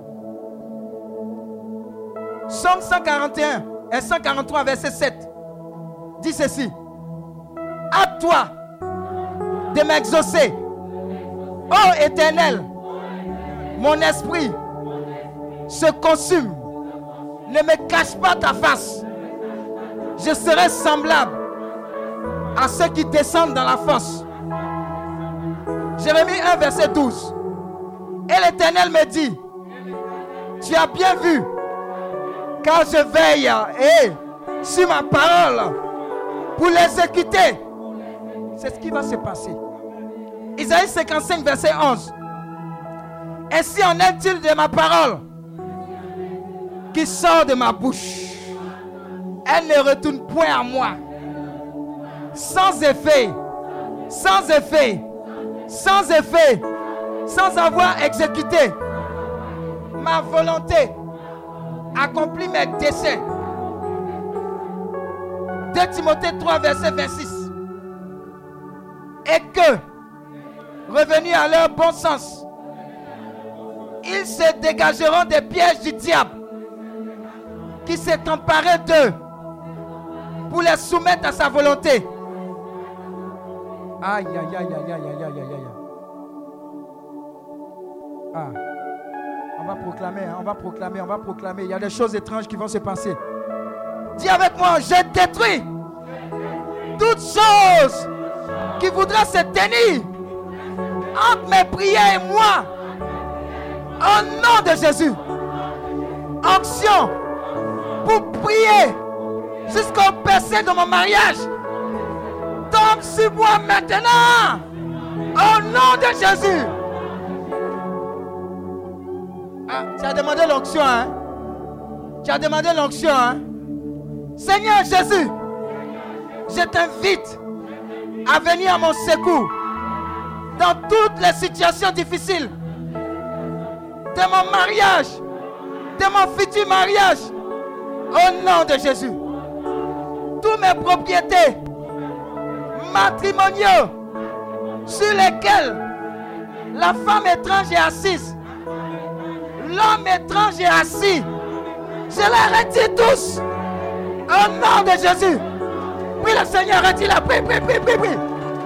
Psaume cent quarante et un et cent quarante-trois, verset sept. Dis ceci. À toi de m'exaucer, ô Éternel, mon esprit se consume. Ne me cache pas ta face. Je serai semblable à ceux qui descendent dans la fosse. Jérémie un, verset douze. Et l'Éternel me dit, tu as bien vu, car je veille hey, sur ma parole pour l'exécuter. C'est ce qui va se passer. Isaïe cinquante-cinq, verset onze. Ainsi en est-il de ma parole qui sort de ma bouche. Elle ne retourne point à moi. Sans effet, sans effet, sans effet, sans avoir exécuté ma volonté, accompli mes desseins. deux Timothée trois, verset vingt-six. Et que, revenus à leur bon sens, ils se dégageront des pièges du diable qui s'est emparé d'eux pour les soumettre à sa volonté. Aïe, aïe, aïe, aïe, aïe, aïe, aïe, aïe. Ah. On va proclamer, hein, on va proclamer, on va proclamer. Il y a des choses étranges qui vont se passer. Dis avec moi, je détruis toutes choses qui voudraient se tenir entre mes prières et moi. Au nom de Jésus. Onction pour prier jusqu'au percé de mon mariage. Tombe sur moi maintenant. Au nom de Jésus. Ah, tu as demandé l'onction, hein? Tu as demandé l'onction, hein? Seigneur Jésus, je t'invite à venir à mon secours dans toutes les situations difficiles de mon mariage, de mon futur mariage, au nom de Jésus. Toutes mes propriétés matrimoniaux sur lesquelles la femme étrange est assise, l'homme étrange est assis, je les retire tous au nom de Jésus. Prie le Seigneur, retire-la, prie, prie, prie, prie, prie.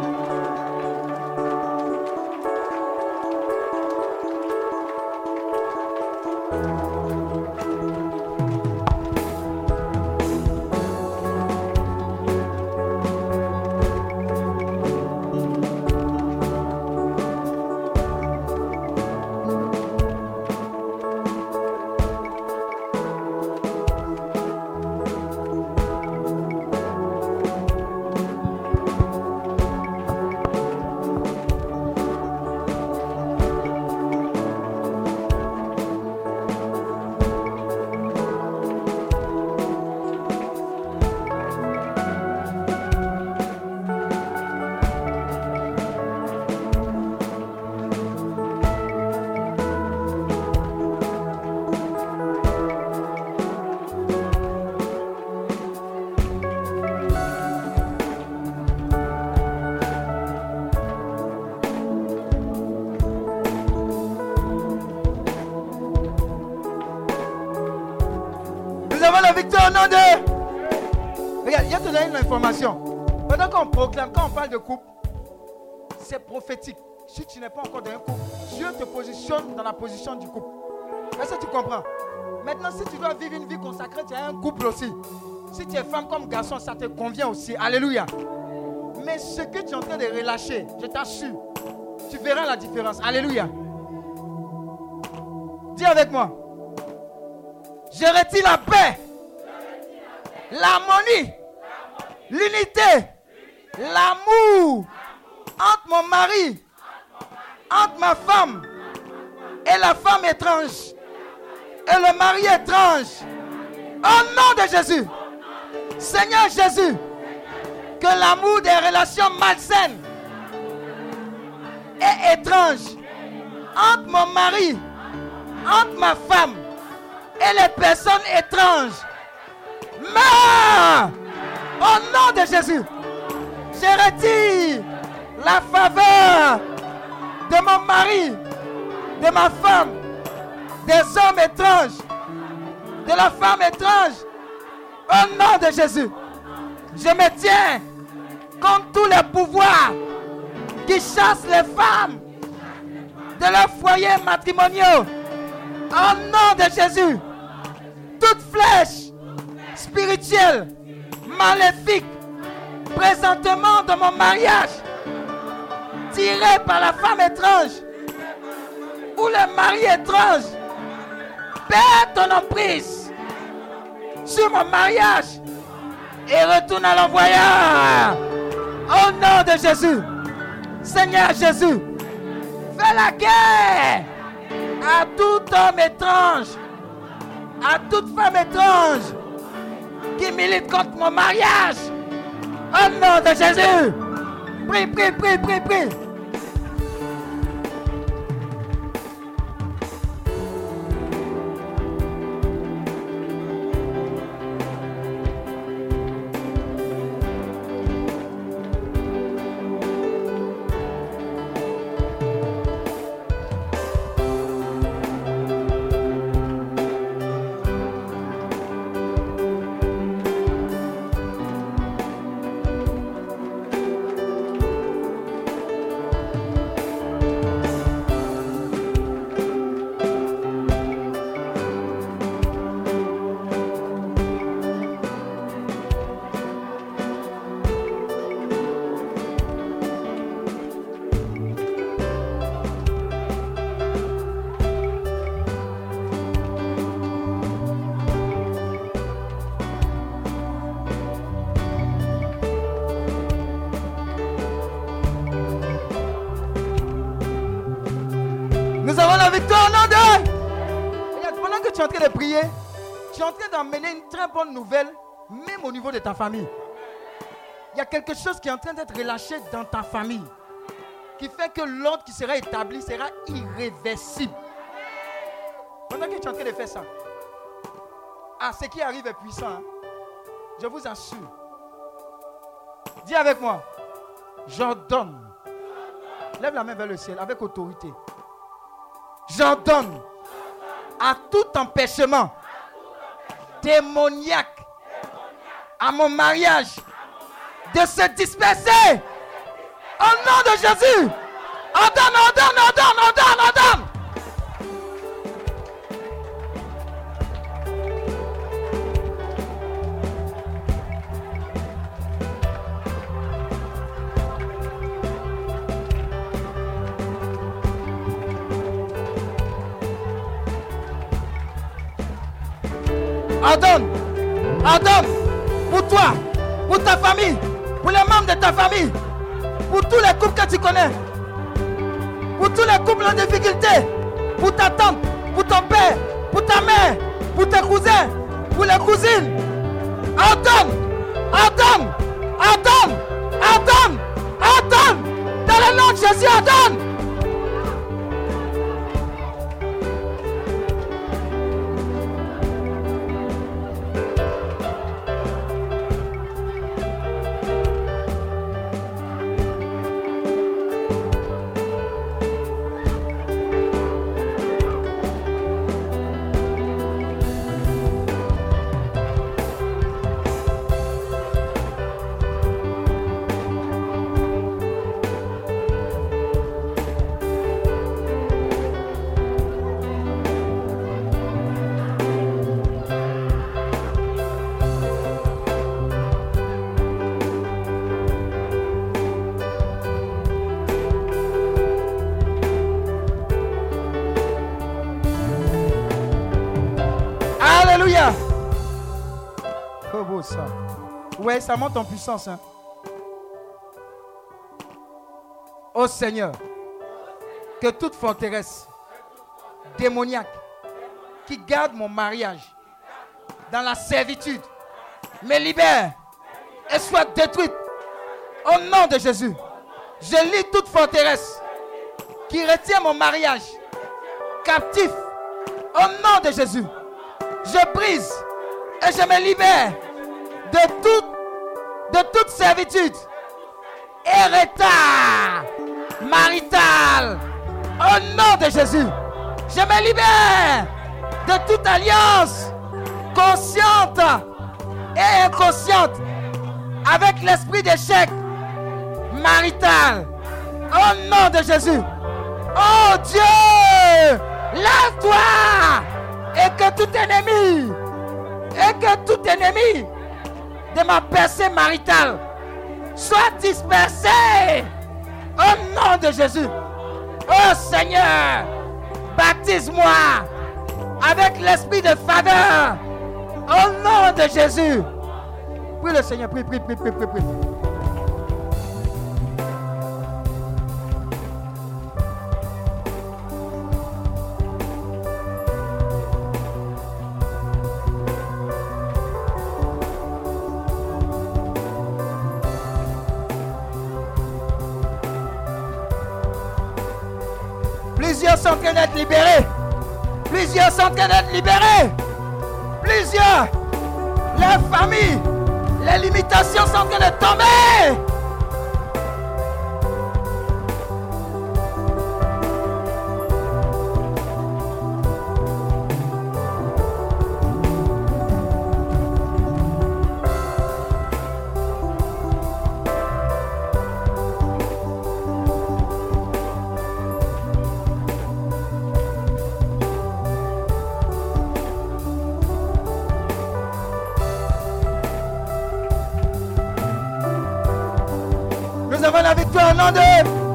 Au nom de... Regarde, je vais te donner une information. Pendant qu'on proclame, quand on parle de couple, c'est prophétique. Si tu n'es pas encore dans un couple, Dieu te positionne dans la position du couple. Est-ce que tu comprends? Maintenant, si tu dois vivre une vie consacrée, tu as un couple aussi. Si tu es femme comme garçon, ça te convient aussi. Alléluia. Mais ce que tu es en train de relâcher, je t'assure, tu verras la différence. Alléluia. Dis avec moi. Je retire la paix, l'harmonie, l'unité, l'amour entre mon mari, entre ma femme et la femme étrange et le mari étrange. Au nom de Jésus, Seigneur Jésus, que l'amour des relations malsaines et étranges entre mon mari, entre ma femme et les personnes étranges meurent au nom de Jésus. Je retire la faveur de mon mari, de ma femme, des hommes étranges, de la femme étrange. Au nom de Jésus, je me tiens contre tous les pouvoirs qui chassent les femmes de leurs foyers matrimoniaux. Au nom de Jésus, toute flèche spirituelle, maléfique, présentement dans mon mariage, tirée par la femme étrange ou le mari étrange, perds ton emprise sur mon mariage et retourne à l'envoyeur. Au nom de Jésus, Seigneur Jésus, fais la guerre à tout homme étrange, à toute femme étrange qui milite contre mon mariage. Au nom de Jésus, prie, prie, prie, prie, prie. Nous avons la victoire au nom de... tu es en train de prier, tu es en train d'emmener une très bonne nouvelle, même au niveau de ta famille. Il y a quelque chose qui est en train d'être relâché dans ta famille, qui fait que l'ordre qui sera établi sera irréversible. Pendant que tu es en train de faire ça, ah, ce qui arrive est puissant. Hein? Je vous assure. Dis avec moi. J'ordonne. Lève la main vers le ciel avec autorité. J'ordonne à tout empêchement démoniaque à mon mariage de se disperser. Au nom de Jésus. Ordonne, ordonne, ordonne, ordonne, ordonne. Ordonne, ordonne pour toi, pour ta famille, pour les membres de ta famille, pour tous les couples que tu connais, pour tous les couples en difficulté, pour ta tante, pour ton père, pour ta mère, pour tes cousins, pour les cousines. Ordonne, ordonne, ordonne, ordonne, ordonne, dans le nom de Jésus, ordonne. Alléluia. Oh beau ça. Ouais, ça monte en puissance. Hein. Oh Seigneur, que toute forteresse démoniaque qui garde mon mariage dans la servitude me libère et soit détruite au nom de Jésus. Je lis toute forteresse qui retient mon mariage captif au nom de Jésus. Je brise et je me libère de toute, de toute servitude et retard marital au nom de Jésus. Je me libère de toute alliance consciente et inconsciente avec l'esprit d'échec marital au nom de Jésus. Oh Dieu, lève-toi et que tout ennemi, et que tout ennemi de ma percée maritale soit dispersé au nom de Jésus. Oh Seigneur, baptise-moi avec l'esprit de faveur au nom de Jésus. Prie le Seigneur, prie, prie, prie, prie, prie, prie. Plusieurs sont en train d'être libérés. Plusieurs sont en train d'être libérés. Plusieurs. Les familles. Les limitations sont en train de tomber. La victoire au nom de...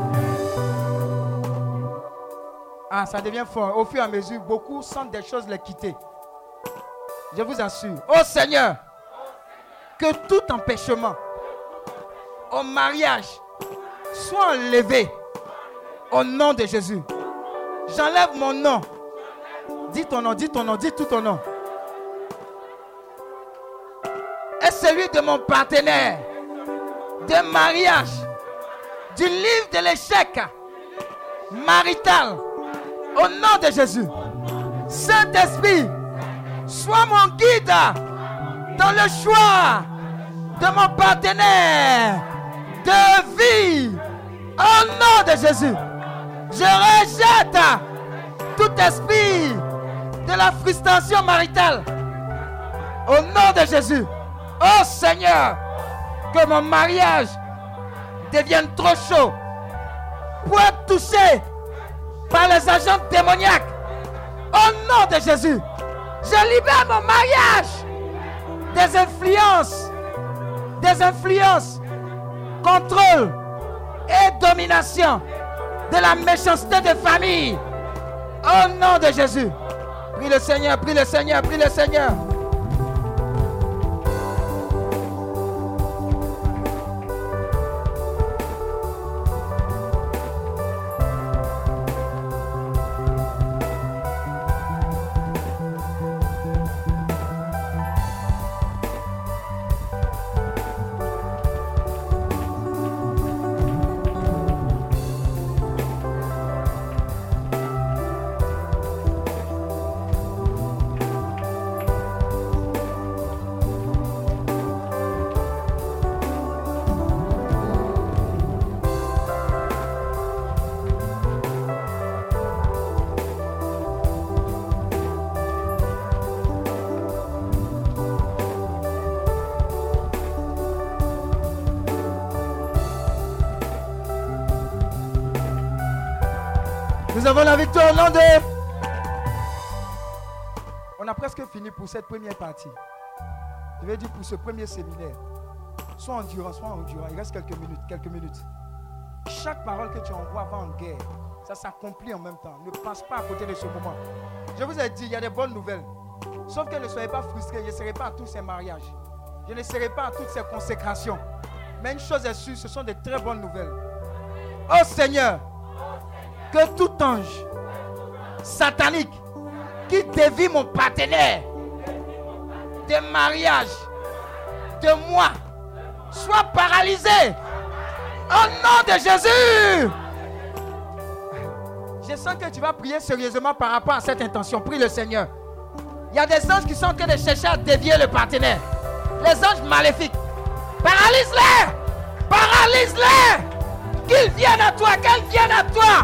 Ah, ça devient fort. Au fur et à mesure, beaucoup sentent des choses les quitter. Je vous assure. Oh Seigneur, que tout empêchement au mariage soit enlevé au nom de Jésus. J'enlève mon nom Dis ton nom, dis ton nom, dis tout ton nom. Et celui de mon partenaire de mariage, du livre de l'échec marital, au nom de Jésus. Saint-Esprit, sois mon guide dans le choix de mon partenaire de vie. Au nom de Jésus, je rejette tout esprit de la frustration maritale. Au nom de Jésus, oh Seigneur, que mon mariage devienne trop chaud pour être touché par les agents démoniaques. Au nom de Jésus, je libère mon mariage des influences, des influences, contrôle et domination de la méchanceté de famille. Au nom de Jésus, prie le Seigneur, prie le Seigneur, prie le Seigneur. Nous avons la victoire au nom de... On a presque fini pour cette première partie. Je vais dire pour ce premier séminaire. Sois endurant, sois endurant. Il reste quelques minutes, quelques minutes. Chaque parole que tu envoies va en guerre. Ça s'accomplit en même temps. Ne passe pas à côté de ce moment. Je vous ai dit, il y a des bonnes nouvelles. Sauf que ne soyez pas frustrés. Je ne serai pas à tous ces mariages. Je ne serai pas à toutes ces consécrations. Mais une chose est sûre, ce sont de très bonnes nouvelles. Oh Seigneur, que tout ange satanique qui dévie mon partenaire de mariage de moi soit paralysé au nom de Jésus. Je sens que tu vas prier sérieusement par rapport à cette intention. Prie le Seigneur. Il y a des anges qui sont en train de chercher à dévier le partenaire. Les anges maléfiques. Paralyse-les. Paralyse-les. Qu'ils viennent à toi. Qu'ils viennent à toi.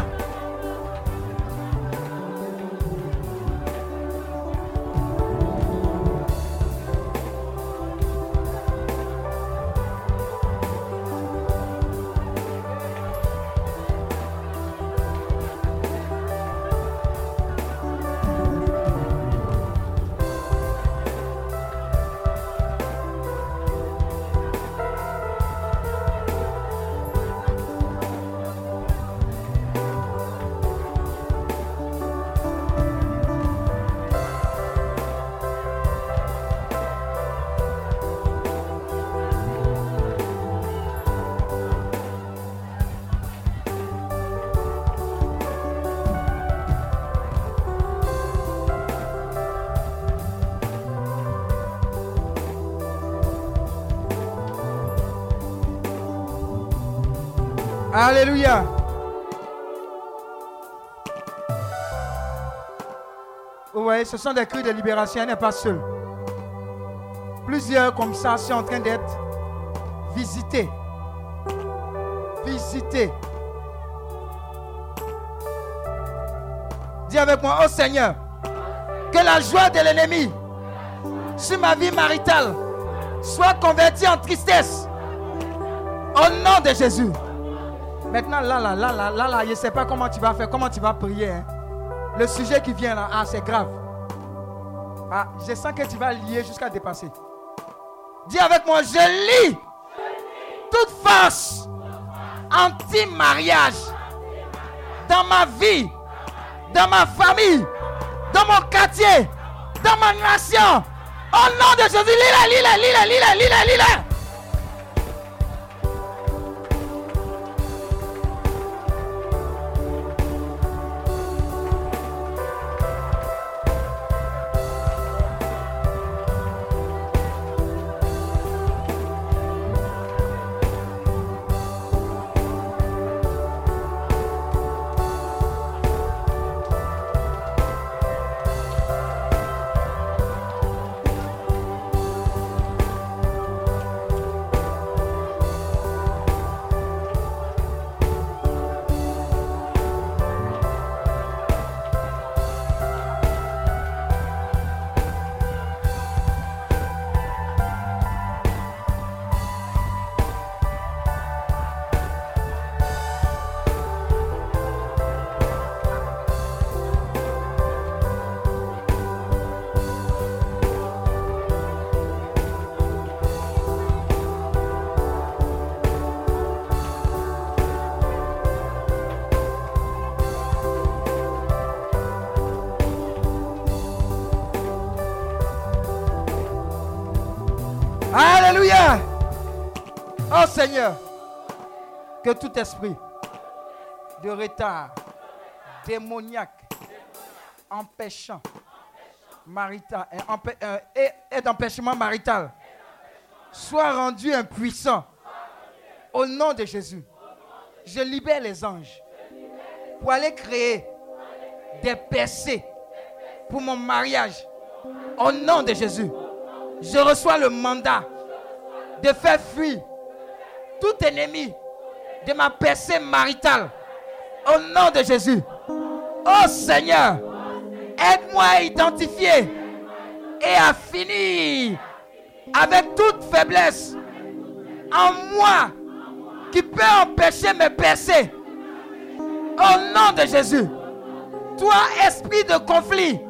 Alléluia. Vous voyez, ce sont des cris de libération, elle n'est pas seule. Plusieurs comme ça sont en train d'être visités. Visités. Dis avec moi, oh Seigneur, que la joie de l'ennemi sur ma vie maritale soit convertie en tristesse. Au nom de Jésus. Maintenant, là, là, là, là, là, là, je ne sais pas comment tu vas faire, comment tu vas prier. Hein. Le sujet qui vient là, ah, c'est grave. Ah, je sens que tu vas lier jusqu'à dépasser. Dis avec moi, je lis toute force anti-mariage dans ma vie, dans ma famille, dans mon quartier, dans ma nation. Au nom de Jésus, lis-la, lis-la, lis-la, lis-la, lis-la, lis-la. Oh Seigneur, que tout esprit de retard, démoniaque, empêchant, marital, et, et d'empêchement marital, soit rendu impuissant au nom de Jésus. Je libère les anges pour aller créer des percées pour mon mariage au nom de Jésus. Je reçois le mandat de faire fuir tout ennemi de ma percée maritale au nom de Jésus. Oh Seigneur, aide-moi à identifier et à finir avec toute faiblesse en moi qui peut empêcher mes percées. Au nom de Jésus, toi, esprit de conflit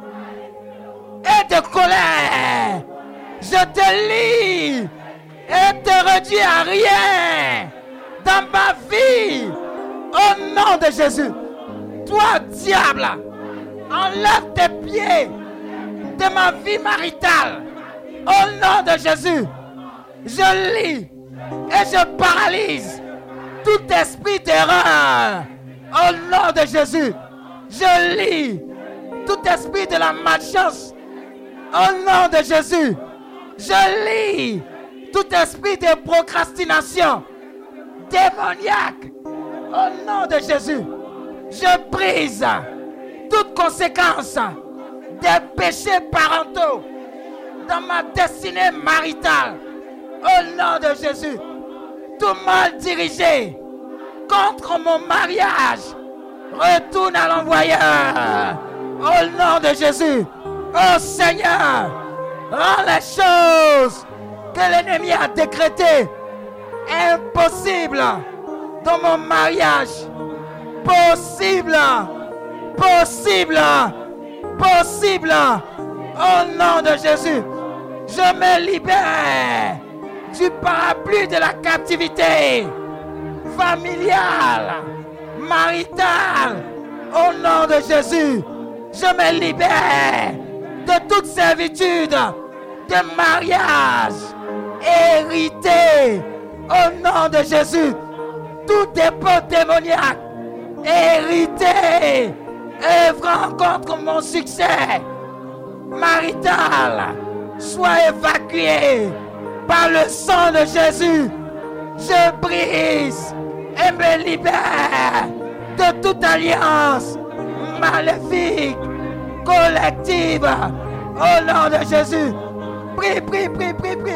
et de colère, je te lie et te réduis à rien dans ma vie. Au nom de Jésus, toi, diable, enlève tes pieds de ma vie maritale. Au nom de Jésus, je lie et je paralyse tout esprit d'erreur. Au nom de Jésus, je lie tout esprit de la malchance. Au nom de Jésus, je lie tout esprit de procrastination démoniaque. Au nom de Jésus, je brise toute conséquence des péchés parentaux dans ma destinée maritale. Au nom de Jésus, tout mal dirigé contre mon mariage retourne à l'envoyeur. Au nom de Jésus, oh Seigneur, rends les choses que l'ennemi a décrétées impossibles dans mon mariage. Possible, possible, possible. Au nom de Jésus, je me libère du parapluie de la captivité familiale, maritale. Au nom de Jésus, je me libère de toute servitude de mariage hérité. Au nom de Jésus, tout dépôt démoniaque hérité œuvrant contre mon succès marital soit évacué par le sang de Jésus. Je brise et me libère de toute alliance maléfique collective. Au nom de Jésus, prie, prie, prie, prie, prie.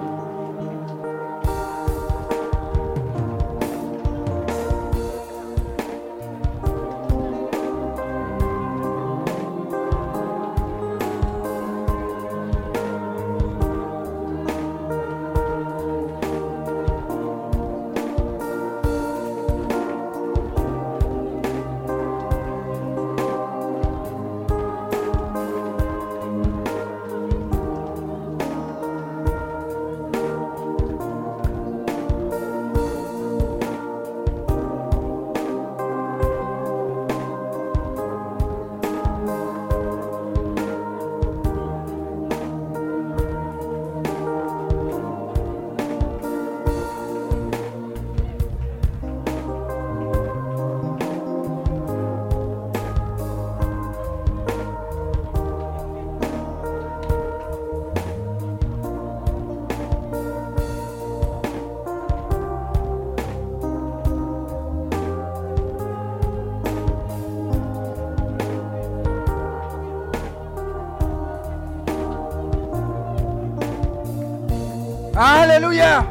Alléluia.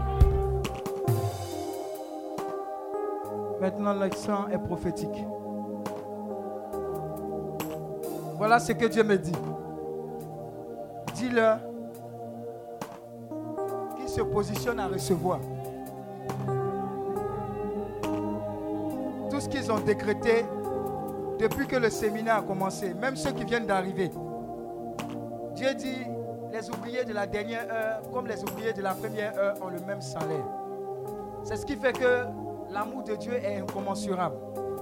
Maintenant, l'accent est prophétique. Voilà ce que Dieu me dit. Dis-leur qu'ils se positionnent à recevoir tout ce qu'ils ont décrété depuis que le séminaire a commencé, même ceux qui viennent d'arriver. Dieu dit, les ouvriers de la dernière heure, comme les ouvriers de la première heure, ont le même salaire. C'est ce qui fait que l'amour de Dieu est incommensurable.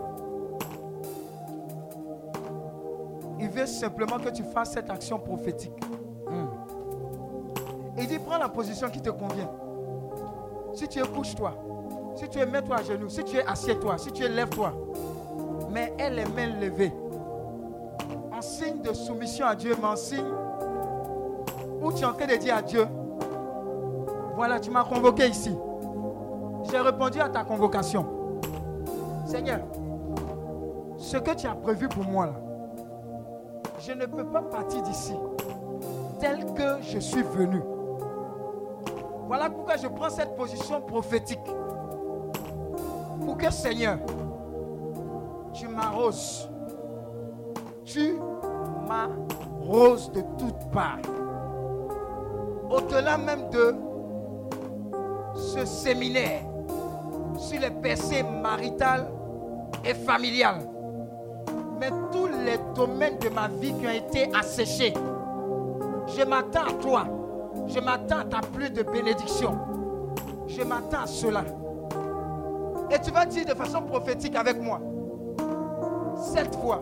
Il veut simplement que tu fasses cette action prophétique. Mm. Il dit, prends la position qui te convient. Si tu es couche-toi. Si tu es mets-toi à genoux. Si tu es assieds-toi. Si tu es lève-toi. Mais elle les mains levées. En signe de soumission à Dieu, mais en signe où tu es en train de dire à Dieu, voilà, tu m'as convoqué ici. J'ai répondu à ta convocation. Seigneur, ce que tu as prévu pour moi là, je ne peux pas partir d'ici tel que je suis venu. Voilà pourquoi je prends cette position prophétique. Pour que, Seigneur, tu m'arroses. Tu m'arroses de toutes parts. Au-delà même de ce séminaire sur les percées maritales et familiales. Mais tous les domaines de ma vie qui ont été asséchés, je m'attends à toi. Je m'attends à ta pluie de bénédiction. Je m'attends à cela. Et tu vas dire de façon prophétique avec moi. Cette fois,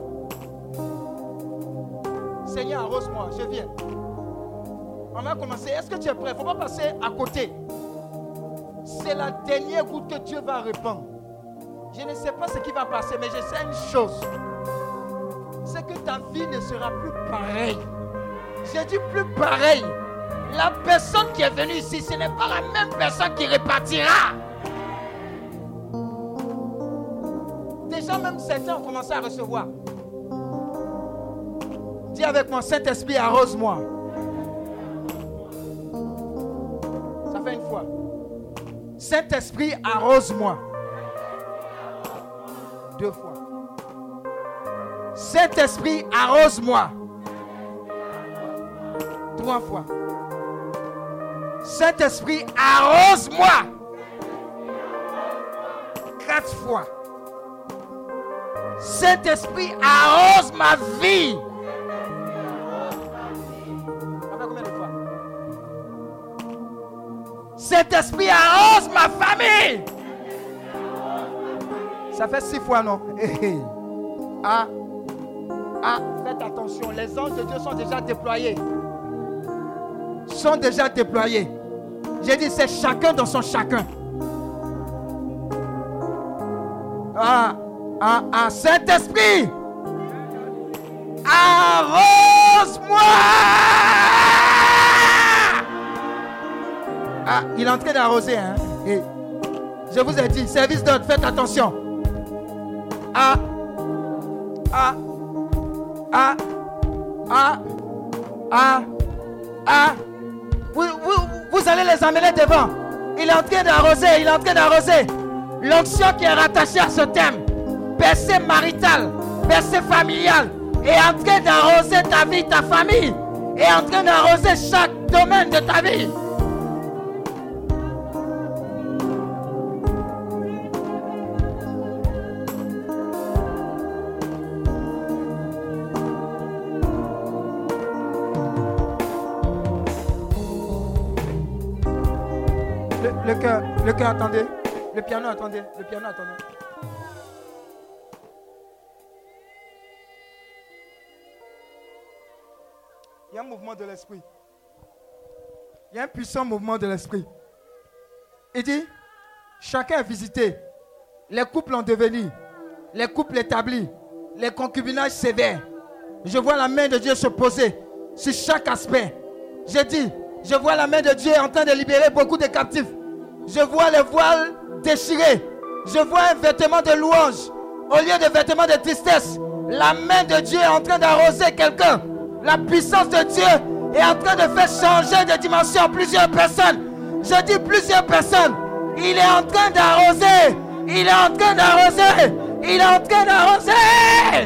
Seigneur, arrose-moi, je viens. On va commencer. Est-ce que tu es prêt? Il ne faut pas passer à côté. C'est la dernière goutte que Dieu va répandre. Je ne sais pas ce qui va passer, mais je sais une chose. C'est que ta vie ne sera plus pareille. J'ai dit plus pareille. La personne qui est venue ici, ce n'est pas la même personne qui repartira. Déjà même certains ont commencé à recevoir. Dis avec moi, Saint-Esprit, arrose-moi. Ça fait une fois. Saint-Esprit, arrose-moi. Deux fois. Saint-Esprit, arrose-moi. Trois fois. Saint-Esprit, arrose-moi. Quatre fois. Saint-Esprit, arrose ma vie. Combien de fois? Saint-Esprit, arrose ma famille. Ça fait six fois, non? Ah, ah, faites attention. Les anges de Dieu sont déjà déployés. Sont déjà déployés. J'ai dit, c'est chacun dans son chacun. Ah, ah, ah, Saint-Esprit, arrose-moi. Ah, il est en train d'arroser, hein. Et je vous ai dit, service d'ordre, faites attention. Ah, ah, ah, ah, ah, ah. Vous, vous, vous allez les amener devant. Il est en train d'arroser, il est en train d'arroser. L'onction qui est rattachée à ce thème, percée maritale, percée familiale, est en train d'arroser ta vie, ta famille, est en train d'arroser chaque domaine de ta vie. Le cœur, le cœur, attendez. Le piano, attendez. Le piano, attendez. Il y a un mouvement de l'esprit. Il y a un puissant mouvement de l'esprit. Il dit, chacun est visité. Les couples en devenir. Les couples établis. Les concubinages sévères. Je vois la main de Dieu se poser sur chaque aspect. Je dis, je vois la main de Dieu en train de libérer beaucoup de captifs. Je vois les voiles déchirés. Je vois un vêtement de louange au lieu de vêtement de tristesse. La main de Dieu est en train d'arroser quelqu'un. La puissance de Dieu est en train de faire changer de dimension plusieurs personnes. Je dis plusieurs personnes. Il est en train d'arroser. Il est en train d'arroser. Il est en train d'arroser.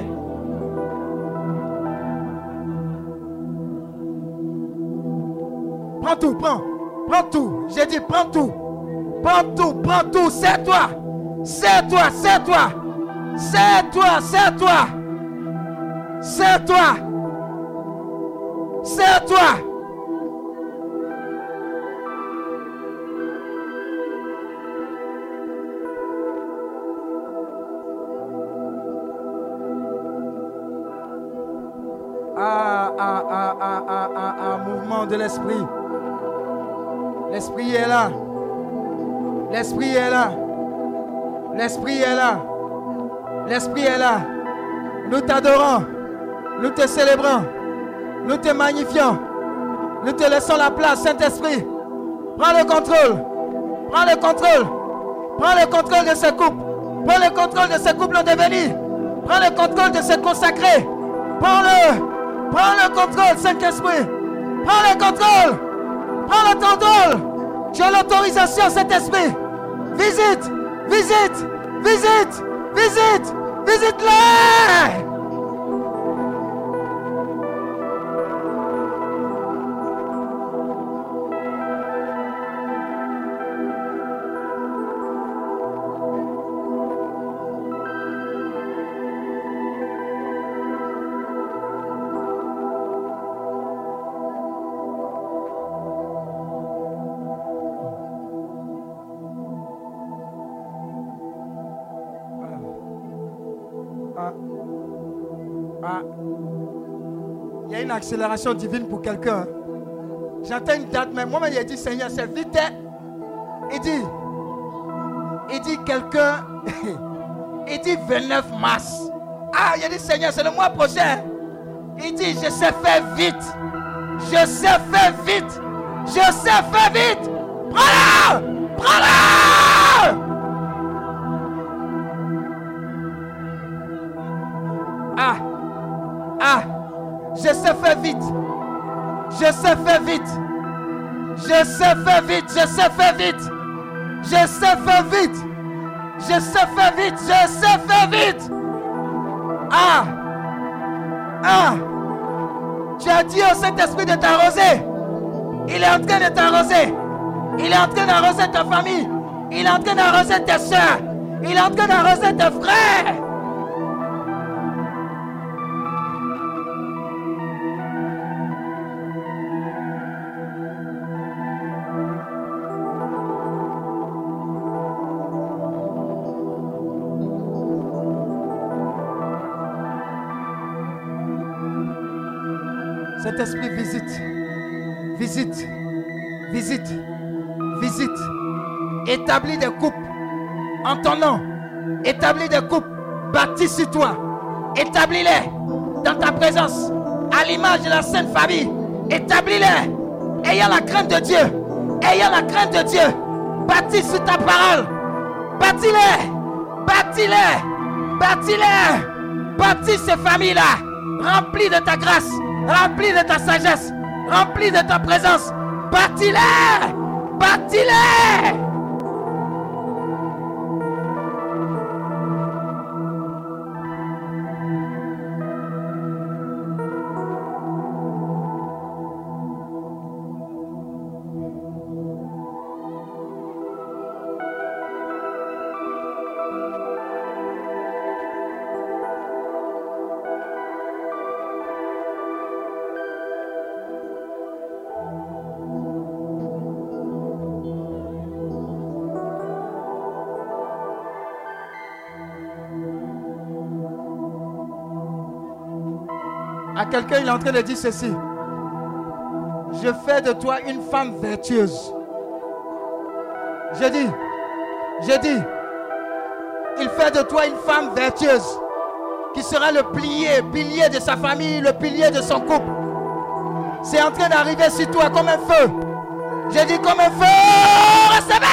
Prends tout, prends. Prends tout. J'ai dit prends tout. Prends tout, prends tout, c'est toi. C'est toi, c'est toi. C'est toi, c'est toi. C'est toi. C'est toi. Ah, ah, ah, ah, ah, ah, ah, mouvement de l'esprit. L'esprit est là. L'Esprit est là. L'Esprit est là. L'Esprit est là. Nous t'adorons. Nous te célébrons. Nous te magnifions. Nous te laissons la place, Saint-Esprit. Prends le contrôle. Prends le contrôle. Prends le contrôle de ce couple. Prends le contrôle de ce couple en devenir. Prends le contrôle de ce consacré. Prends-le. Prends le contrôle, Saint-Esprit. Prends le contrôle. Prends le contrôle. Tu as l'autorisation, Saint-Esprit. Visite. Visite. Visite. Visite. Visite-le. Il y a une accélération divine pour quelqu'un. J'entends une date, mais moi-même, il a dit, Seigneur, c'est vite. Il dit, il dit quelqu'un, il dit vingt-neuf mars. Ah, il a dit, Seigneur, c'est le mois prochain. Il dit, je sais faire vite. Je sais faire vite. Je sais faire vite. Prends-la. Prends-la. Ah. Ah. Je sais faire vite. Je sais faire vite. Je sais faire vite. Je sais faire vite. Je sais faire vite. Je sais faire vite. Je sais faire vite. Ah. Ah. Tu as dit au Saint-Esprit de t'arroser. Il est en train de t'arroser. Il est en train d'arroser ta famille. Il est en train d'arroser tes soeurs. Il est en train d'arroser tes frères. Cet esprit visite, visite, visite, visite. Établis des couples en ton nom. Établis des couples bâtis sur toi. Établis-les dans ta présence, à l'image de la Sainte Famille. Établis-les, ayant la crainte de Dieu. Ayant la crainte de Dieu. Bâtis sur ta parole. Bâtis-les, bâtis-les, bâtis-les. Bâtis ces familles-là. Remplis de ta grâce. Remplis de ta sagesse, remplis de ta présence. Bâtis-les, bâtis-les. À quelqu'un, il est en train de dire ceci. Je fais de toi une femme vertueuse. Je dis, je dis, il fait de toi une femme vertueuse qui sera le pilier, pilier de sa famille, le pilier de son couple. C'est en train d'arriver sur toi comme un feu. Je dis comme un feu, recevez!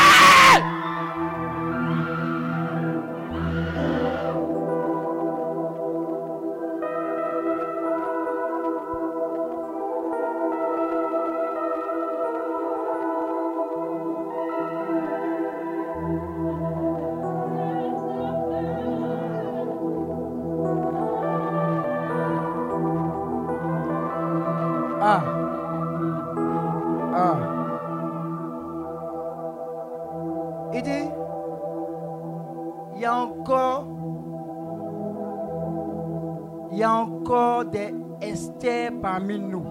Ah. Ah. Il dit, il y a encore, il y a encore des Esther parmi nous.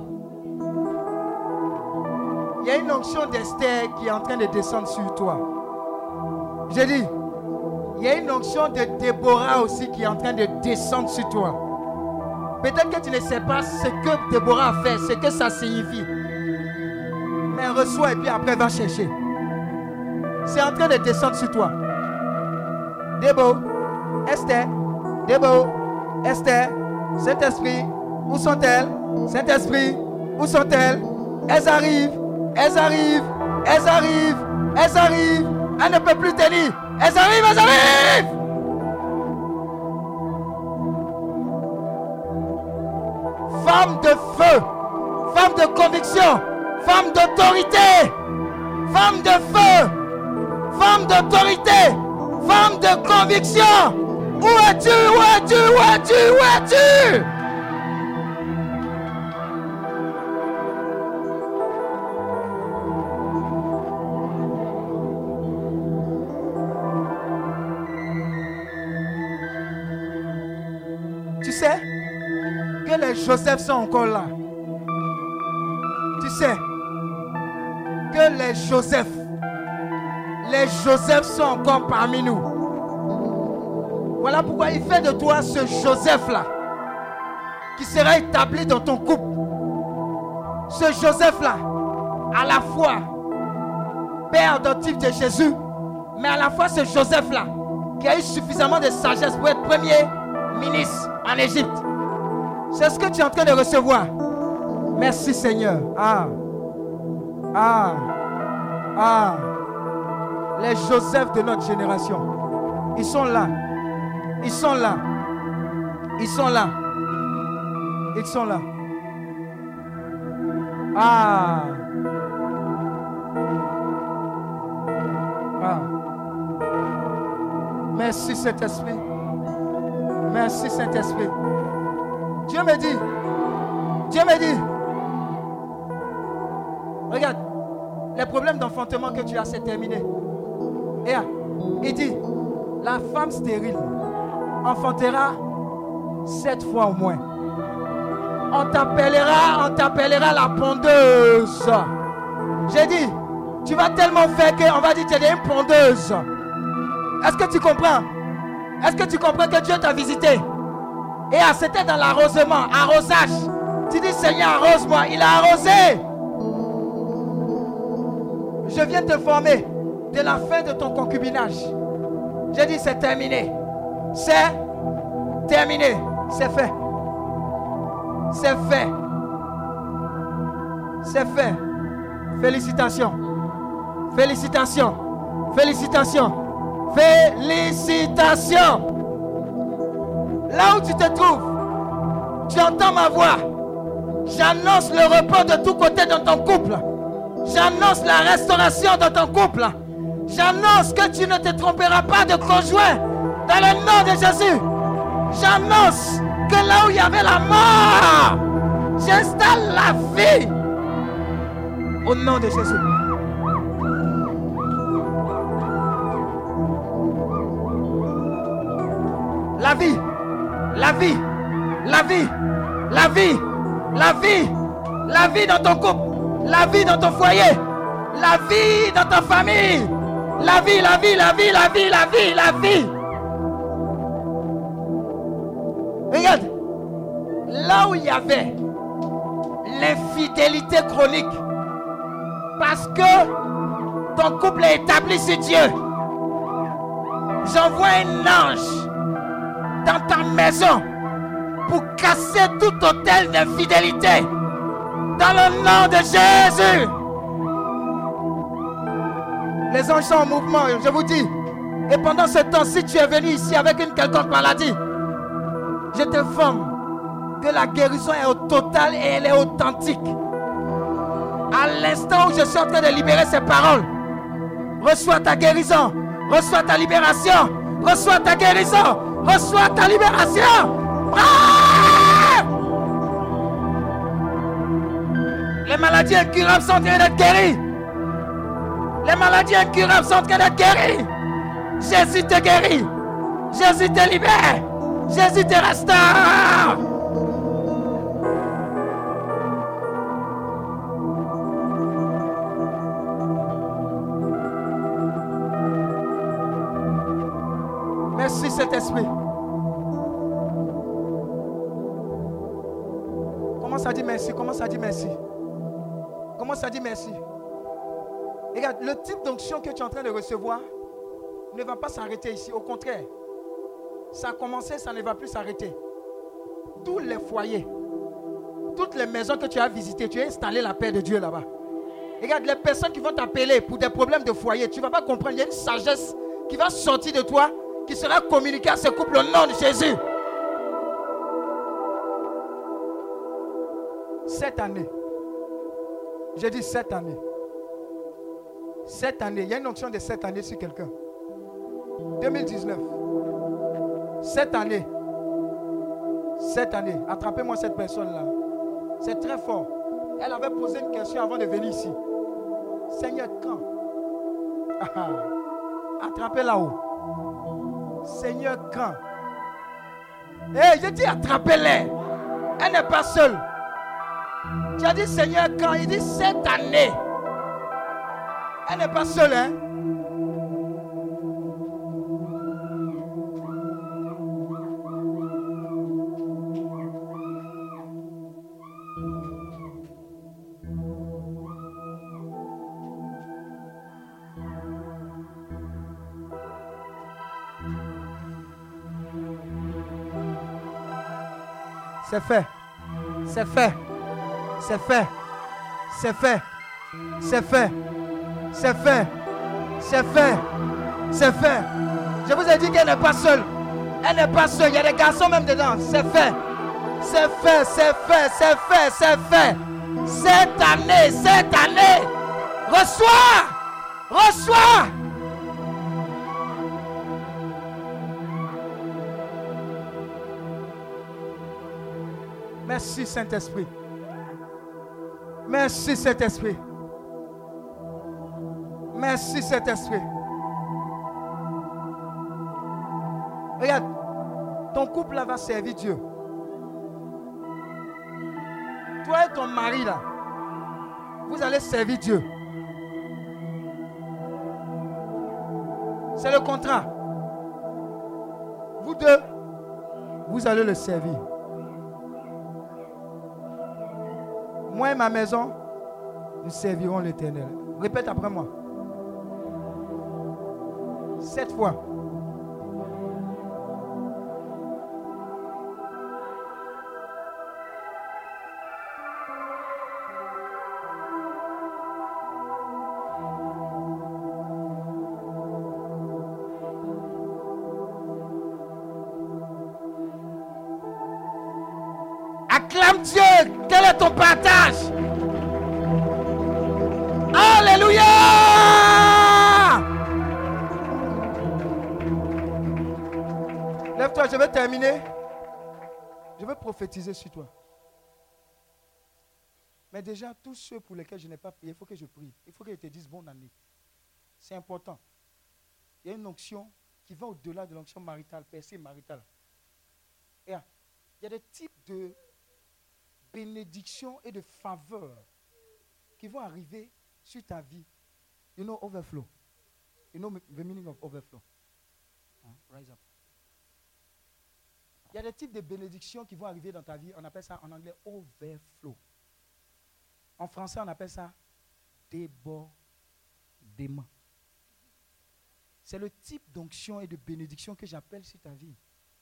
Il y a une onction d'Esther qui est en train de descendre sur toi. J'ai dit, il y a une onction de Déborah aussi qui est en train de descendre sur toi. Peut-être que tu ne sais pas ce que Déborah a fait, ce que ça signifie. Mais reçois et puis après va chercher. C'est en train de descendre sur toi. Débo, Esther, Débo, Esther, Saint-Esprit, où sont-elles? Saint-Esprit, où sont-elles? Elles arrivent, elles arrivent, elles arrivent, elles arrivent. Elles ne peuvent plus tenir. Elles arrivent, elles arrivent. Femme de feu, femme de conviction, femme d'autorité, femme de feu, femme d'autorité, femme de conviction. Où es-tu? Où es-tu? Où es-tu? Où es-tu? Tu sais que les Joseph sont encore là. Tu sais que les Joseph, les Joseph sont encore parmi nous. Voilà pourquoi il fait de toi ce Joseph-là qui sera établi dans ton couple. Ce Joseph-là, à la fois père adoptif de Jésus, mais à la fois ce Joseph-là qui a eu suffisamment de sagesse pour être premier ministre en Égypte. C'est ce que tu es en train de recevoir. Merci Seigneur. Ah, ah, ah. Les Joseph de notre génération, ils sont là. Ils sont là. Ils sont là. Ils sont là. Ah. Ah. Merci Saint-Esprit. Merci Saint-Esprit. Dieu me dit. Dieu me dit. Regarde. Les problèmes d'enfantement que tu as, c'est terminé. Et là, il dit, la femme stérile enfantera sept fois au moins. On t'appellera, on t'appellera la pondeuse. J'ai dit, tu vas tellement faire qu'on va dire que tu es une pondeuse. Est-ce que tu comprends? Est-ce que tu comprends que Dieu t'a visité? Et ah, c'était dans l'arrosement, arrosage. Tu dis, Seigneur, arrose-moi. Il a arrosé. Je viens te former de la fin de ton concubinage. J'ai dit, c'est terminé. C'est terminé. C'est fait. C'est fait. C'est fait. Félicitations. Félicitations. Félicitations. Félicitations. Là où tu te trouves, tu entends ma voix. J'annonce le repos de tous côtés dans ton couple. J'annonce la restauration dans ton couple. J'annonce que tu ne te tromperas pas de conjoint dans le nom de Jésus. J'annonce que là où il y avait la mort, j'installe la vie au nom de Jésus. La vie, la vie, la vie, la vie, la vie, la vie dans ton couple, la vie dans ton foyer, la vie dans ta famille, la vie, la vie, la vie, la vie, la vie, la vie. Regarde, là où il y avait l'infidélité chronique, parce que ton couple est établi sur Dieu, j'envoie un ange dans ta maison pour casser tout hôtel d'infidélité dans le nom de Jésus. Les anges sont en mouvement, je vous dis. Et pendant ce temps, si tu es venu ici avec une quelconque maladie, je te forme que la guérison est au total et elle est authentique. À l'instant où je suis en train de libérer ces paroles, reçois ta guérison, reçois ta libération, reçois ta guérison, reçois ta libération. Ah! Les maladies incurables sont en train d'être guéries. Les maladies incurables sont en train d'être guéries. Jésus te guérit. Jésus te libère. Jésus te restaure. Merci Saint-Esprit. Comment ça dit merci? Comment ça dit merci? Comment ça dit merci? Regarde, le type d'onction que tu es en train de recevoir ne va pas s'arrêter ici. Au contraire, ça a commencé, ça ne va plus s'arrêter. Tous les foyers, toutes les maisons que tu as visitées, tu as installé la paix de Dieu là-bas. Regarde, les personnes qui vont t'appeler pour des problèmes de foyer, tu ne vas pas comprendre. Il y a une sagesse qui va sortir de toi, qui sera communiquée à ce couple au nom de Jésus. Cette année, j'ai dit cette année. Cette année, il y a une onction de cette année sur quelqu'un. deux mille dix-neuf. Cette année. Cette année. Attrapez-moi cette personne-là. C'est très fort. Elle avait posé une question avant de venir ici. Seigneur, quand? Ah, ah. Attrapez là-haut. Seigneur, quand? Hé, hey, j'ai dit attrapez-les. Elle n'est pas seule. Tu as dit Seigneur, quand? Il dit cette année. Elle n'est pas seule, hein? C'est fait. C'est fait. C'est fait. C'est fait. C'est fait. C'est fait. C'est fait. C'est fait. Je vous ai dit qu'elle n'est pas seule. Elle n'est pas seule. Il y a des garçons même dedans. C'est fait. C'est fait. C'est fait. C'est fait. C'est fait. Cette année. Cette année. Reçois. Reçois. Merci Saint-Esprit. Merci Saint-Esprit. Merci Saint-Esprit. Regarde, ton couple là va servir Dieu. Toi et ton mari là, vous allez servir Dieu. C'est le contrat. Vous deux, vous allez le servir. Moi et ma maison, nous servirons l'Éternel. Répète après moi. Sept fois. Acclame Dieu. Quel est ton partage? Alléluia! Lève-toi, je vais terminer. Je vais prophétiser sur toi. Mais déjà, tous ceux pour lesquels je n'ai pas prié, il faut que je prie. Il faut que je te dise bonne année. C'est important. Il y a une onction qui va au-delà de l'onction maritale, percée maritale. Et il y a des types de bénédictions et de faveurs qui vont arriver sur ta vie. You know overflow. You know the meaning of overflow. Huh? Rise up. Il y a des types de bénédictions qui vont arriver dans ta vie. On appelle ça en anglais overflow. En français, on appelle ça débordement. C'est le type d'onction et de bénédiction que j'appelle sur ta vie.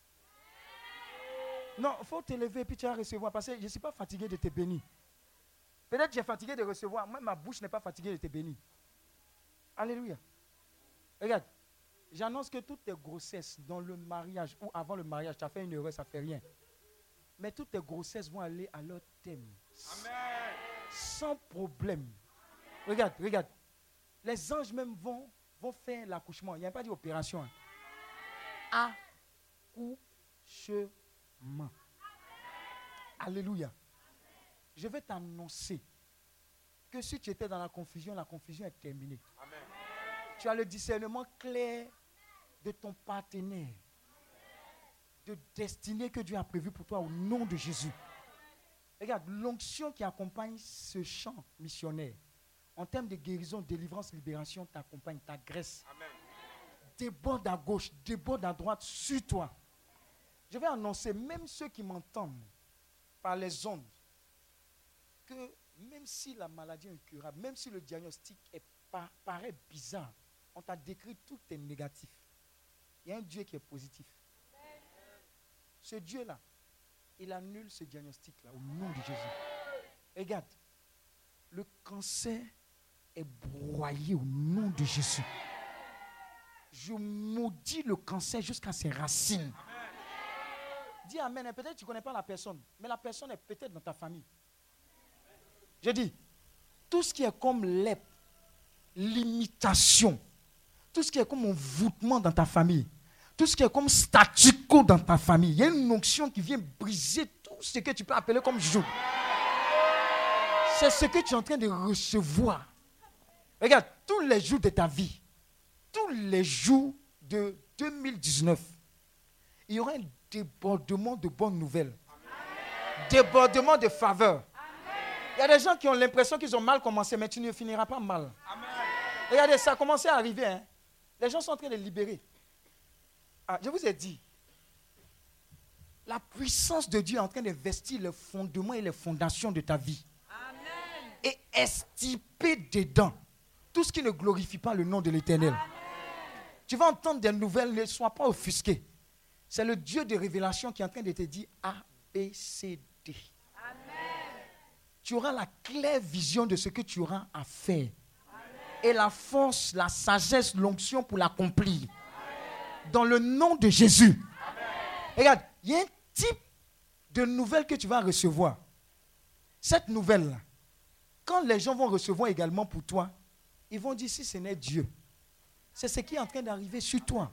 Non, il faut te lever et puis tu vas recevoir. Parce que je ne suis pas fatigué de te bénir. Peut-être que j'ai fatigué de recevoir. Moi, ma bouche n'est pas fatiguée de te bénir. Alléluia. Regarde, j'annonce que toutes tes grossesses dans le mariage ou avant le mariage, tu as fait une erreur, ça ne fait rien. Mais toutes tes grossesses vont aller à leur thème. Amen. Sans problème. Amen. Regarde, regarde. Les anges même vont, vont faire l'accouchement. Il n'y a pas d'opération. Hein. Accouchement. Amen. Alléluia. Je vais t'annoncer que si tu étais dans la confusion, la confusion est terminée. Amen. Tu as le discernement clair de ton partenaire, de destinée que Dieu a prévu pour toi au nom de Jésus. Regarde, l'onction qui accompagne ce chant missionnaire, en termes de guérison, délivrance, libération, t'accompagne, t'agresse. Déborde à gauche, déborde à droite, sur toi. Je vais annoncer, même ceux qui m'entendent par les ondes, que même si la maladie est incurable, même si le diagnostic est pa- paraît bizarre. On t'a décrit tout est négatif. Il y a un Dieu qui est positif. Ce Dieu-là, il annule ce diagnostic-là au nom de Jésus. Regarde, le cancer est broyé au nom de Jésus. Je maudis le cancer jusqu'à ses racines. Dis amen. Peut-être que tu ne connais pas la personne, mais la personne est peut-être dans ta famille. Je dis, tout ce qui est comme lèpre, limitation, tout ce qui est comme envoûtement dans ta famille, tout ce qui est comme statu quo dans ta famille, il y a une onction qui vient briser tout ce que tu peux appeler comme joug. C'est ce que tu es en train de recevoir. Regarde, tous les jours de ta vie, tous les jours de deux mille dix-neuf, il y aura un débordement de bonnes nouvelles. Amen. Débordement de faveur. Il y a des gens qui ont l'impression qu'ils ont mal commencé, mais tu ne finiras pas mal. Amen. Regardez, ça a commencé à arriver. Hein. Les gens sont en train de libérer. Ah, je vous ai dit, la puissance de Dieu est en train d'investir les fondements et les fondations de ta vie. Amen. Et extirper dedans tout ce qui ne glorifie pas le nom de l'Éternel. Amen. Tu vas entendre des nouvelles, ne sois pas offusqué. C'est le Dieu de révélation qui est en train de te dire A, B, C, D. Amen. Tu auras la claire vision de ce que tu auras à faire. Amen. Et la force, la sagesse, l'onction pour l'accomplir. Amen. Dans le nom de Jésus. Amen. Regarde, il y a un type de nouvelle que tu vas recevoir. Cette nouvelle-là, quand les gens vont recevoir également pour toi, ils vont dire si ce n'est Dieu. C'est ce qui est en train d'arriver sur toi.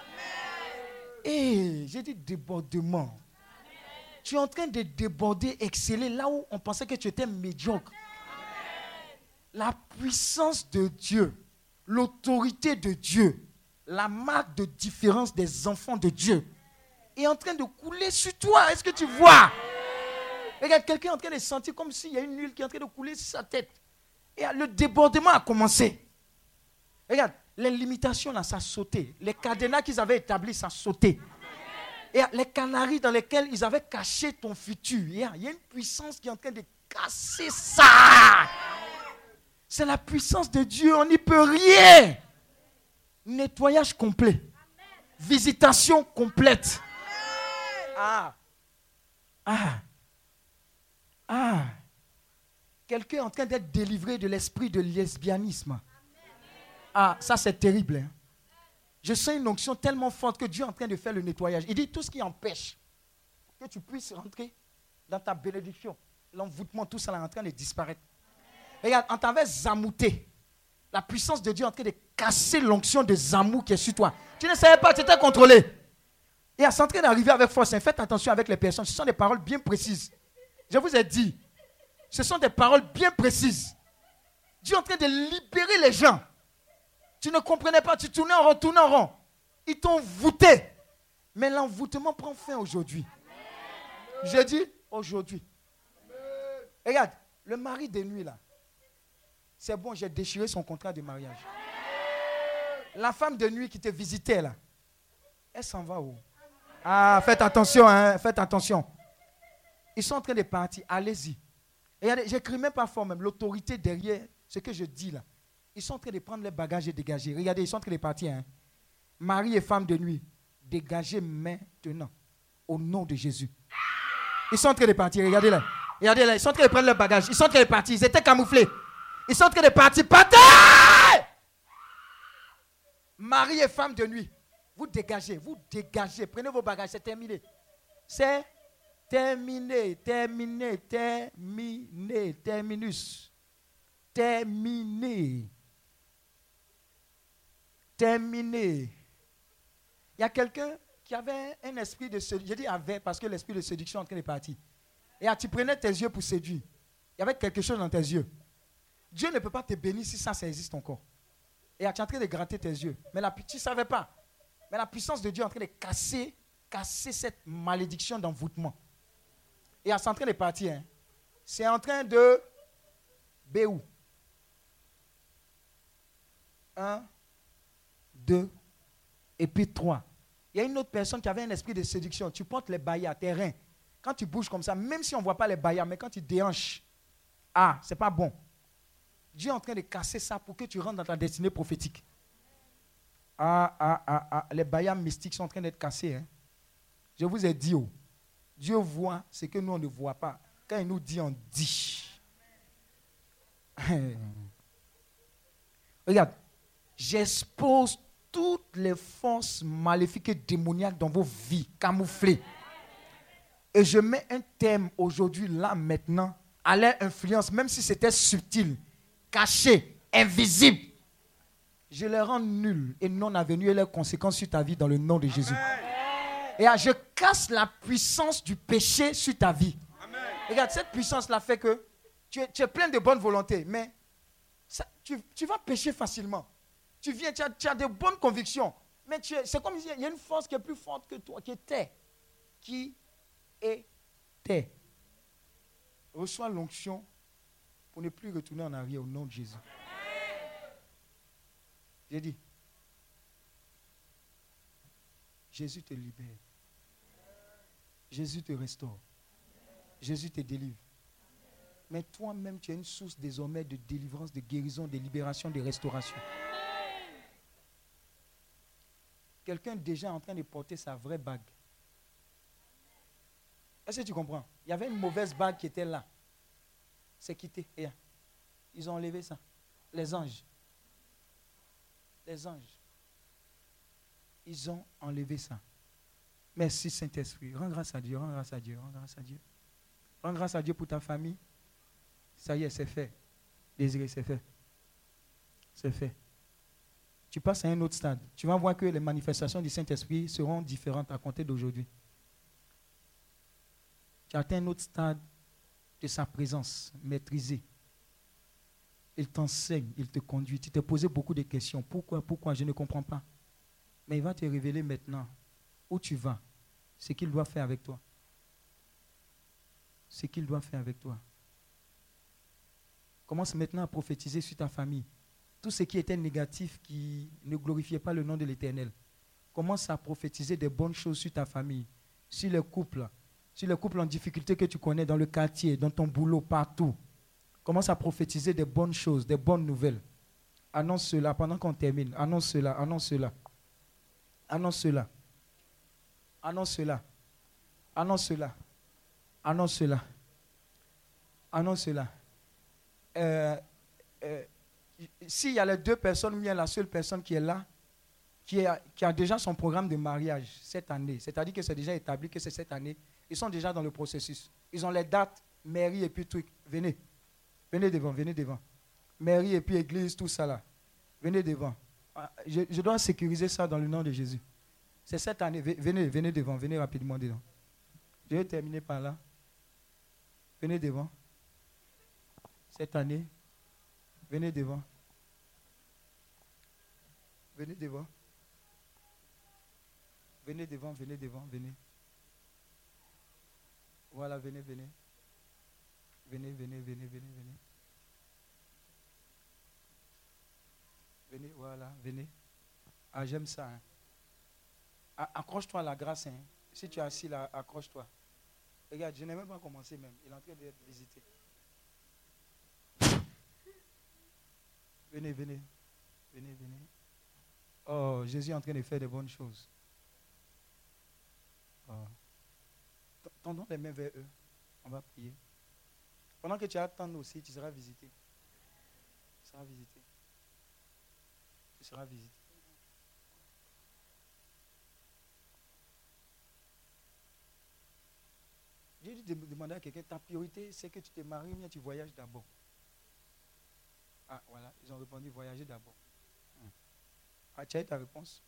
Et j'ai dit débordement. Amen. Tu es en train de déborder, exceller là où on pensait que tu étais médiocre. Amen. La puissance de Dieu, l'autorité de Dieu, la marque de différence des enfants de Dieu est en train de couler sur toi. Est-ce que tu vois? Regarde, quelqu'un est en train de sentir comme s'il y a une huile qui est en train de couler sur sa tête. Et le débordement a commencé. Regarde. Les limitations, là, ça a sauté. Les cadenas qu'ils avaient établis, ça a sauté. Et les canaries dans lesquels ils avaient caché ton futur. Il y a une puissance qui est en train de casser ça. C'est la puissance de Dieu. On n'y peut rien. Nettoyage complet. Visitation complète. Ah. Ah. Ah. Quelqu'un est en train d'être délivré de l'esprit de lesbianisme. Ah, ça c'est terrible. Hein? Je sens une onction tellement forte que Dieu est en train de faire le nettoyage. Il dit tout ce qui empêche que tu puisses rentrer dans ta bénédiction, l'envoûtement, tout ça est en train de disparaître. Regarde, on t'avait zamouté. La puissance de Dieu est en train de casser l'onction de zamou qui est sur toi. Tu ne savais pas, tu étais contrôlé. Et c'est en train d'arriver avec force. Hein? Faites attention avec les personnes. Ce sont des paroles bien précises. Je vous ai dit, ce sont des paroles bien précises. Dieu est en train de libérer les gens. Tu ne comprenais pas, tu tournais en rond, tournais en rond. Ils t'ont voûté. Mais l'envoûtement prend fin aujourd'hui. Je dis aujourd'hui. Regarde, le mari de nuit là. C'est bon, j'ai déchiré son contrat de mariage. La femme de nuit qui te visitait là. Elle s'en va où? Ah, faites attention, hein, faites attention. Ils sont en train de partir, allez-y. Regardez, j'écris même pas fort même, l'autorité derrière ce que je dis là. Ils sont en train de prendre les bagages et dégager. Regardez, ils sont en train de partir. Hein. Mari et femme de nuit, dégagez maintenant. Au nom de Jésus. Ils sont en train de partir. Regardez là. Regardez là. Ils sont en train de prendre leurs bagages. Ils sont en train de partir. Ils étaient camouflés. Ils sont en train de partir. Partez! Mari et femme de nuit. Vous dégagez. Vous dégagez. Prenez vos bagages. C'est terminé. C'est terminé. Terminé. Terminé. Terminus. Terminé. Terminé. Il y a quelqu'un qui avait un esprit de séduction. Je dis avait parce que l'esprit de séduction est en train de partir. Et tu prenais tes yeux pour séduire. Il y avait quelque chose dans tes yeux. Dieu ne peut pas te bénir si ça, ça existe encore. Et tu es en train de gratter tes yeux. Mais la, tu ne savais pas. Mais la puissance de Dieu est en train de casser, casser cette malédiction d'envoûtement. Et c'est en train de partir. Hein. C'est en train de... Béou. Un, deux, et puis trois. Il y a une autre personne qui avait un esprit de séduction. Tu portes les baillards, tes reins. Quand tu bouges comme ça, même si on ne voit pas les baillards, mais quand tu déhanches, ah, c'est pas bon. Dieu est en train de casser ça pour que tu rentres dans ta destinée prophétique. Ah, ah, ah, ah. Les baïams mystiques sont en train d'être cassés. Hein. Je vous ai dit, oh, Dieu voit ce que nous, on ne voit pas. Quand il nous dit, on dit. Regarde, j'expose toutes les forces maléfiques et démoniaques dans vos vies, camouflées. Et je mets un thème aujourd'hui, là, maintenant, à leur influence, même si c'était subtil, caché, invisible. Je les rends nuls et non avenus et leurs conséquences sur ta vie dans le nom de Jésus. Et là, je casse la puissance du péché sur ta vie. Amen. Regarde, cette puissance-là fait que tu es, tu es plein de bonne volonté, mais ça, tu, tu vas pécher facilement. Tu viens, tu as, tu as de bonnes convictions, mais tu es, c'est comme s'il y a une force qui est plus forte que toi, qui était, qui était. Reçois l'onction pour ne plus retourner en arrière au nom de Jésus. J'ai dit, Jésus te libère. Jésus te restaure. Jésus te délivre. Mais toi-même, tu as une source désormais de délivrance, de guérison, de libération, de restauration. Quelqu'un est déjà en train de porter sa vraie bague. Est-ce que tu comprends? Il y avait une mauvaise bague qui était là. C'est quitté. Et ils ont enlevé ça. Les anges. Les anges. Ils ont enlevé ça. Merci Saint-Esprit. Rends grâce à Dieu, rends grâce à Dieu, rends grâce à Dieu. Rends grâce à Dieu pour ta famille. Ça y est, c'est fait. Désiré, c'est fait. C'est fait. Tu passes à un autre stade. Tu vas voir que les manifestations du Saint-Esprit seront différentes à compter d'aujourd'hui. Tu atteins un autre stade de sa présence maîtrisée. Il t'enseigne, il te conduit. Tu t'es posé beaucoup de questions. Pourquoi, pourquoi, je ne comprends pas. Mais il va te révéler maintenant où tu vas, ce qu'il doit faire avec toi. Ce qu'il doit faire avec toi. Commence maintenant à prophétiser sur ta famille. Tout ce qui était négatif, qui ne glorifiait pas le nom de l'Éternel. Commence à prophétiser des bonnes choses sur ta famille, sur les couples, sur les couples en difficulté que tu connais dans le quartier, dans ton boulot, partout. Commence à prophétiser des bonnes choses, des bonnes nouvelles. Annonce cela pendant qu'on termine. Annonce cela, annonce cela. Annonce cela. Annonce cela. Annonce cela. Annonce cela. Annonce cela. Euh, euh, S'il y a les deux personnes, ou bien la seule personne qui est là, qui, est, qui a déjà son programme de mariage cette année, c'est-à-dire que c'est déjà établi que c'est cette année, ils sont déjà dans le processus. Ils ont les dates, mairie et puis truc. Venez. Venez devant, venez devant. Mairie et puis église, tout ça là. Venez devant. Je, je dois sécuriser ça dans le nom de Jésus. C'est cette année. Venez, venez devant, venez rapidement devant. Je vais terminer par là. Venez devant. Cette année. Venez devant. Venez devant. Venez devant, venez devant, venez. Voilà, venez, venez. Venez, venez, venez, venez, venez. Venez, voilà, venez. Ah, j'aime ça. Hein. Accroche-toi à la grâce. Hein. Si tu es assis là, accroche-toi. Regarde, je n'ai même pas commencé même. Il est en train d'être visité. Venez, venez. Venez, venez. Oh, Jésus est en train de faire de bonnes choses. Oh. Tendons les mains vers eux. On va prier. Pendant que tu attends aussi, tu seras visité. Tu seras visité. Tu seras visité. J'ai dû demander à quelqu'un, ta priorité, c'est que tu te maries ou bien tu voyages d'abord. Ah, voilà, ils ont répondu, voyager d'abord. Hum. Ah, tu as eu ta réponse?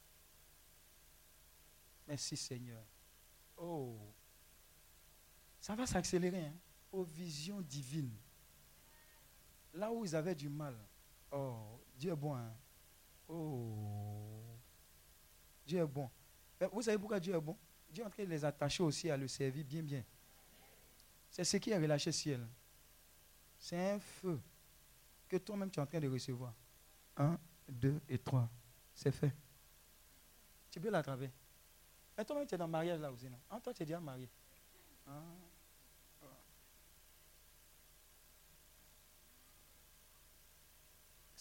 Merci Seigneur. Oh, ça va s'accélérer, hein? Aux visions divines. Là où ils avaient du mal. Oh, Dieu est bon, hein? Oh, Dieu est bon. Mais vous savez pourquoi Dieu est bon? Dieu est en train de les attacher aussi à le servir bien, bien. C'est ce qui est relâché ciel. C'est un feu que toi-même tu es en train de recevoir. Un, deux et trois. C'est fait. Tu peux l'attraper. Mais toi-même tu es dans le mariage là aussi, non? Ah, toi tu es déjà marié. Ah. Ah.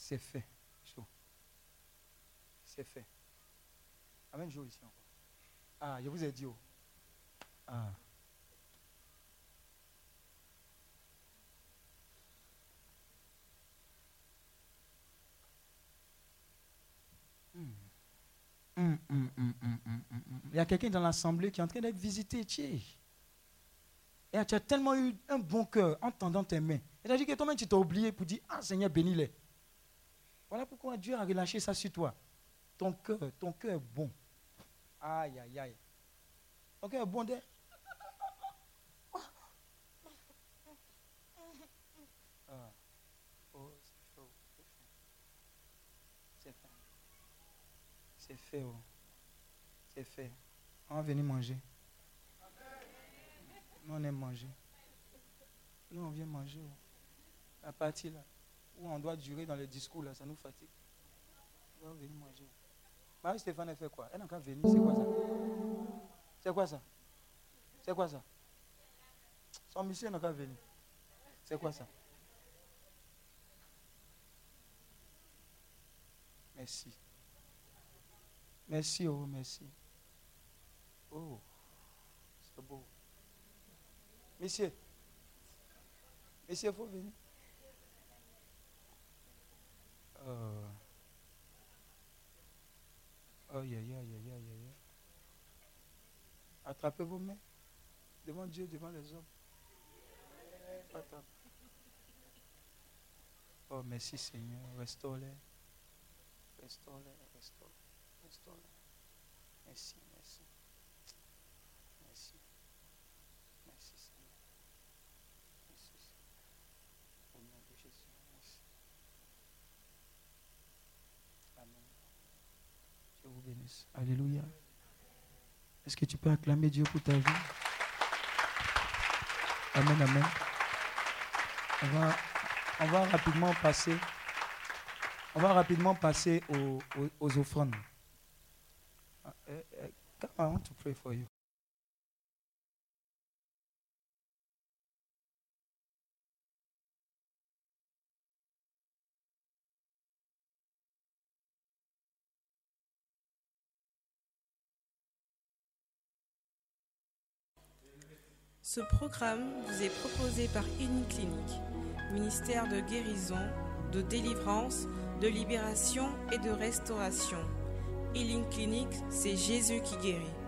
C'est fait. Chaud. C'est fait. Amène Joe ici encore. Ah, je vous ai dit. Oh. Ah. Hmm. Hum, hum, hum, hum, hum, hum, hum. Il y a quelqu'un dans l'assemblée qui est en train d'être visité. Tiens. Et tu as tellement eu un bon cœur en tendant tes mains. C'est-à-dire que toi-même, tu t'as oublié pour dire, ah Seigneur, bénis-les. Voilà pourquoi Dieu a relâché ça sur toi. Ton cœur, ton cœur est bon. Aïe, aïe, aïe. Ton cœur est bon d'être. Ah. Oh, c'est fait. C'est fait. C'est fait. Oh. C'est fait. On va venir manger. Nous, on aime manger. Nous, on vient manger. Oh. La partie là, où on doit durer dans le discours, là, ça nous fatigue. On va venir manger. Marie-Stéphane, elle fait quoi? Elle n'a qu'à venir. C'est quoi ça? C'est quoi ça? C'est quoi ça? Son monsieur n'a qu'à venir. C'est quoi ça? Merci. Merci, oh, merci. Oh, c'est beau. Monsieur, monsieur, il faut venir. Oh, oh, yeah, yeah, yeah, yeah, yeah. Attrapez vos mains devant Dieu, devant les hommes. Attends. Oh, merci Seigneur. Restaure-les. Restaure-les, restaure-les, restaure-les. Merci, merci. Merci. Merci Seigneur. Merci Seigneur. Au nom de Jésus, merci. Amen. Je vous bénisse. Alléluia. Est-ce que tu peux acclamer Dieu pour ta vie? Amen, amen. On va, on va rapidement passer, on va rapidement passer aux, aux, aux offrandes. Uh, uh, come, I want to pray for you.
Ce programme vous est proposé par Uniclinique, ministère de guérison, de délivrance, de libération et de restauration. Healing Clinic, c'est Jésus qui guérit.